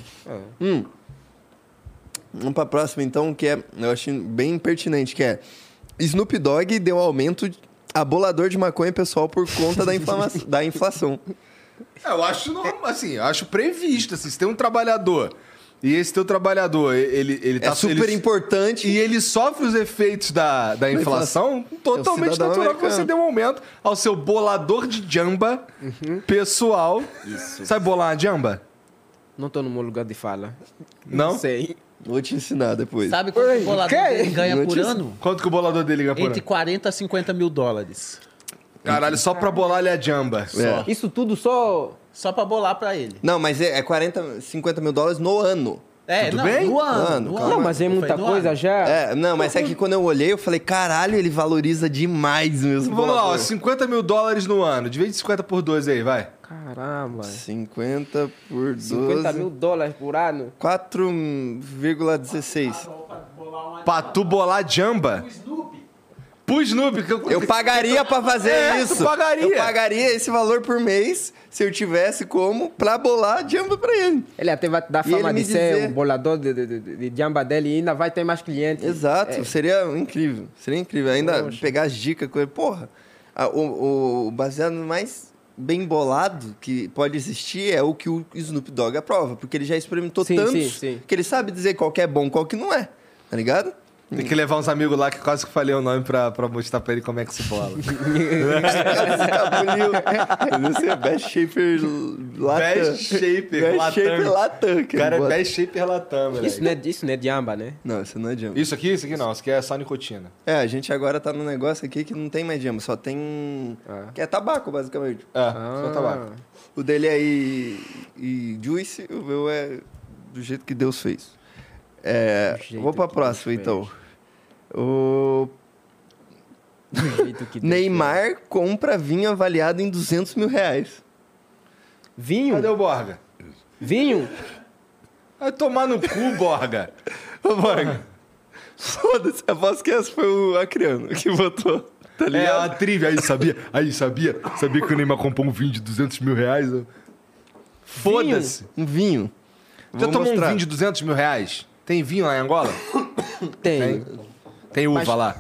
Vamos pra próxima, então, que eu acho bem pertinente, que é... Snoop Dogg deu aumento a bolador de maconha pessoal por conta da inflação. Eu acho, assim, eu acho previsto, assim, se tem um trabalhador e esse teu trabalhador, ele tá... É super importante. E ele sofre os efeitos da inflação, totalmente cidadão natural que americano. você dê um aumento ao seu bolador de jamba pessoal. Isso. Sabe bolar uma jamba? Não tô no meu lugar de fala. Não? sei. Vou te ensinar depois. Sabe quanto o bolador dele ganha por Notícia. ano? Quanto que o bolador dele ganha por Entre ano? 40 a 50 mil dólares. Caralho, só pra bolar ele a jamba. Só. Isso tudo só... Só pra bolar pra ele. Não, mas é 40, 50 mil dólares no ano. É, Tudo não, bem? no ano. Mano, no calma. Não, mas é Eu muita falei no coisa ano. já. Não, mas é que quando eu olhei, eu falei, caralho, ele valoriza demais mesmo. Vamos lá, ó, 50 mil dólares no ano. Divide 50 por 2 aí, vai. Caramba. 50 por 12... 50 mil dólares por ano. 4,16. Pra tu bolar jamba? Pro Snoopy. Eu pagaria pra fazer isso. Tu pagaria. Eu pagaria esse valor por mês, se eu tivesse como, pra bolar jamba pra ele. Ele até vai dar E fama ele de me ser dizer- um bolador de jamba dele e ainda vai ter mais clientes. Exato, seria incrível. Seria incrível. Ainda Poxa. pegar as dicas com ele. Porra, o baseado mais bem bolado que pode existir é o que o Snoop Dogg aprova. Porque ele já experimentou Sim, tantos sim. que ele sabe dizer qual que é bom, qual que não é. Tá ligado? Tem que levar uns amigos lá que quase que falei o nome pra mostrar pra ele como é que se bola. Escapuliu. Esse é Best Shaper Latam. Best Shaper Best Latam. Shaper Latam. que O cara é bota. Best Shaper Latam, moleque. Isso não é jamba, né? Não, isso não é jamba. Isso aqui não. Isso aqui é só nicotina. É, a gente agora tá num negócio aqui que não tem mais jamba, só tem... Que é tabaco, basicamente. Só tabaco. O dele é e Juice, o meu é do jeito que Deus fez. Do jeito Vou pra que próxima, Deus então. O Do jeito que Deus Neymar compra vinho avaliado em R$200 mil. fez. Vinho? Cadê o Borga? Vinho? Vai tomar no cu, Borga. Ô, Borga. Foda-se, aposto que essa foi o Acriano que votou. Tá É, ligado? a trivia. Sabia que o Neymar comprou um vinho de R$200 mil? Foda-se. Um vinho. Já Vou tomou mostrar. um vinho de R$200 mil? Tem vinho lá em Angola? Tem. Tem uva Mas- lá.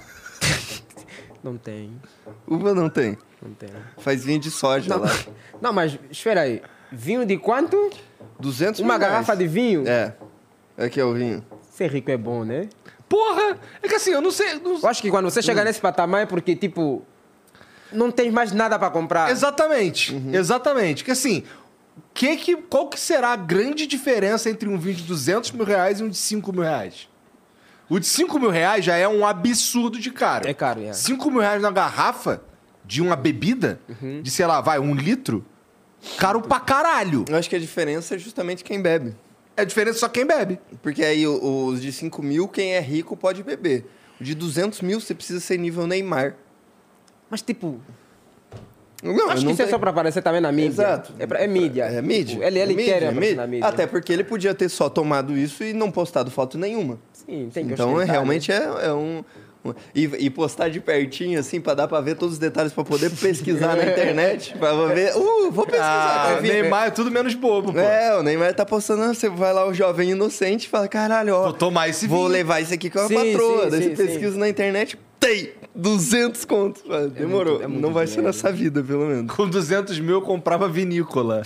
Não tem. Uva não tem. Não tem. Faz vinho de soja Não, lá. não, mas espera aí. Vinho de quanto? 200 Uma mil garrafa de reais. vinho? É. Aqui é o vinho. Ser rico é bom, né? Porra! É que assim, eu não sei... Eu acho que quando você chega nesse patamar é porque, tipo, não tem mais nada pra comprar. Exatamente. Exatamente. Que assim... Qual que será a grande diferença entre um vinho de R$200 mil e um de R$5 mil? O de R$5 mil já é um absurdo de caro. É caro, é. R$5 mil na garrafa de uma bebida, de, sei lá, 1 litro, caro pra caralho. Eu acho que a diferença é justamente quem bebe. É a diferença só quem bebe. Porque aí os de 5 mil, quem é rico pode beber. O de 200 mil, você precisa ser nível Neymar. Mas, tipo, Não, acho que não isso é tem- só pra aparecer também na mídia. Exato. É mídia. É mídia. Tipo, ele É mídia, quer é aparecer mídia. na mídia. Até porque ele podia ter só tomado isso e não postado foto nenhuma. Sim, tem que Então, ostentar, realmente é um... E postar de pertinho, assim, pra dar pra ver todos os detalhes, pra poder pesquisar na internet. Pra ver... vou pesquisar. Ah, pra ver. Neymar é tudo menos bobo, pô. O Neymar tá postando, você vai lá, o jovem inocente, e fala, caralho, ó, Vou tomar esse vou vinho. levar isso aqui com a Sim, patroa. sim, Daí sim, você pesquisa na internet, tem 200 contos. Demorou. é muito não vai ser dinheiro. nessa vida, pelo menos. Com 200 mil eu comprava vinícola.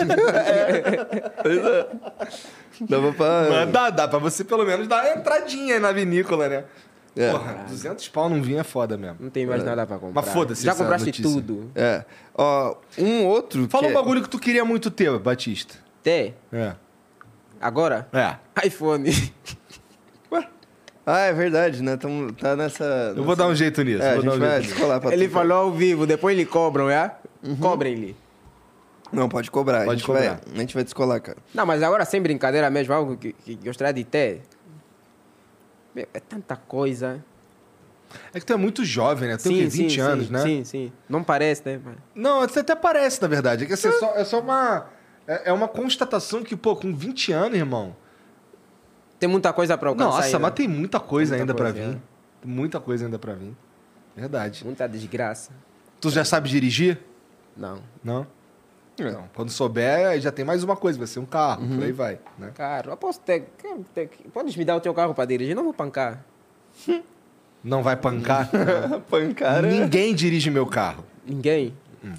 Dava pra... Mas dá pra você pelo menos dar uma entradinha aí na vinícola, né? É. Porra, 200 pau num vinho é foda mesmo. Não tem mais nada pra comprar. Mas foda-se Já essa compraste notícia. tudo. É. Ó, um outro Fala que um bagulho que tu queria muito ter, Batista. Tem. É. Agora? É. iPhone. Ah, é verdade, né? Tá nessa... Eu vou dar um jeito nisso. É, a vou dar gente um vai jeito nisso. descolar pra Ele tu. falou ao vivo, depois ele cobram, é? Cobrem-lhe. Não, pode cobrar. Pode cobrar. A gente vai descolar, cara. Não, mas agora sem brincadeira mesmo, algo que gostaria de ter. Meu, é tanta coisa. É que tu é muito jovem, né? Tu tem o quê? 20 anos, né? Sim. Não parece, né? Não, até parece, na verdade. É que assim, é só uma... É uma constatação que, pô, com 20 anos, irmão... Tem muita coisa pra alcançar. Nossa, ainda. mas tem muita coisa Muita ainda pra coisa, vir. Tem muita coisa ainda pra vir. Verdade. Muita desgraça. Tu já sabe dirigir? Não. Não? Não. Quando souber, já tem mais uma coisa. Vai ser um carro, por aí vai, né? Caro, eu posso ter... Podes me dar o teu carro pra dirigir? Não vou pancar. Não vai pancar? Pancara. Ninguém dirige meu carro. Ninguém?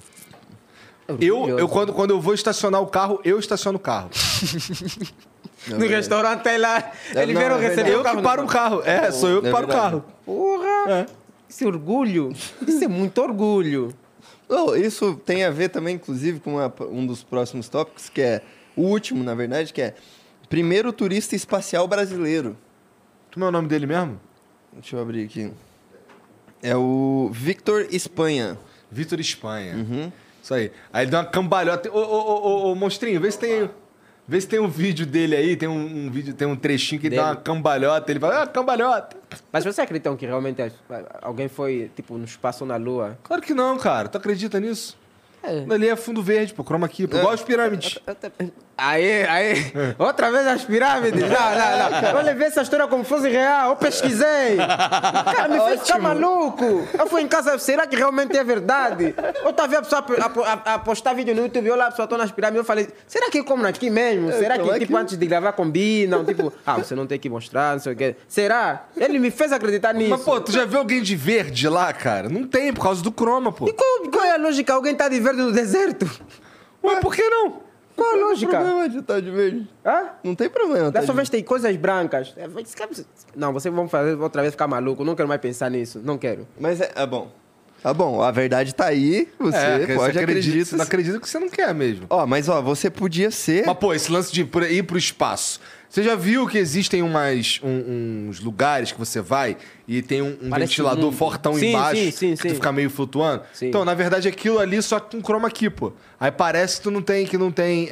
Eu quando eu vou estacionar o carro, eu estaciono o carro. No restaurante tem lá. Eles não, vieram é receber Eu o carro. que paro o carro. É, sou eu que É paro o verdade. carro. Porra! É. Esse orgulho. Isso é muito orgulho. Oh, isso tem a ver também, inclusive, com um dos próximos tópicos, que é o último, na verdade, que é primeiro turista espacial brasileiro. Como é o nome dele mesmo? Deixa eu abrir aqui. É o Victor Espanha. Vitor Espanha. Isso aí. Aí ele deu uma cambalhota. Ô, monstrinho, vê se tem um vídeo dele aí, tem um vídeo, tem um trechinho que ele dá Dele. uma cambalhota, ele fala, cambalhota. Mas você acredita que realmente alguém foi, tipo, no espaço ou na Lua? Claro que não, cara. Tu acredita nisso? Ali é fundo verde, pô, chroma key, pô, igual as pirâmides. Aí. Outra vez as pirâmides. Não. Eu levei essa história como fosse real. Eu pesquisei. Cara, me fez ficar maluco. Eu fui em casa, será que realmente é verdade? Eu tava vendo a pessoa a postar vídeo no YouTube, eu lá, a pessoa tô nas pirâmides, eu falei, será que como aqui mesmo? Será que, tipo, antes de gravar combinam? Tipo, você não tem que mostrar, não sei o quê. Será? Ele me fez acreditar nisso. Mas, pô, tu já viu alguém de verde lá, cara? Não tem, por causa do croma, pô. E qual é a lógica? Alguém tá de verde no deserto? Ué, por que não? Qual a lógica? Não tem problema de estar de verde. Hã? Não tem problema. Dessa vez tem coisas brancas. Não, vocês vão fazer outra vez ficar maluco. Não quero mais pensar nisso. Não quero. Mas é bom. Tá bom, a verdade tá aí. Você pode acreditar. Você não acredita que você não quer mesmo. Mas você podia ser... Mas, pô, esse lance de ir pro espaço. Você já viu que existem uns lugares que você vai e tem um ventilador fortão embaixo sim. que tu fica meio flutuando? Sim. Então, na verdade, aquilo ali só com chroma key, pô. Aí parece que não tem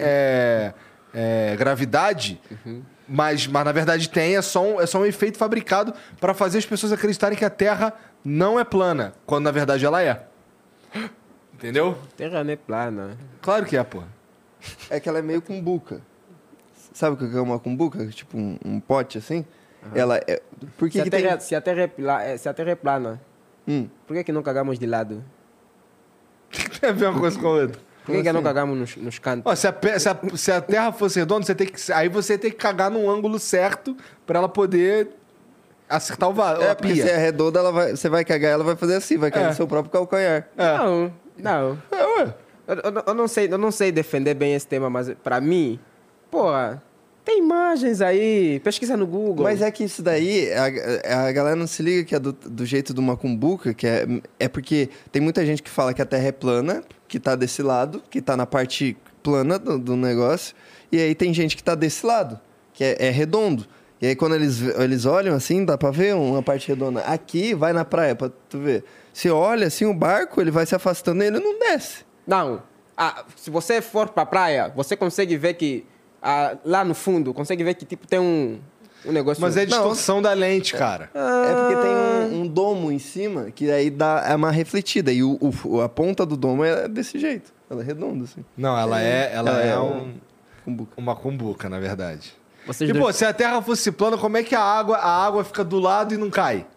gravidade, mas na verdade tem, é só um efeito fabricado para fazer as pessoas acreditarem que a Terra não é plana, quando na verdade ela é. Entendeu? Terra não é plana. Claro que é, pô. É que ela é meio cumbuca. Sabe o que é uma cumbuca? Tipo um pote assim? Ela é... Por que Se a Terra é plana, por que não cagamos de lado? Tem a ver uma coisa com a outra. Por que não cagamos nos cantos? Ó, se a Terra fosse redonda, aí você tem que cagar num ângulo certo pra ela poder acertar a porque pia. se é redonda, você vai cagar, ela vai fazer assim, vai cair no seu próprio calcanhar. Não. Ué. Eu não sei defender bem esse tema, mas pra mim, tem imagens aí, pesquisa no Google. Mas é que isso daí, a galera não se liga que é do jeito de uma cumbuca, que é porque tem muita gente que fala que a Terra é plana, que tá desse lado, que tá na parte plana do negócio, e aí tem gente que tá desse lado, que é redondo. E aí quando eles olham assim, dá pra ver uma parte redonda. Aqui, vai na praia pra tu ver. Você olha assim, o barco, ele vai se afastando e ele não desce. Não. Se você for pra praia, você consegue ver que lá no fundo, consegue ver que tipo tem um negócio... Mas é a distorção da lente, cara. É porque tem um domo em cima, que aí é uma refletida. E a ponta do domo é desse jeito. Ela é redonda, assim. Não, ela é Cumbuca. uma cumbuca, na verdade. Vocês E, dois- pô, se a Terra fosse plana, como é que a água fica do lado e não cai?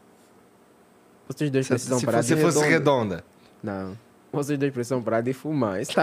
Vocês dois precisam se parar Se de... fosse redonda. Não. Vocês dois precisam parar de fumar, está?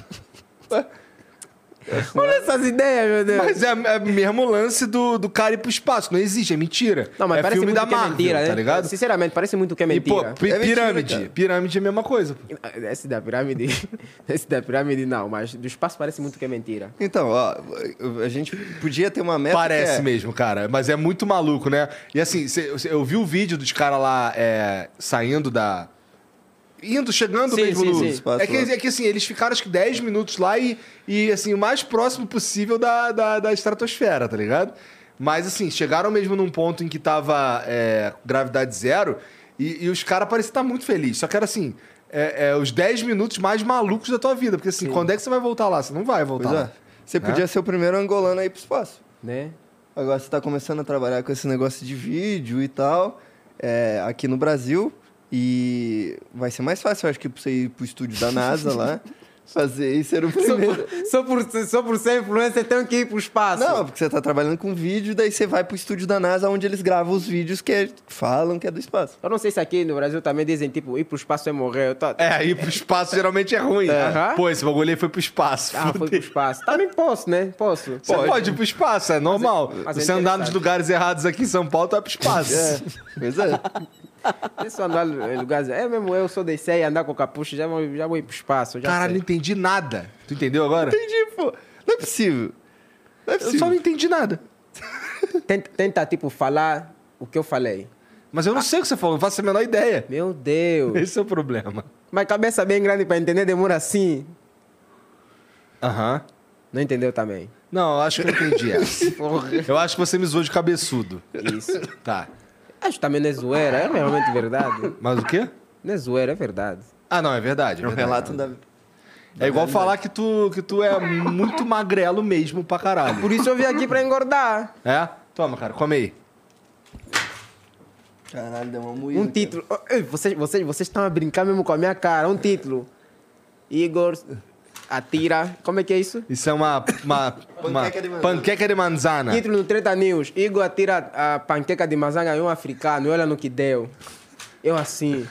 Olha essas ideias, meu Deus. Mas é o mesmo lance do cara ir pro espaço. Não existe, é mentira. Não, mas é parece filme muito da que é Marvel, mentira, né? tá ligado? Sinceramente, parece muito que é E, pô, mentira. pirâmide. cara. Pirâmide é a mesma coisa. Pô. Esse da pirâmide não, mas do espaço parece muito que é mentira. Então, a gente podia ter uma meta Parece que mesmo, cara. Mas é muito maluco, né? E assim, eu vi o vídeo dos caras lá saindo da... chegando Sim, mesmo sim, no... sim. Espaço É que assim, eles ficaram acho que 10 minutos lá e assim, o mais próximo possível da estratosfera, tá ligado? Mas assim, chegaram mesmo num ponto em que tava gravidade zero e os caras pareciam estar muito felizes. Só que era assim, os 10 minutos mais malucos da tua vida. Porque assim, quando é que você vai voltar lá? Você não vai voltar Pois é. lá. Você podia ser o primeiro angolano aí pro espaço. Né? Agora você tá começando a trabalhar com esse negócio de vídeo e tal, aqui no Brasil. E vai ser mais fácil, eu acho, que pra você ir pro estúdio da NASA lá, fazer e ser o primeiro. Só por ser influencer, tem que ir pro espaço. Não, porque você tá trabalhando com vídeo, daí você vai pro estúdio da NASA, onde eles gravam os vídeos que falam que é do espaço. Eu não sei se aqui no Brasil também dizem, tipo, ir pro espaço é morrer. Ir pro espaço geralmente é ruim. Aham. Pô, esse bagulho aí foi pro espaço. Foi pro espaço. Também posso, né? Posso. Você pode ir pro espaço, é normal. mas é Se você andar nos interessante. lugares errados aqui em São Paulo, tu vai pro espaço. Pois é. Se eu andar em lugares... mesmo eu sou desse aí, andar com capucha, já vou ir pro espaço. Já Caralho, não sei. entendi nada. Tu entendeu agora? Entendi, pô. Não é possível. Não é Eu possível. só não entendi nada. Tenta, tipo, falar o que eu falei. Mas eu não sei o que você falou, não faço a menor ideia. Meu Deus. Esse é o problema. Mas cabeça bem grande pra entender demora assim. Aham. Não entendeu também? Não, eu acho que eu entendi essa. Porra. Eu acho que você me zoou de cabeçudo. Isso. Tá. Acho que também não é zoeira, é realmente verdade. Mas o quê? Não é zoeira, é verdade. Ah, não, é verdade. É um relato da... É igual falar que tu é muito magrelo mesmo pra caralho. Por isso eu vim aqui pra engordar. É? Toma, cara, come aí. Caralho, deu uma moída. Um título. Ei, vocês estão a brincar mesmo com a minha cara. Um título. Igor atira... Como é que é isso? Isso é uma Panqueca de manzana. panqueca de manzana. Título no Treta News. Igor atira a panqueca de maçã, ganhou um africano. Olha no que deu. Eu assim...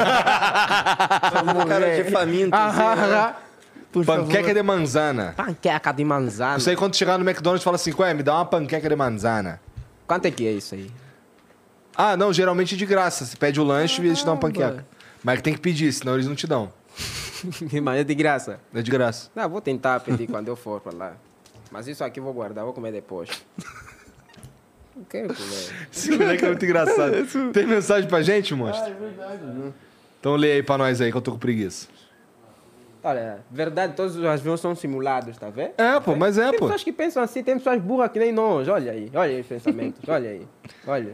Cara de faminto. Por Panqueca favor. de manzana. Panqueca de manzana. Isso aí quando chegar no McDonald's fala assim, ué, me dá uma panqueca de manzana. Quanto é que é isso aí? Ah, não, geralmente é de graça. Você pede o lanche e eles te dão uma panqueca. Mas tem que pedir, senão eles não te dão. Mas é de graça. É de graça. Não, vou tentar pedir quando eu for pra lá. Mas isso aqui eu vou guardar, vou comer depois. Não quero comer. Esse moleque é muito engraçado. Tem mensagem pra gente, monstro? É verdade, né? Então lê aí pra nós aí, que eu tô com preguiça. Olha, verdade, todos os aviões são simulados, tá vendo? É, pô, mas é, Tem pô. pessoas que pensam assim, tem pessoas burras que nem nós. Olha aí os pensamentos, olha aí. Olha.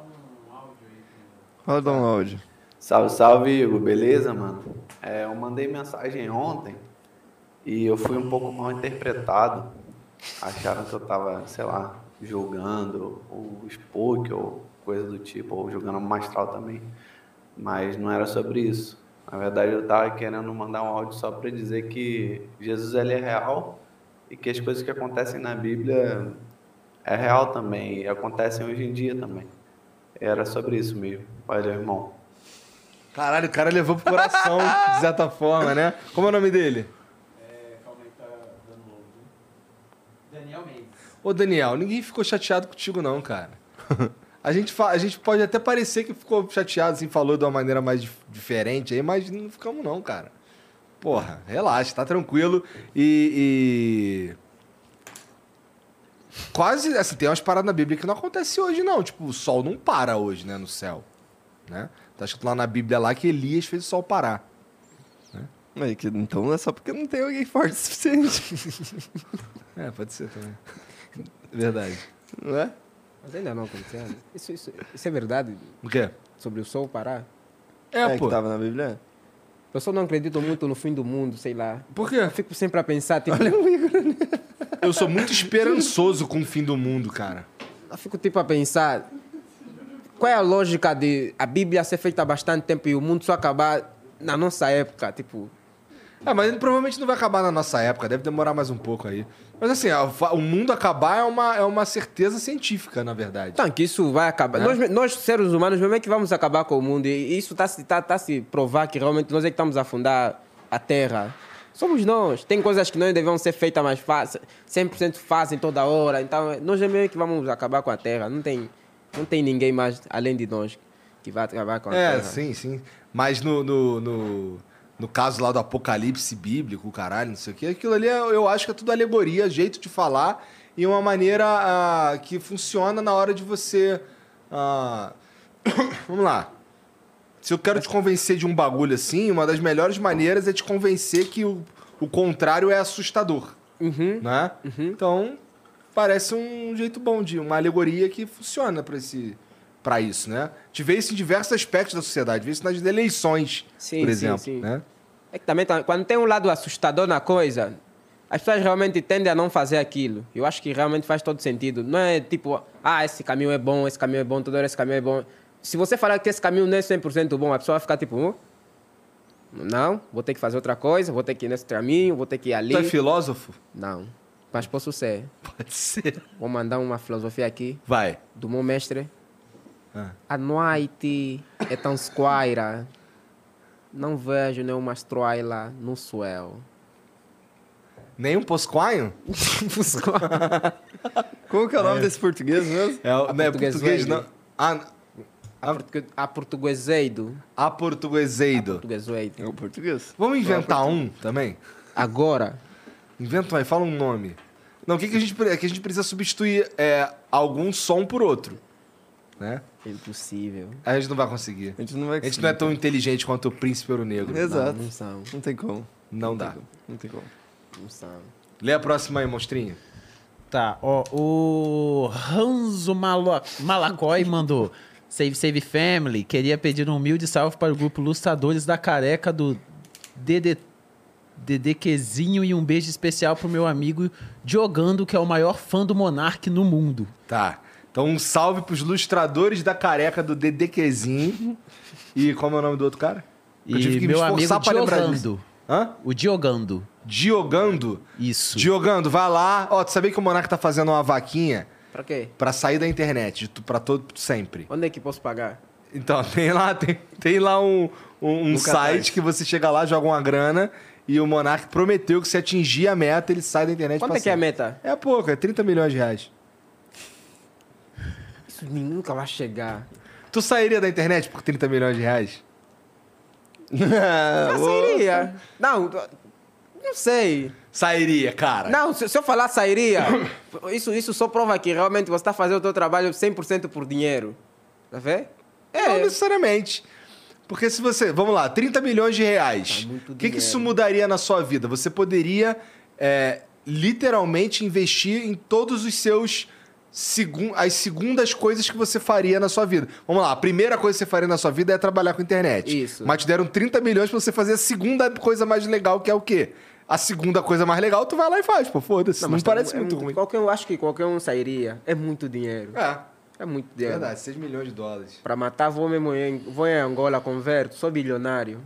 Roda um áudio. Salve, salve, Igor. Beleza, mano? Eu mandei mensagem ontem e eu fui um pouco mal interpretado. Acharam que eu tava, sei lá, julgando o Spook ou coisa do tipo, ou julgando o Mastral também. Mas não era sobre isso. Na verdade, eu tava querendo mandar um áudio só para dizer que Jesus ele é real e que as coisas que acontecem na Bíblia é real também e acontecem hoje em dia também. Era sobre isso mesmo. Valeu, irmão. Caralho, o cara levou pro coração, de certa forma, né? Como é o nome dele? Calma aí, tá dando load. Daniel Mendes. Ô, Daniel, ninguém ficou chateado contigo, não, cara. A gente pode até parecer que ficou chateado, assim, falou de uma maneira mais diferente aí, mas não ficamos, não, cara. Porra, relaxa, tá tranquilo. Quase, assim, tem umas paradas na Bíblia que não acontece hoje, não. Tipo, o sol não para hoje, né, no céu. Né? Tá escrito lá na Bíblia lá que Elias fez o sol parar. Então é só porque não tem alguém forte o suficiente. É, pode ser também. Verdade. Não é? Mas ainda não aconteceu. Isso é verdade O quê? sobre o sol parar? É, pô. que tava na Bíblia. Eu só não acredito muito no fim do mundo, sei lá. Por quê? Eu fico sempre a pensar, tipo... Eu sou muito esperançoso com o fim do mundo, cara. Eu fico tipo a pensar... Qual é a lógica de a Bíblia ser feita há bastante tempo e o mundo só acabar na nossa época? Tipo... É, mas ele provavelmente não vai acabar na nossa época, deve demorar mais um pouco aí. Mas assim, o mundo acabar é uma certeza científica, na verdade. Então, que isso vai acabar. Nós, seres humanos, mesmo é que vamos acabar com o mundo. E isso tá se provar que realmente nós é que estamos a afundar a Terra. Somos nós. Tem coisas que não devem ser feitas mais fácil, 100% fazem toda hora. Então, nós é mesmo que vamos acabar com a Terra. Não tem ninguém mais, além de nós, que vai acabar com a Terra. É, sim. Mas no caso lá do apocalipse bíblico, caralho, não sei o quê, aquilo ali eu acho que é tudo alegoria, jeito de falar e uma maneira que funciona na hora de você... Vamos lá. Se eu quero te convencer de um bagulho assim, uma das melhores maneiras é te convencer que o contrário é assustador. Né? Então, parece um jeito bom de uma alegoria que funciona para isso, né? A gente vê isso em diversos aspectos da sociedade, vê isso nas eleições, por exemplo. Sim. Né? É que também, quando tem um lado assustador na coisa, as pessoas realmente tendem a não fazer aquilo. Eu acho que realmente faz todo sentido. Não é tipo, esse caminho é bom, toda hora esse caminho é bom. Se você falar que esse caminho não é 100% bom, a pessoa vai ficar tipo, não, vou ter que fazer outra coisa, vou ter que ir nesse caminho, vou ter que ir ali. Tu é filósofo? Não, mas posso ser. Pode ser. Vou mandar uma filosofia aqui, Vai. do meu mestre. A noite é tão escura, não vejo nenhuma estrela no céu. Nem um posquinho? Como que é o nome desse português mesmo? Não é português, não. Aportugueseido. Aportugueseido. Aportugueseido. É o português. Vamos inventar um também? Agora, Inventa aí, fala um nome. Não, o que a gente precisa substituir algum som por outro. Né? é impossível. A gente não vai conseguir. A gente não vai A gente não é tão inteligente quanto o Príncipe Ouro Negro. Exato. Não são. Não tem como. Não dá. Não tem como. Não são. Lê a próxima aí, monstrinho. Tá, ó, o Ranzo Malacói mandou: Save Family, queria pedir um humilde salve para o grupo Lustradores da Careca do Dedequezinho e um beijo especial pro meu amigo Diogando, que é o maior fã do Monark no mundo. Tá. Então um salve pros lustradores da Careca do Dedequezinho. E como é o nome do outro cara? Eu tive E que me meu amigo esforçar pra lembrar disso. Diogando. Hã? O Diogando. Diogando? Isso. Diogando, vai lá. Ó, tu sabia que o Monark tá fazendo uma vaquinha Pra quê? pra sair da internet, pra todo sempre. Onde é que posso pagar? Então, tem lá um site que você chega lá, joga uma grana e o Monark prometeu que se atingir a meta, ele sai da internet. Quanto pra é que é a sempre. meta? É pouco, é 30 milhões de reais. Isso nunca vai chegar. Tu sairia da internet por 30 milhões de reais? Já sairia. Não sei. Sairia, cara. Não, se eu falar sairia, isso só prova que realmente você está fazendo o seu trabalho 100% por dinheiro. Tá vendo? Não necessariamente. Porque se você... Vamos lá, 30 milhões de reais. Tá muito O que dinheiro. isso mudaria na sua vida? Você poderia literalmente investir em todos os seus... as segundas coisas que você faria na sua vida. Vamos lá, a primeira coisa que você faria na sua vida é trabalhar com internet. Isso. Mas te deram 30 milhões pra você fazer a segunda coisa mais legal, que é o quê? A segunda coisa mais legal, tu vai lá e faz, pô, foda-se. Não mas parece é muito ruim. Eu acho que qualquer um sairia. É muito dinheiro. É muito dinheiro. Verdade, 6 milhões de dólares. Para matar, vou em Angola, converto, sou bilionário.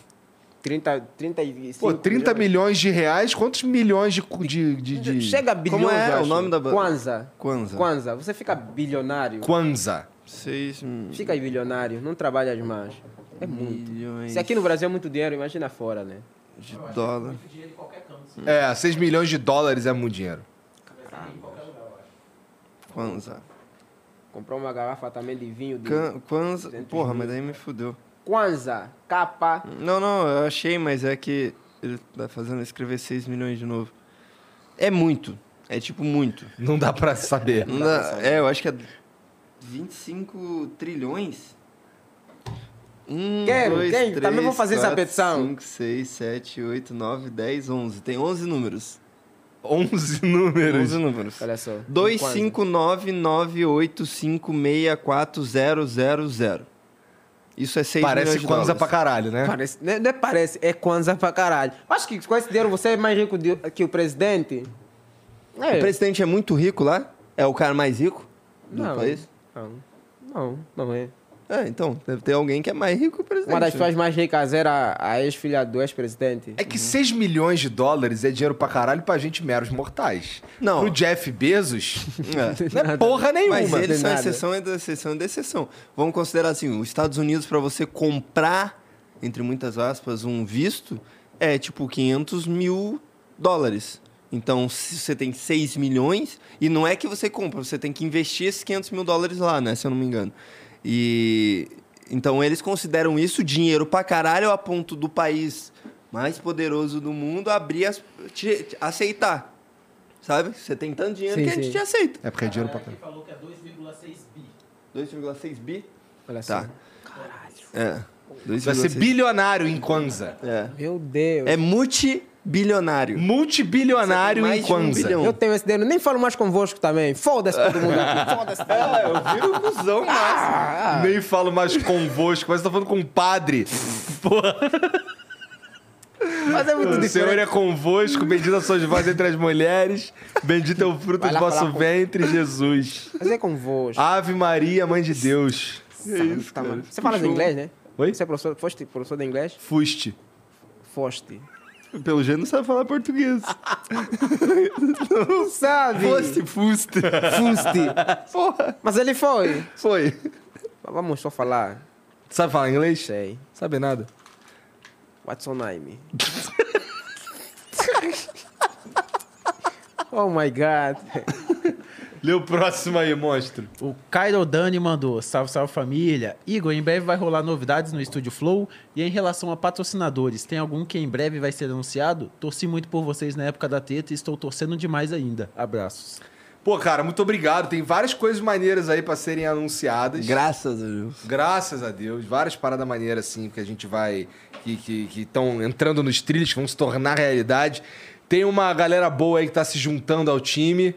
35 Pô, 30 milhões de reais, quantos milhões de... Chega a bilhões, Como é eu o acho. nome da banda? Kwanza. Kwanza. Kwanza. Você fica bilionário. Kwanza. 6 Fica bilionário, não trabalha demais. É muito. milhões Se aqui no Brasil é muito dinheiro, imagina fora, né? de dólar. 6 milhões de dólares é muito dinheiro. Kwanza. Comprou uma garrafa também de vinho de Kwanza. 200 Porra, mil. mas daí me fudeu. Kwanza, capa. Não, eu achei, mas é que ele tá fazendo escrever 6 milhões de novo. É muito. É tipo muito. Não dá pra saber. Não dá- eu acho que é 25 trilhões? Quero, também vou fazer essa petição. 5, 6, 7, 8, 9, 10, 11. Tem 11 números. 11 números. 11 números. Olha só. 25998564000. Isso é 6 Parece milhões de Kwanza dólares. pra caralho, né? Parece, não é parece, é Kwanza pra caralho. Acho que com esse dinheiro você é mais rico que o presidente. É. O presidente é muito rico lá? É o cara mais rico do Não. país? Não é. Então, deve ter alguém que é mais rico que o presidente. Uma das pessoas mais ricas era a ex-filha do ex-presidente. É que 6 milhões de dólares é dinheiro pra caralho pra gente meros mortais. Não. Pro Jeff Bezos, É. não é porra nenhuma. Mas eles são nada. exceção da exceção da exceção. Vamos considerar assim, os Estados Unidos, para você comprar, entre muitas aspas, um visto, é tipo 500 mil dólares. Então, se você tem 6 milhões, e não é que você compra, você tem que investir esses 500 mil dólares lá, né? Se eu não me engano. E então eles consideram isso dinheiro pra caralho a ponto do país mais poderoso do mundo aceitar. Sabe? Você tem tanto dinheiro Sim, que a gente sim. te aceita. É porque é dinheiro pra caralho. falou que é 2,6 bi. 2,6 bi? Olha Tá. só. É. Vai ser 2,6. bilionário em Kwanza. É. Meu Deus. É multibilionário. Multibilionário Você tem em mais de 1 Kwanza. bilhão. Eu tenho esse dinheiro, nem falo mais convosco também. Foda-se todo mundo aqui. Foda-se. Eu viro o cuzão máximo. Nem falo mais convosco, mas você tá falando com o padre. Porra. Mas é muito O Senhor diferente. é convosco, bendita sois vós entre as mulheres, bendito é o fruto Vai do lá vosso falar com- ventre, Jesus. Mas é convosco. Ave Maria, Mãe de Deus. Tá, mano. Você fala de inglês, né? Oi? Você é professor, foste professor de inglês? Fuste. Foste. Pelo jeito não sabe falar português. Não sabe. Fuste. Fuste. Porra. Mas ele foi. Foi. Vamos só falar. Sabe falar inglês? Sei. Sabe nada. What's your name? Oh my God. Lê o próximo aí, monstro. O Cairo Dani mandou, salve, salve família. Igor, em breve vai rolar novidades no Estúdio Flow. E em relação a patrocinadores, tem algum que em breve vai ser anunciado? Torci muito por vocês na época da treta e estou torcendo demais ainda. Abraços. Pô, cara, muito obrigado. Tem várias coisas maneiras aí pra serem anunciadas. Graças a Deus. Graças a Deus. Várias paradas maneiras, assim, que a gente vai... Que estão entrando nos trilhos, que vão se tornar realidade. Tem uma galera boa aí que tá se juntando ao time.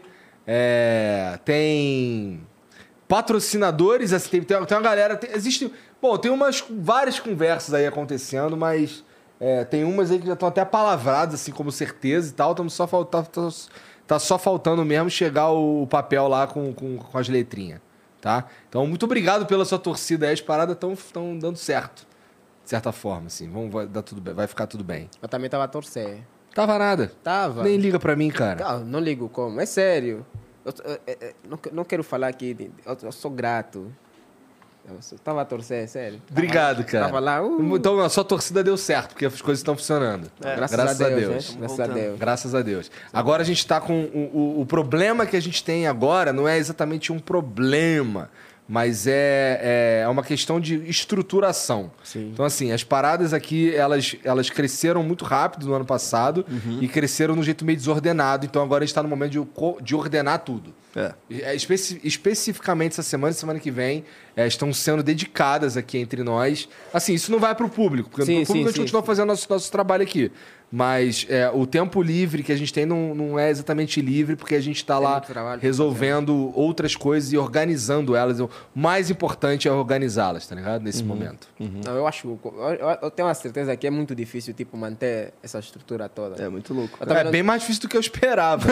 Tem patrocinadores, assim, tem uma galera... Existe... Bom, tem várias conversas aí acontecendo, mas tem umas aí que já estão até palavradas, assim, como certeza e tal. Tá só faltando mesmo chegar o papel lá com as letrinhas, tá? Então, muito obrigado pela sua torcida aí. As paradas estão dando certo. De certa forma, assim. Vai dar tudo bem, vai ficar tudo bem. Eu também tava a torcer. Tava nada. Tava. Nem liga pra mim, cara. Não ligo como. É sério. Não quero falar aqui. Eu sou grato. Eu tava a torcer, é sério. Obrigado, cara. Tava lá. Então, a sua torcida deu certo, porque as coisas estão funcionando. Graças a Deus. Né? Graças a Deus. Graças a Deus. Agora a gente tá com... O problema que a gente tem agora não é exatamente um problema, mas é uma questão de estruturação. Sim. Então, assim, as paradas aqui, elas cresceram muito rápido no ano passado e cresceram de um jeito meio desordenado. Então, agora a gente tá no momento de ordenar tudo. Especificamente essa semana que vem, estão sendo dedicadas aqui entre nós. Assim, isso não vai para o público, porque Sim, no público a gente sim, continua fazendo nosso trabalho aqui. Mas o tempo livre que a gente tem não é exatamente livre, porque a gente está lá muito trabalho, resolvendo outras coisas e organizando elas. O mais importante é organizá-las, tá ligado? Nesse momento. Não, eu tenho a certeza que é muito difícil, tipo, manter essa estrutura toda. É muito louco. Eu também É não- bem mais difícil do que eu esperava.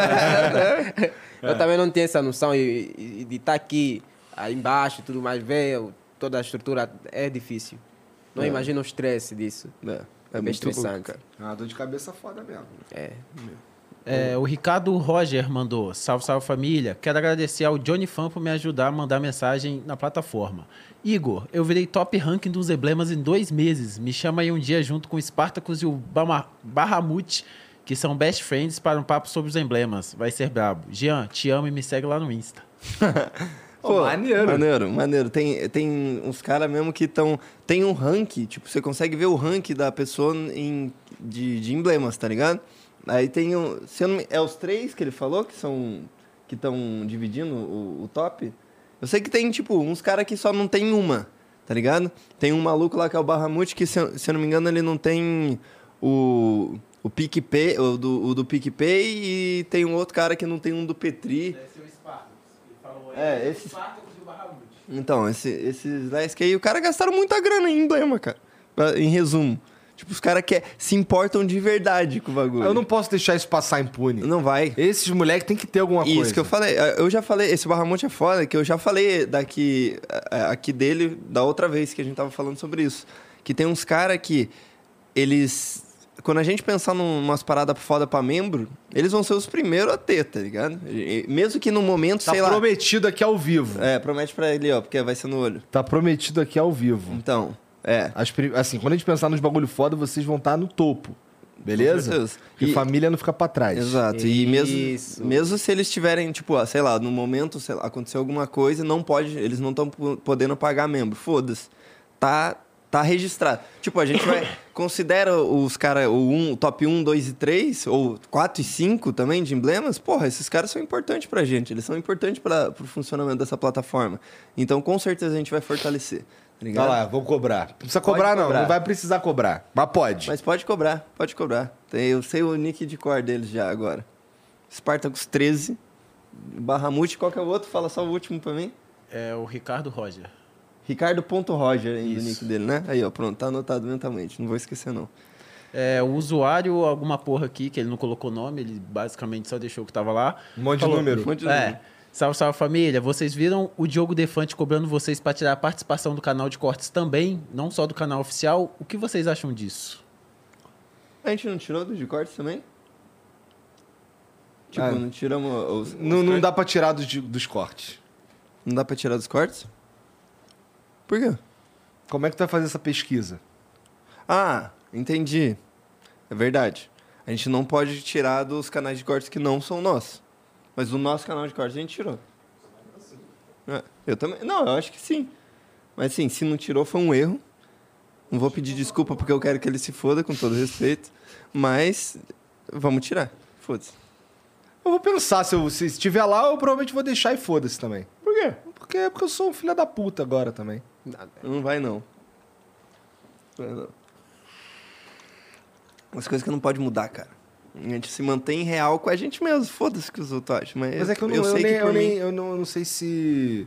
Eu também não tenho essa noção e de estar aqui, aí embaixo e tudo mais, ver toda a estrutura é difícil. Não imagino o estresse disso. É bem muito estressante. louco, cara. É uma dor de cabeça foda mesmo. O Ricardo Roger mandou: salve, salve família. Quero agradecer ao Johnny Fan por me ajudar a mandar mensagem na plataforma. Igor, eu virei top ranking dos emblemas em 2 meses. Me chama aí um dia junto com o Spartacus e o Bahamut, que são best friends, para um papo sobre os emblemas. Vai ser brabo. Jean, te amo e me segue lá no Insta. Pô, maneiro. Maneiro. Tem uns caras mesmo que estão... Tem um rank, tipo, você consegue ver o rank da pessoa de emblemas, tá ligado? Aí tem se eu não, é os 3 que ele falou que estão dividindo o top? Eu sei que tem, tipo, uns caras que só não tem uma, tá ligado? Tem um maluco lá que é o Bahamut, que se eu não me engano ele não tem o PicPay, o do PicPay, e tem um outro cara que não tem um do Petri. Esses... Então, esses Lesk aí, o cara gastaram muita grana em emblema, cara. Em resumo. Tipo, os caras que se importam de verdade com o bagulho. Eu não posso deixar isso passar impune. Não vai. Esses moleques tem que ter alguma coisa. Isso que eu falei. Eu já falei, esse Bahamut é foda, que eu já falei aqui dele da outra vez que a gente tava falando sobre isso. Que tem uns caras que eles... Quando a gente pensar numas paradas foda pra membro, eles vão ser os primeiros a ter, tá ligado? Mesmo que no momento, Tá sei lá... prometido aqui ao vivo. Promete pra ele, ó, porque vai ser no olho. Tá prometido aqui ao vivo. Então, Assim, quando a gente pensar nos bagulho foda, vocês vão estar no topo. Beleza? Com certeza. Porque E- família não fica pra trás. Exato. E Isso. mesmo se eles tiverem, tipo, sei lá, no momento, sei lá, aconteceu alguma coisa, eles não estão podendo pagar membro. Foda-se. Tá registrado. Tipo, a gente vai... Considera os caras, o top 1, 2 e 3, ou 4 e 5 também de emblemas, porra, esses caras são importantes pra gente. Eles são importantes pro funcionamento dessa plataforma. Então, com certeza, a gente vai fortalecer. Tá ligado? Vai lá, vou cobrar. Não precisa Pode cobrar, cobrar. não vai precisar cobrar. Mas pode. Mas pode cobrar. Eu sei o nick de cor deles já agora. Spartacus 13, Bahamut, qual que é o outro? Fala só o último pra mim. É o Ricardo Roger. Ricardo.Roger ainda o nick dele, né? Aí, ó, pronto, tá anotado mentalmente, não vou esquecer não. O usuário, alguma porra aqui, que ele não colocou nome, ele basicamente só deixou o que tava lá. Um monte de Falou- número. Um monte de número. Salve, salve família. Vocês viram o Diogo Defante cobrando vocês para tirar a participação do canal de cortes também, não só do canal oficial. O que vocês acham disso? A gente não tirou do de cortes também? Tipo, Ah. não tiramos os Não cortes? dá pra tirar dos cortes. Não dá pra tirar dos cortes? Por quê? Como é que tu vai fazer essa pesquisa? Ah, entendi. É verdade. A gente não pode tirar dos canais de cortes que não são nossos. Mas do nosso canal de cortes a gente tirou. Eu também. Não, eu acho que sim. Mas sim, se não tirou foi um erro. Não vou pedir desculpa porque eu quero que ele se foda, com todo respeito. Mas vamos tirar. Foda-se. Eu vou pensar, se estiver lá, eu provavelmente vou deixar e foda-se também. Por quê? Porque eu sou um filho da puta agora também. Não vai não. Vai não. Umas coisas que não pode mudar, cara. A gente se mantém real com a gente mesmo. Foda-se que os outros acham. Mas é que eu sei que por mim... eu não sei se...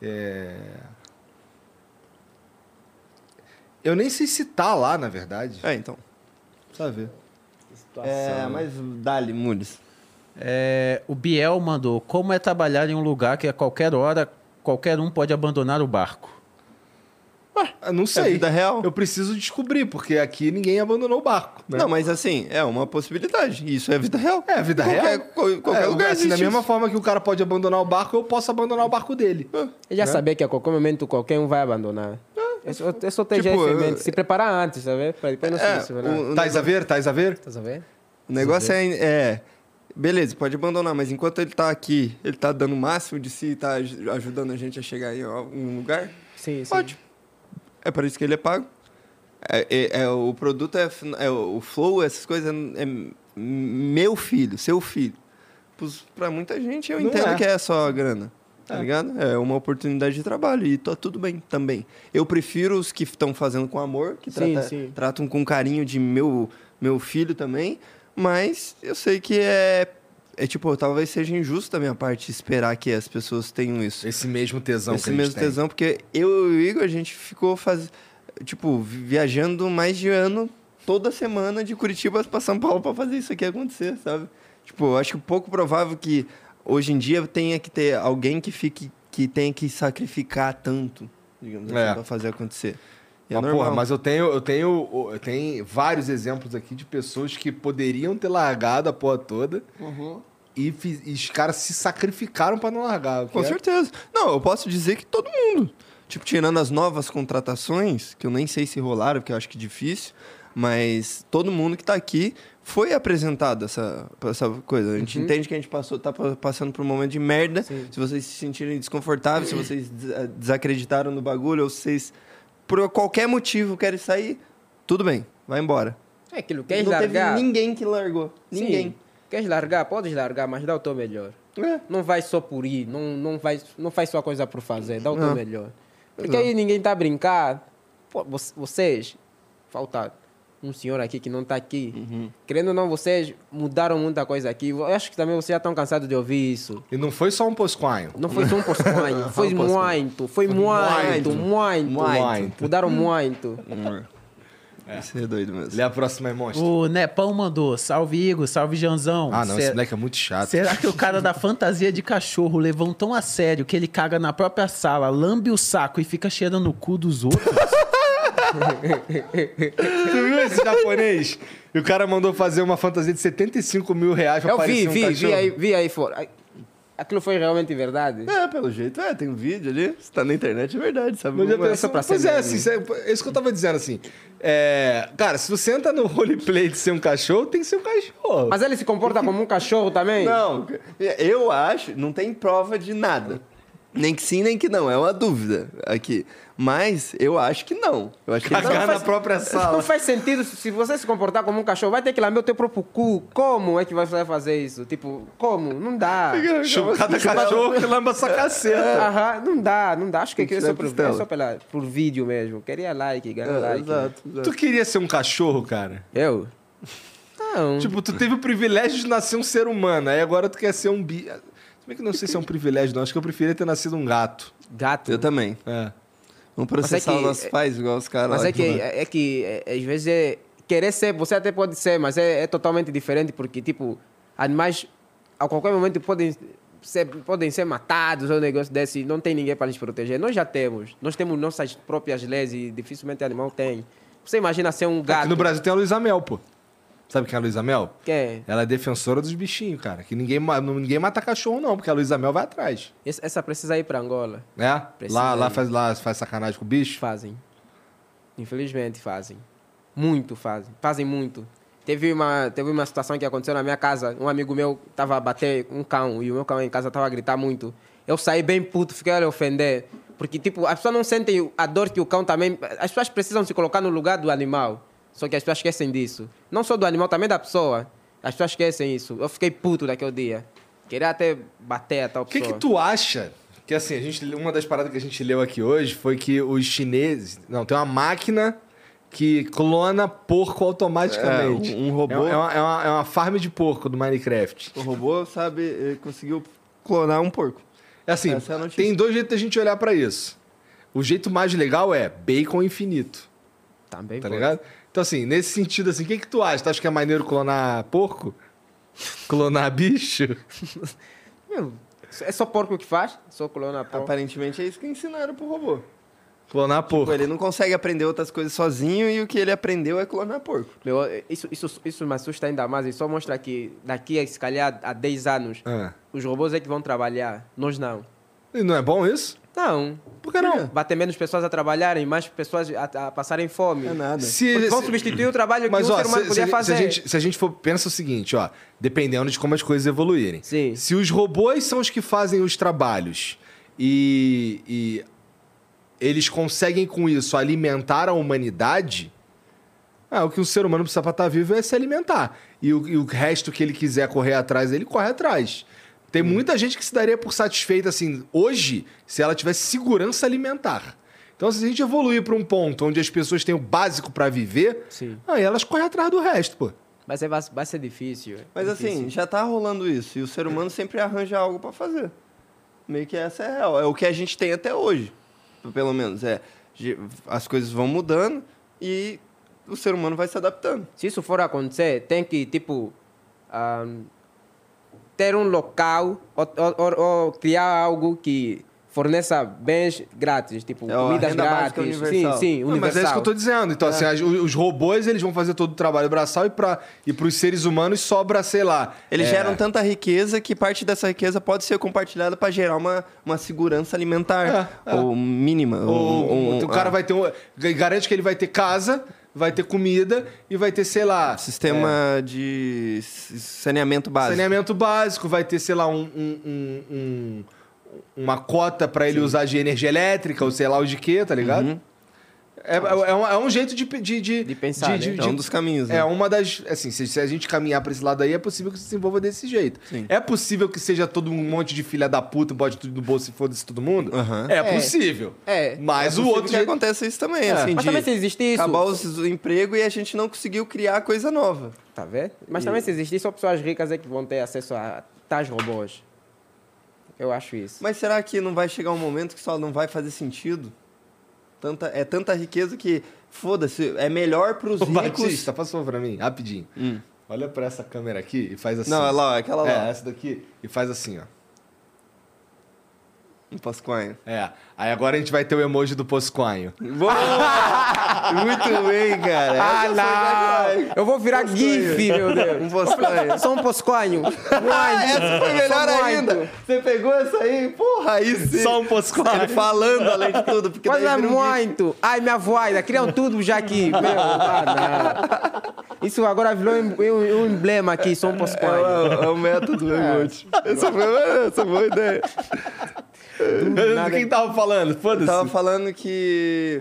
Eu nem sei se tá lá, na verdade. Então. Precisa ver. Mas dá-lhe, Mules. O Biel mandou: como é trabalhar em um lugar que a qualquer hora qualquer um pode abandonar o barco? Não sei. vida real. Eu preciso descobrir, porque aqui ninguém abandonou o barco. Né? Não, mas assim, é uma possibilidade. Isso é vida real. É, vida real. Qualquer lugar assim, da existe mesma isso. forma que o cara pode abandonar o barco, eu posso abandonar o barco dele. Eu já sabia que a qualquer momento qualquer um vai abandonar. É só ter já Tipo, isso em mente. Se preparar antes, sabe? Para depois não se decepcionar. Tais a ver? Tais a ver? Estás a ver? O negócio é... Beleza, pode abandonar, mas enquanto ele tá aqui, ele tá dando o máximo de si, tá ajudando a gente a chegar em algum lugar, Sim, sim. pode. É para isso que ele é pago. O produto o flow, essas coisas, é meu filho, seu filho. Pra muita gente, eu Não entendo é. que é só a grana. Tá ligado? É uma oportunidade de trabalho e tá tudo bem também. Eu prefiro os que estão fazendo com amor, que Sim. tratam com carinho de meu filho também, mas eu sei que é tipo, talvez seja injusto da minha parte esperar que as pessoas tenham isso. Esse mesmo tesão Esse que a gente mesmo tem. tesão, porque eu e o Igor, a gente ficou viajando mais de ano, toda semana, de Curitiba para São Paulo para fazer isso aqui acontecer, sabe? Tipo, eu acho pouco provável que hoje em dia tenha que ter alguém que tenha que sacrificar tanto, digamos assim, para fazer acontecer. E Mas, normal. porra, mas eu tenho vários exemplos aqui de pessoas que poderiam ter largado a porra toda e os caras se sacrificaram pra não largar. Com certeza. Não, eu posso dizer que todo mundo. Tipo, tirando as novas contratações, que eu nem sei se rolaram, porque eu acho que é difícil, mas todo mundo que tá aqui foi apresentado essa coisa. A gente entende que a gente tá passando por um momento de merda. Sim. Se vocês se sentirem desconfortáveis, se vocês desacreditaram no bagulho, ou vocês, por qualquer motivo, querem sair, tudo bem, vai embora. É aquilo, queres Não largar? teve ninguém que largou. Sim. Ninguém. Queres largar? Podes largar, mas dá o teu melhor. É. Não vai só por ir, não faz só coisa por fazer, dá o teu Não. melhor. Porque aí ninguém tá a brincar. Pô, vocês, falta um senhor aqui que não tá aqui. Querendo ou não, vocês mudaram muita coisa aqui. Eu acho que também vocês já estão cansados de ouvir isso. E não foi só um posquanho. Não foi só um posconho, foi muito. Mudaram muito. Isso é doido mesmo. Lê a próxima aí, monstro. O Nepão mandou, salve Igor, salve Janzão. Ah, não, Ser- esse moleque é muito chato. Será que o cara da fantasia de cachorro levou tão a sério que ele caga na própria sala, lambe o saco e fica cheirando o cu dos outros? Tu viu esse japonês? E o cara mandou fazer uma fantasia de 75 mil reais pra Eu parecer um cachorro. vi aí fora. Aquilo foi realmente verdade? Pelo jeito, tem um vídeo ali. Se tá na internet, é verdade, sabe? Mas já Como é? pensou, pra pois ser é, mesmo. assim, é isso que eu tava dizendo, assim. Cara, se você entra no roleplay de ser um cachorro, tem que ser um cachorro. Mas ele se comporta como um cachorro também? Não, eu acho, não tem prova de nada. Nem que sim, nem que não. É uma dúvida aqui. Mas eu acho que não. Eu acho que ele Cagar tá- na própria Não sala. faz sentido se você se comportar como um cachorro, vai ter que lamber o teu próprio cu. Como é que vai fazer isso? Tipo, como? Não dá. Cada cachorro que lamba essa caceta. Aham, não dá. Acho que Tem que aquilo tirar é só costela. por vídeo mesmo. Queria like, ganhar like. Exato. Tu queria ser um cachorro, cara? Eu? Não. Tipo, tu teve o privilégio de nascer um ser humano, aí agora tu quer ser um bi... Se bem que eu não sei se é um privilégio, não. Acho que eu preferia ter nascido um gato. Gato. Eu também. É. Vamos processar que- os nossos pais, igual os caras Mas lá. é que às vezes querer ser, você até pode ser, mas é totalmente diferente, porque, tipo, animais a qualquer momento podem ser matados ou um negócio desse, não tem ninguém para nos proteger. Nós já temos. Nós temos nossas próprias leis e dificilmente animal tem. Você imagina ser um gato. Aqui no Brasil tem a Luísa Mel, pô. Sabe quem é a Luísa Mel? Quem? Ela é defensora dos bichinhos, cara. Que ninguém mata cachorro, não, porque a Luísa Mel vai atrás. Essa precisa ir para Angola. Né? Precisa Lá ir. faz sacanagem com o bicho. Fazem. Infelizmente fazem. Muito fazem. Fazem muito. Teve uma situação que aconteceu na minha casa. Um amigo meu tava a bater um cão e o meu cão em casa tava a gritar muito. Eu saí bem puto, fiquei a lhe ofender. Porque, tipo, as pessoas não sentem a dor que o cão também... As pessoas precisam se colocar no lugar do animal. Só que as pessoas esquecem disso. Não só do animal, também da pessoa. As pessoas esquecem isso. Eu fiquei puto daquele dia. Queria até bater a tal O que pessoa. que tu acha? Que assim, uma das paradas que a gente leu aqui hoje foi que os chineses... Não, tem uma máquina que clona porco automaticamente. Um robô. É uma farm de porco do Minecraft. O robô, sabe, ele conseguiu clonar um porco. É assim, Essa é a notícia. tem dois jeitos da gente olhar pra isso. O jeito mais legal é bacon infinito, Também tá pode. ligado? Então assim, nesse sentido assim, o que tu acha? Tu acha que é maneiro clonar porco? Clonar bicho? Meu, é só porco que faz? Só coluna porco. Aparentemente é isso que ensinaram pro robô. Clonar porco. Ele não consegue aprender outras coisas sozinho e o que ele aprendeu é clonar porco. Meu, isso me assusta ainda mais. E só mostra que daqui, se calhar, a 10 anos, os robôs é que vão trabalhar. Nós não. E não é bom isso? Não. Por que não? Vai ter menos pessoas a trabalharem, mais pessoas a passarem fome. É nada. Porque vão substituir o trabalho que um ser humano podia fazer. Se a gente for... Pensa o seguinte, ó. Dependendo de como as coisas evoluírem. Sim. Se os robôs são os que fazem os trabalhos e eles conseguem, com isso, alimentar a humanidade... o que um ser humano precisa para estar vivo é se alimentar. E o resto que ele quiser correr atrás, ele corre atrás. Tem muita gente que se daria por satisfeita, assim, hoje, se ela tivesse segurança alimentar. Então, se a gente evoluir para um ponto onde as pessoas têm o básico para viver, aí elas correm atrás do resto, pô. Mas vai ser difícil. Mas assim, já tá rolando isso. E o ser humano sempre arranja algo para fazer. Meio que essa é real. É o que a gente tem até hoje. Pelo menos. As coisas vão mudando e o ser humano vai se adaptando. Se isso for acontecer, tem que, tipo... ter um local ou criar algo que forneça bens grátis, tipo comidas grátis. Universal. Sim, universal. Mas é isso que eu tô dizendo. Então, assim, os robôs, eles vão fazer todo o trabalho braçal e pros seres humanos sobra, sei lá... Eles geram tanta riqueza que parte dessa riqueza pode ser compartilhada para gerar uma segurança alimentar. Ou mínima. O cara vai ter... Garante que ele vai ter casa... Vai ter comida e vai ter, sei lá... Sistema de saneamento básico. Saneamento básico, vai ter, sei lá, uma cota para ele usar de energia elétrica, ou sei lá o de quê, tá ligado? É um jeito de pensar, é um dos caminhos. Né? É uma das... Assim, se a gente caminhar pra esse lado aí, é possível que se desenvolva desse jeito. Sim. É possível que seja todo um monte de filha da puta, bote tudo no bolso e foda-se todo mundo? É possível. Mas o outro... que acontece isso também, assim, mas também se existe isso... acabar o emprego e a gente não conseguiu criar coisa nova. Tá vendo? Mas também se existir, só pessoas ricas é que vão ter acesso a tais robôs. Eu acho isso. Mas será que não vai chegar um momento que só não vai fazer sentido? Tanta riqueza que, foda-se, é melhor pros ricos... Batista, passou pra mim, rapidinho. Olha pra essa câmera aqui e faz assim. Não, é lá, aquela lá. Essa daqui. E faz assim, ó. Um pascoinho. Aí agora a gente vai ter o emoji do Poscoinho. Boa! Muito bem, cara. Não! Eu vou virar GIF, meu Deus. Um poscoinho. Só um poscoinho. Essa foi melhor ainda. Você pegou essa aí? Porra, aí sim. Só um Poscoinho. Ele falando além de tudo. Porque Mas daí é vira um GIF. muito. Ai, minha voida. Criam tudo já aqui. Meu, não. Isso agora virou um emblema aqui, só um poscoinho. É o método do emoji. Essa foi uma boa ideia. Quem tava falando? Foda-se. Tava falando que...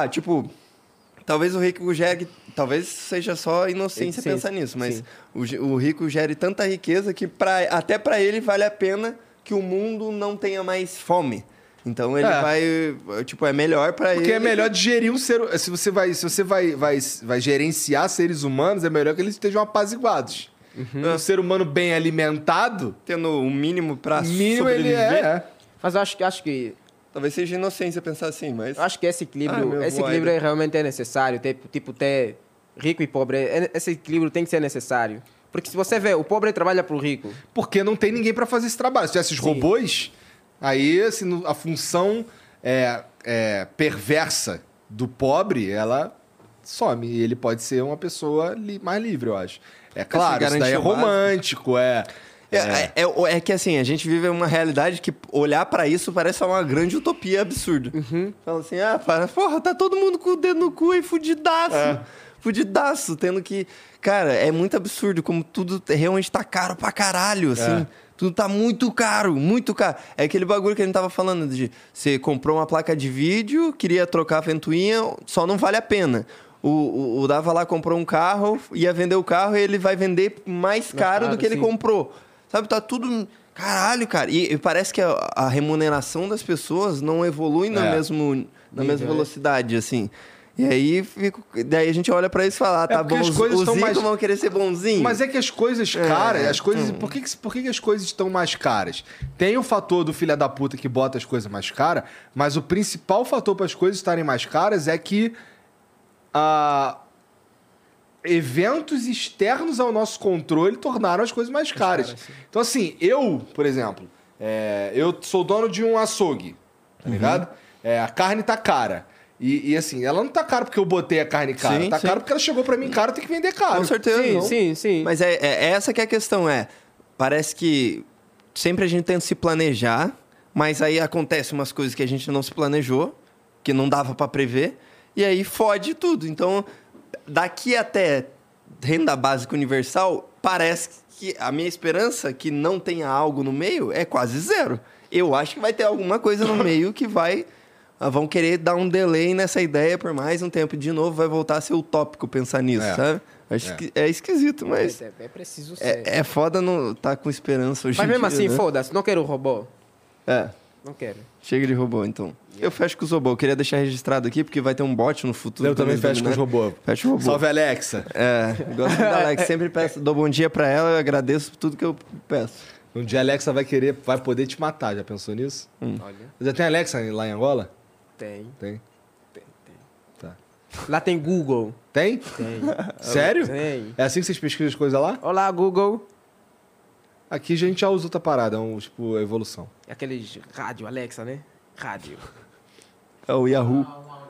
talvez o rico gere... Talvez seja só inocência pensar nisso, mas o rico gere tanta riqueza que até para ele vale a pena que o mundo não tenha mais fome. Então ele vai... é melhor para ele... Porque é melhor digerir um ser... Se você vai gerenciar seres humanos, é melhor que eles estejam apaziguados. Um ser humano bem alimentado... Tendo o mínimo para sobreviver... Ele Mas eu acho que... Talvez seja inocência pensar assim, mas... Eu acho que esse equilíbrio realmente é necessário. Ter rico e pobre. Esse equilíbrio tem que ser necessário. Porque se você vê, o pobre trabalha pro rico. Porque não tem ninguém para fazer esse trabalho. Se tivesse os robôs, aí assim, a função perversa do pobre, ela some. E ele pode ser uma pessoa mais livre, eu acho. É claro, isso daí é romântico, É que assim, a gente vive uma realidade que olhar pra isso parece uma grande utopia absurda. Fala assim, porra, tá todo mundo com o dedo no cu e fudidaço. Fudidaço, tendo que... Cara, é muito absurdo como tudo realmente tá caro pra caralho, assim. Tudo tá muito caro, muito caro. É aquele bagulho que a gente tava falando de... Você comprou uma placa de vídeo, queria trocar a ventoinha, só não vale a pena. O Dava lá comprou um carro, ia vender o carro e ele vai vender mais caro do que ele comprou. Sabe, tá tudo... Caralho, cara. E parece que a remuneração das pessoas não evolui na mesma velocidade, assim. E aí, daí a gente olha pra isso e fala, tá bom, os ricos vão querer ser bonzinhos. Mas é que as coisas caras, por que as coisas estão mais caras? Tem o fator do filho da puta que bota as coisas mais caras, mas o principal fator para as coisas estarem mais caras é que eventos externos ao nosso controle tornaram as coisas mais caras. Então, assim, eu, por exemplo, eu sou dono de um açougue, tá ligado? a carne tá cara. E assim, ela não tá cara porque eu botei a carne cara. Tá cara porque ela chegou pra mim cara, tem que vender caro. Com certeza. Sim. Mas é essa que é a questão, parece que sempre a gente tenta se planejar, mas aí acontece umas coisas que a gente não se planejou, que não dava pra prever, e aí fode tudo. Então, daqui até renda básica universal, parece que a minha esperança que não tenha algo no meio é quase zero. Eu acho que vai ter alguma coisa no meio que vão querer dar um delay nessa ideia por mais um tempo. De novo, vai voltar a ser utópico pensar nisso, sabe? Acho que é esquisito, mas... É preciso ser. É foda não tá com esperança hoje em Mas dia, mesmo assim, né? foda-se. Não quero robô. Não quero. Chega de robô, então. Eu fecho com os robôs. Eu queria deixar registrado aqui, porque vai ter um bot no futuro. Eu também fecho com os robôs. Fecho o robô. Salve, Alexa. Gosto da Alexa. Sempre dou bom dia pra ela, eu agradeço por tudo que eu peço. Um dia a Alexa vai poder te matar. Já pensou nisso? Olha. Já tem Alexa lá em Angola? Tem. Tem. Tá. Lá tem Google. Tem? Tem. Sério? Tem. É assim que vocês pesquisam as coisas lá? Olá, Google. Aqui a gente já usa outra parada, tipo, a evolução. Aqueles rádio, Alexa, né? Rádio. É o Yahoo.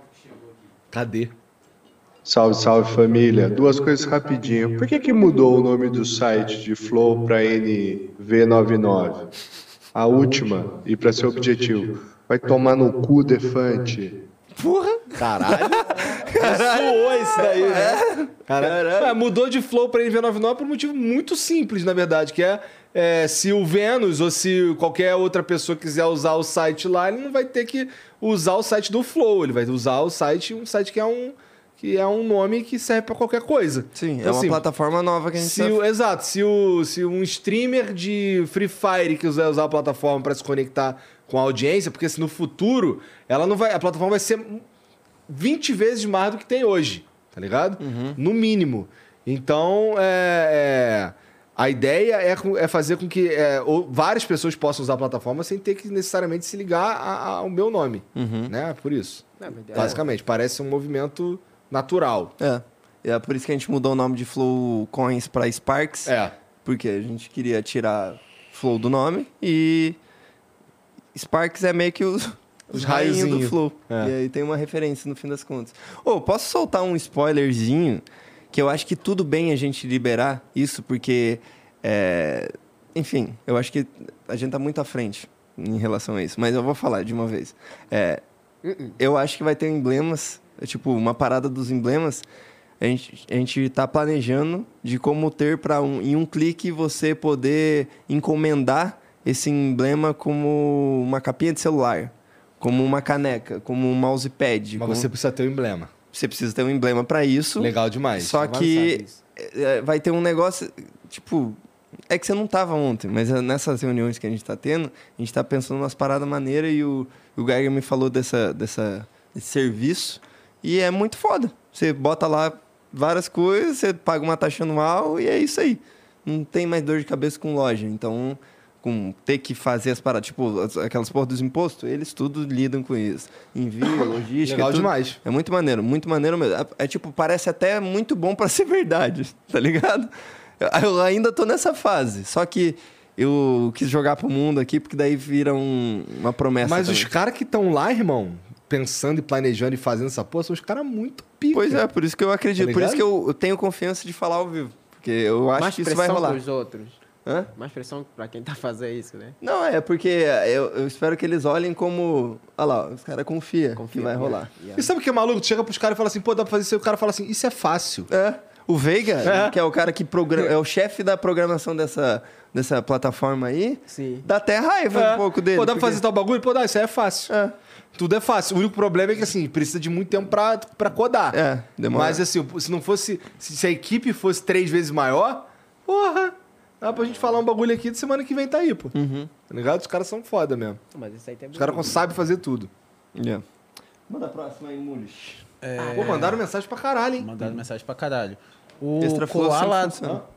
Cadê? Salve, salve família. Duas coisas rapidinho. Por que mudou o nome do site de Flow para NV99? A última, e para ser objetivo, vai tomar no cu, Defante. Porra! Caralho! Soou isso daí, né? Caralho. Mudou de Flow para NV99 por um motivo muito simples, na verdade, que se o Vênus ou se qualquer outra pessoa quiser usar o site lá, ele não vai ter que usar o site do Flow, ele vai usar um site que é um nome que serve pra qualquer coisa. Sim, então, é uma plataforma nova que a gente Exato. Se um streamer de Free Fire quiser usar a plataforma para se conectar com a audiência, porque se no futuro a plataforma vai ser 20 vezes mais do que tem hoje, tá ligado? No mínimo. Então, a ideia é fazer com que várias pessoas possam usar a plataforma sem ter que necessariamente se ligar ao meu nome, né? Por isso. Basicamente, parece um movimento natural. É por isso que a gente mudou o nome de Flow Coins para Sparks. Porque a gente queria tirar Flow do nome e Sparks é meio que os raiozinhos do Flow. E aí tem uma referência no fim das contas. Posso soltar um spoilerzinho? Que eu acho que tudo bem a gente liberar isso, porque... enfim, eu acho que a gente tá muito à frente em relação a isso. Mas eu vou falar de uma vez. Eu acho que vai ter emblemas, tipo, uma parada dos emblemas. A gente tá planejando de como ter em um clique você poder encomendar esse emblema como uma capinha de celular, como uma caneca, como um mousepad. Mas você precisa ter um emblema. Você precisa ter um emblema para isso. Legal demais. Só que vai ter um negócio, tipo... É que você não tava ontem, mas nessas reuniões que a gente tá tendo, a gente tá pensando umas paradas maneiras e o Geiger me falou desse serviço e é muito foda. Você bota lá várias coisas, você paga uma taxa anual e é isso aí. Não tem mais dor de cabeça com loja. Então, com ter que fazer as paradas, tipo, aquelas porras dos impostos, eles tudo lidam com isso. Envio, logística... Legal demais. É muito maneiro mesmo. Tipo, parece até muito bom para ser verdade, tá ligado? Eu ainda tô nessa fase, só que eu quis jogar pro mundo aqui, porque daí vira uma promessa. Mas também. os caras que estão lá, irmão, pensando e planejando e fazendo essa porra, são os caras muito pica. Pois é, por isso que eu acredito, Tá por isso que eu tenho confiança de falar ao vivo, porque eu acho que isso vai rolar. Mais pressão dos outros. Hã? Mais pressão pra quem tá fazendo isso, né? Não, porque eu espero que eles olhem como... Olha lá, os caras confiam que vai rolar. E sabe o que é maluco? Tu chega pros caras e fala assim, pô, dá pra fazer isso aí. O cara fala assim, isso é fácil. O Veiga, que é o cara que é o chefe da programação dessa plataforma aí, Sim. dá até raiva um pouco dele. Pô, dá pra fazer tal bagulho? Pô, dá, isso aí é fácil. Tudo é fácil. O único problema é que, assim, precisa de muito tempo pra codar. Demora. Mas, assim, se não fosse... Se a equipe fosse 3 vezes maior, porra, dá pra gente falar um bagulho aqui de semana que vem tá aí, pô. Tá ligado? Os caras são foda mesmo. Mas isso aí tem Os caras sabem fazer tudo. Manda a próxima aí, Mules. Pô, mandaram mensagem pra caralho, hein? Mandaram mensagem pra caralho. O Extraflow Koala... sempre funciona.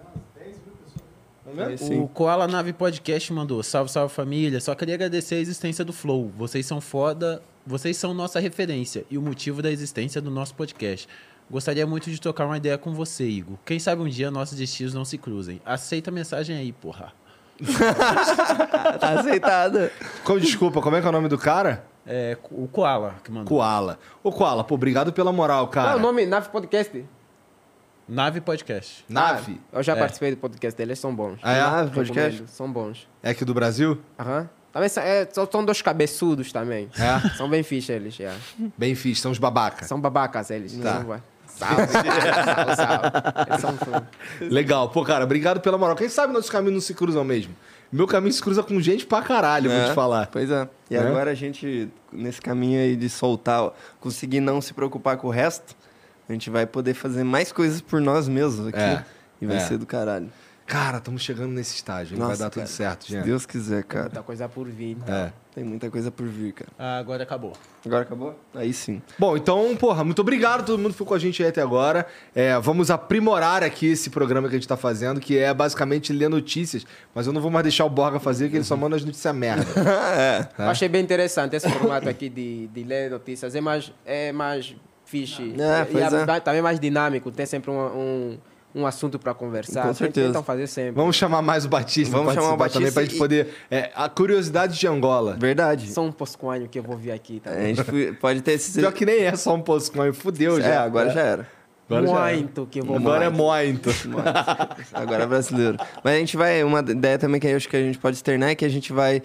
O Koala Nave Podcast mandou: salve, salve família. Só queria agradecer a existência do Flow. Vocês são foda, vocês são nossa referência e o motivo da existência do nosso podcast. Gostaria muito de trocar uma ideia com você, Igor. Quem sabe um dia nossos destinos não se cruzem. Aceita a mensagem aí, porra. Tá aceitada. Desculpa, como é que é o nome do cara? O Koala que mandou. Koala. Ô, Koala, pô, obrigado pela moral, Qual é cara. o nome? Nave Podcast? Nave Podcast. Nave? Eu já participei do podcast deles, são bons. Ah, é? Nave Podcast? Recomendo, são bons. É aqui do Brasil? Aham. Também são dois cabeçudos também. É? São bem fixe eles, já. Bem fixe, são os babacas. São babacas eles. Tá. Salve, salve. Eles são fã. Legal. Pô, cara, obrigado pela moral. Quem sabe nossos caminhos não se cruzam mesmo? Meu caminho se cruza com gente pra caralho, vou te falar. Pois é. E agora a gente, nesse caminho aí de soltar, conseguir não se preocupar com o resto, a gente vai poder fazer mais coisas por nós mesmos aqui. E vai ser do caralho. Cara, estamos chegando nesse estágio. Vai dar tudo certo, Se gente. Deus quiser, Tem cara. muita coisa por vir. Tem muita coisa por vir, cara. Agora acabou. Agora acabou? Aí sim. Bom, então, porra, muito obrigado. Todo mundo que ficou com a gente aí até agora. Vamos aprimorar aqui esse programa que a gente tá fazendo, que é basicamente ler notícias. Mas eu não vou mais deixar o Borga fazer, que ele só manda as notícias merda. Eu achei bem interessante esse formato aqui de ler notícias. É mais fixe. Também mais dinâmico. Tem sempre um assunto para conversar. Com certeza. Tentam fazer sempre. Vamos chamar mais o Batista. Vamos chamar o participar também Batista pra gente poder... a curiosidade de Angola. Verdade. Só um poscoanho que eu vou vir aqui A também. gente pode ter esse... Pior que nem é só um posconho. Fudeu já. agora já era. Agora já era. Muito que eu vou Agora é muito. muito. Agora é brasileiro. Mas a gente vai... Uma ideia também que eu acho que a gente pode externar é que a gente vai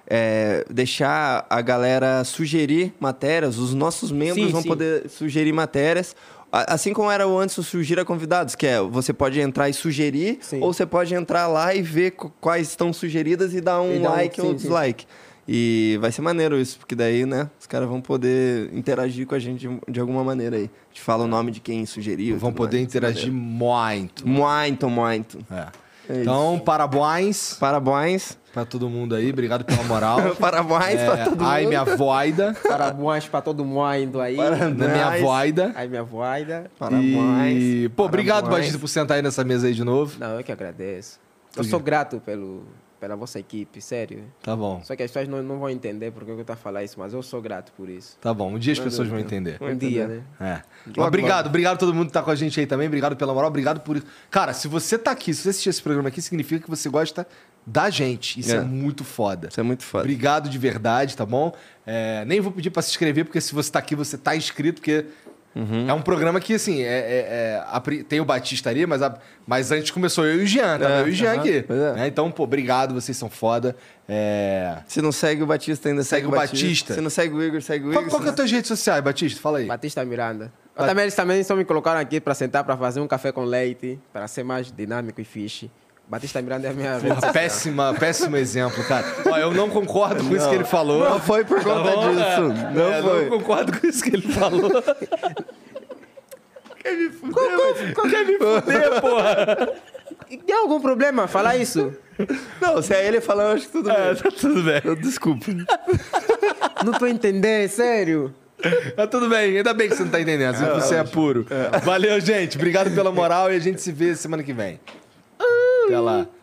deixar a galera sugerir matérias. Os nossos membros vão poder sugerir matérias. Assim como era o antes o Sugira Convidados, que você pode entrar e sugerir, ou você pode entrar lá e ver quais estão sugeridas e dar um like ou dislike. E vai ser maneiro isso, porque daí, né, os caras vão poder interagir com a gente de alguma maneira aí. A gente fala o nome de quem sugeriu. Vão poder interagir muito. Muito. Então, parabéns. Parabéns. Pra todo mundo aí. Obrigado pela moral. Parabéns pra todo mundo. Ai, minha voida. Parabéns pra todo mundo aí. Na minha voida. Ai, minha voida. Parabéns. E, pô, obrigado, Batista, por sentar aí nessa mesa aí de novo. Não, eu que agradeço. Eu sou grato pela vossa equipe, sério. Tá bom. Só que as pessoas não vão entender porque eu tô a falar isso, mas eu sou grato por isso. Tá bom. Um dia as pessoas vão entender. Um dia, né? Mas obrigado a todo mundo que tá com a gente aí também. Obrigado pela moral, obrigado por isso. Cara, se você tá aqui, se você assistir esse programa aqui, significa que você gosta da gente. Isso é muito foda. Isso é muito foda. Obrigado de verdade, tá bom? Nem vou pedir pra se inscrever, porque se você tá aqui, você tá inscrito, porque é um programa que, assim, tem o Batista ali, mas antes começou eu e o Jean, tá? Eu e o Jean aqui. Então, pô, obrigado, vocês são foda. Se não segue o Batista, ainda segue o Batista. Se não segue o Igor, segue o Igor. Qual que é as tuas redes sociais, Batista? Fala aí. Batista Miranda. Eles também só me colocaram aqui para sentar, para fazer um café com leite, para ser mais dinâmico e fixe. Batista Miranda é a minha rede social. Péssimo exemplo, cara. Ó, eu não concordo com isso que ele falou. Não foi por conta disso. Não foi. Eu não concordo com isso que ele falou. Quer me fuder, Quer me fuder, porra? Tem algum problema falar isso? Não, se é ele falar, eu acho que tudo bem. Tá tudo bem. Desculpa. Não tô entendendo, sério. Tá tudo bem, ainda bem que você não tá entendendo. Você é puro. Valeu, gente. Obrigado pela moral e a gente se vê semana que vem. Até lá.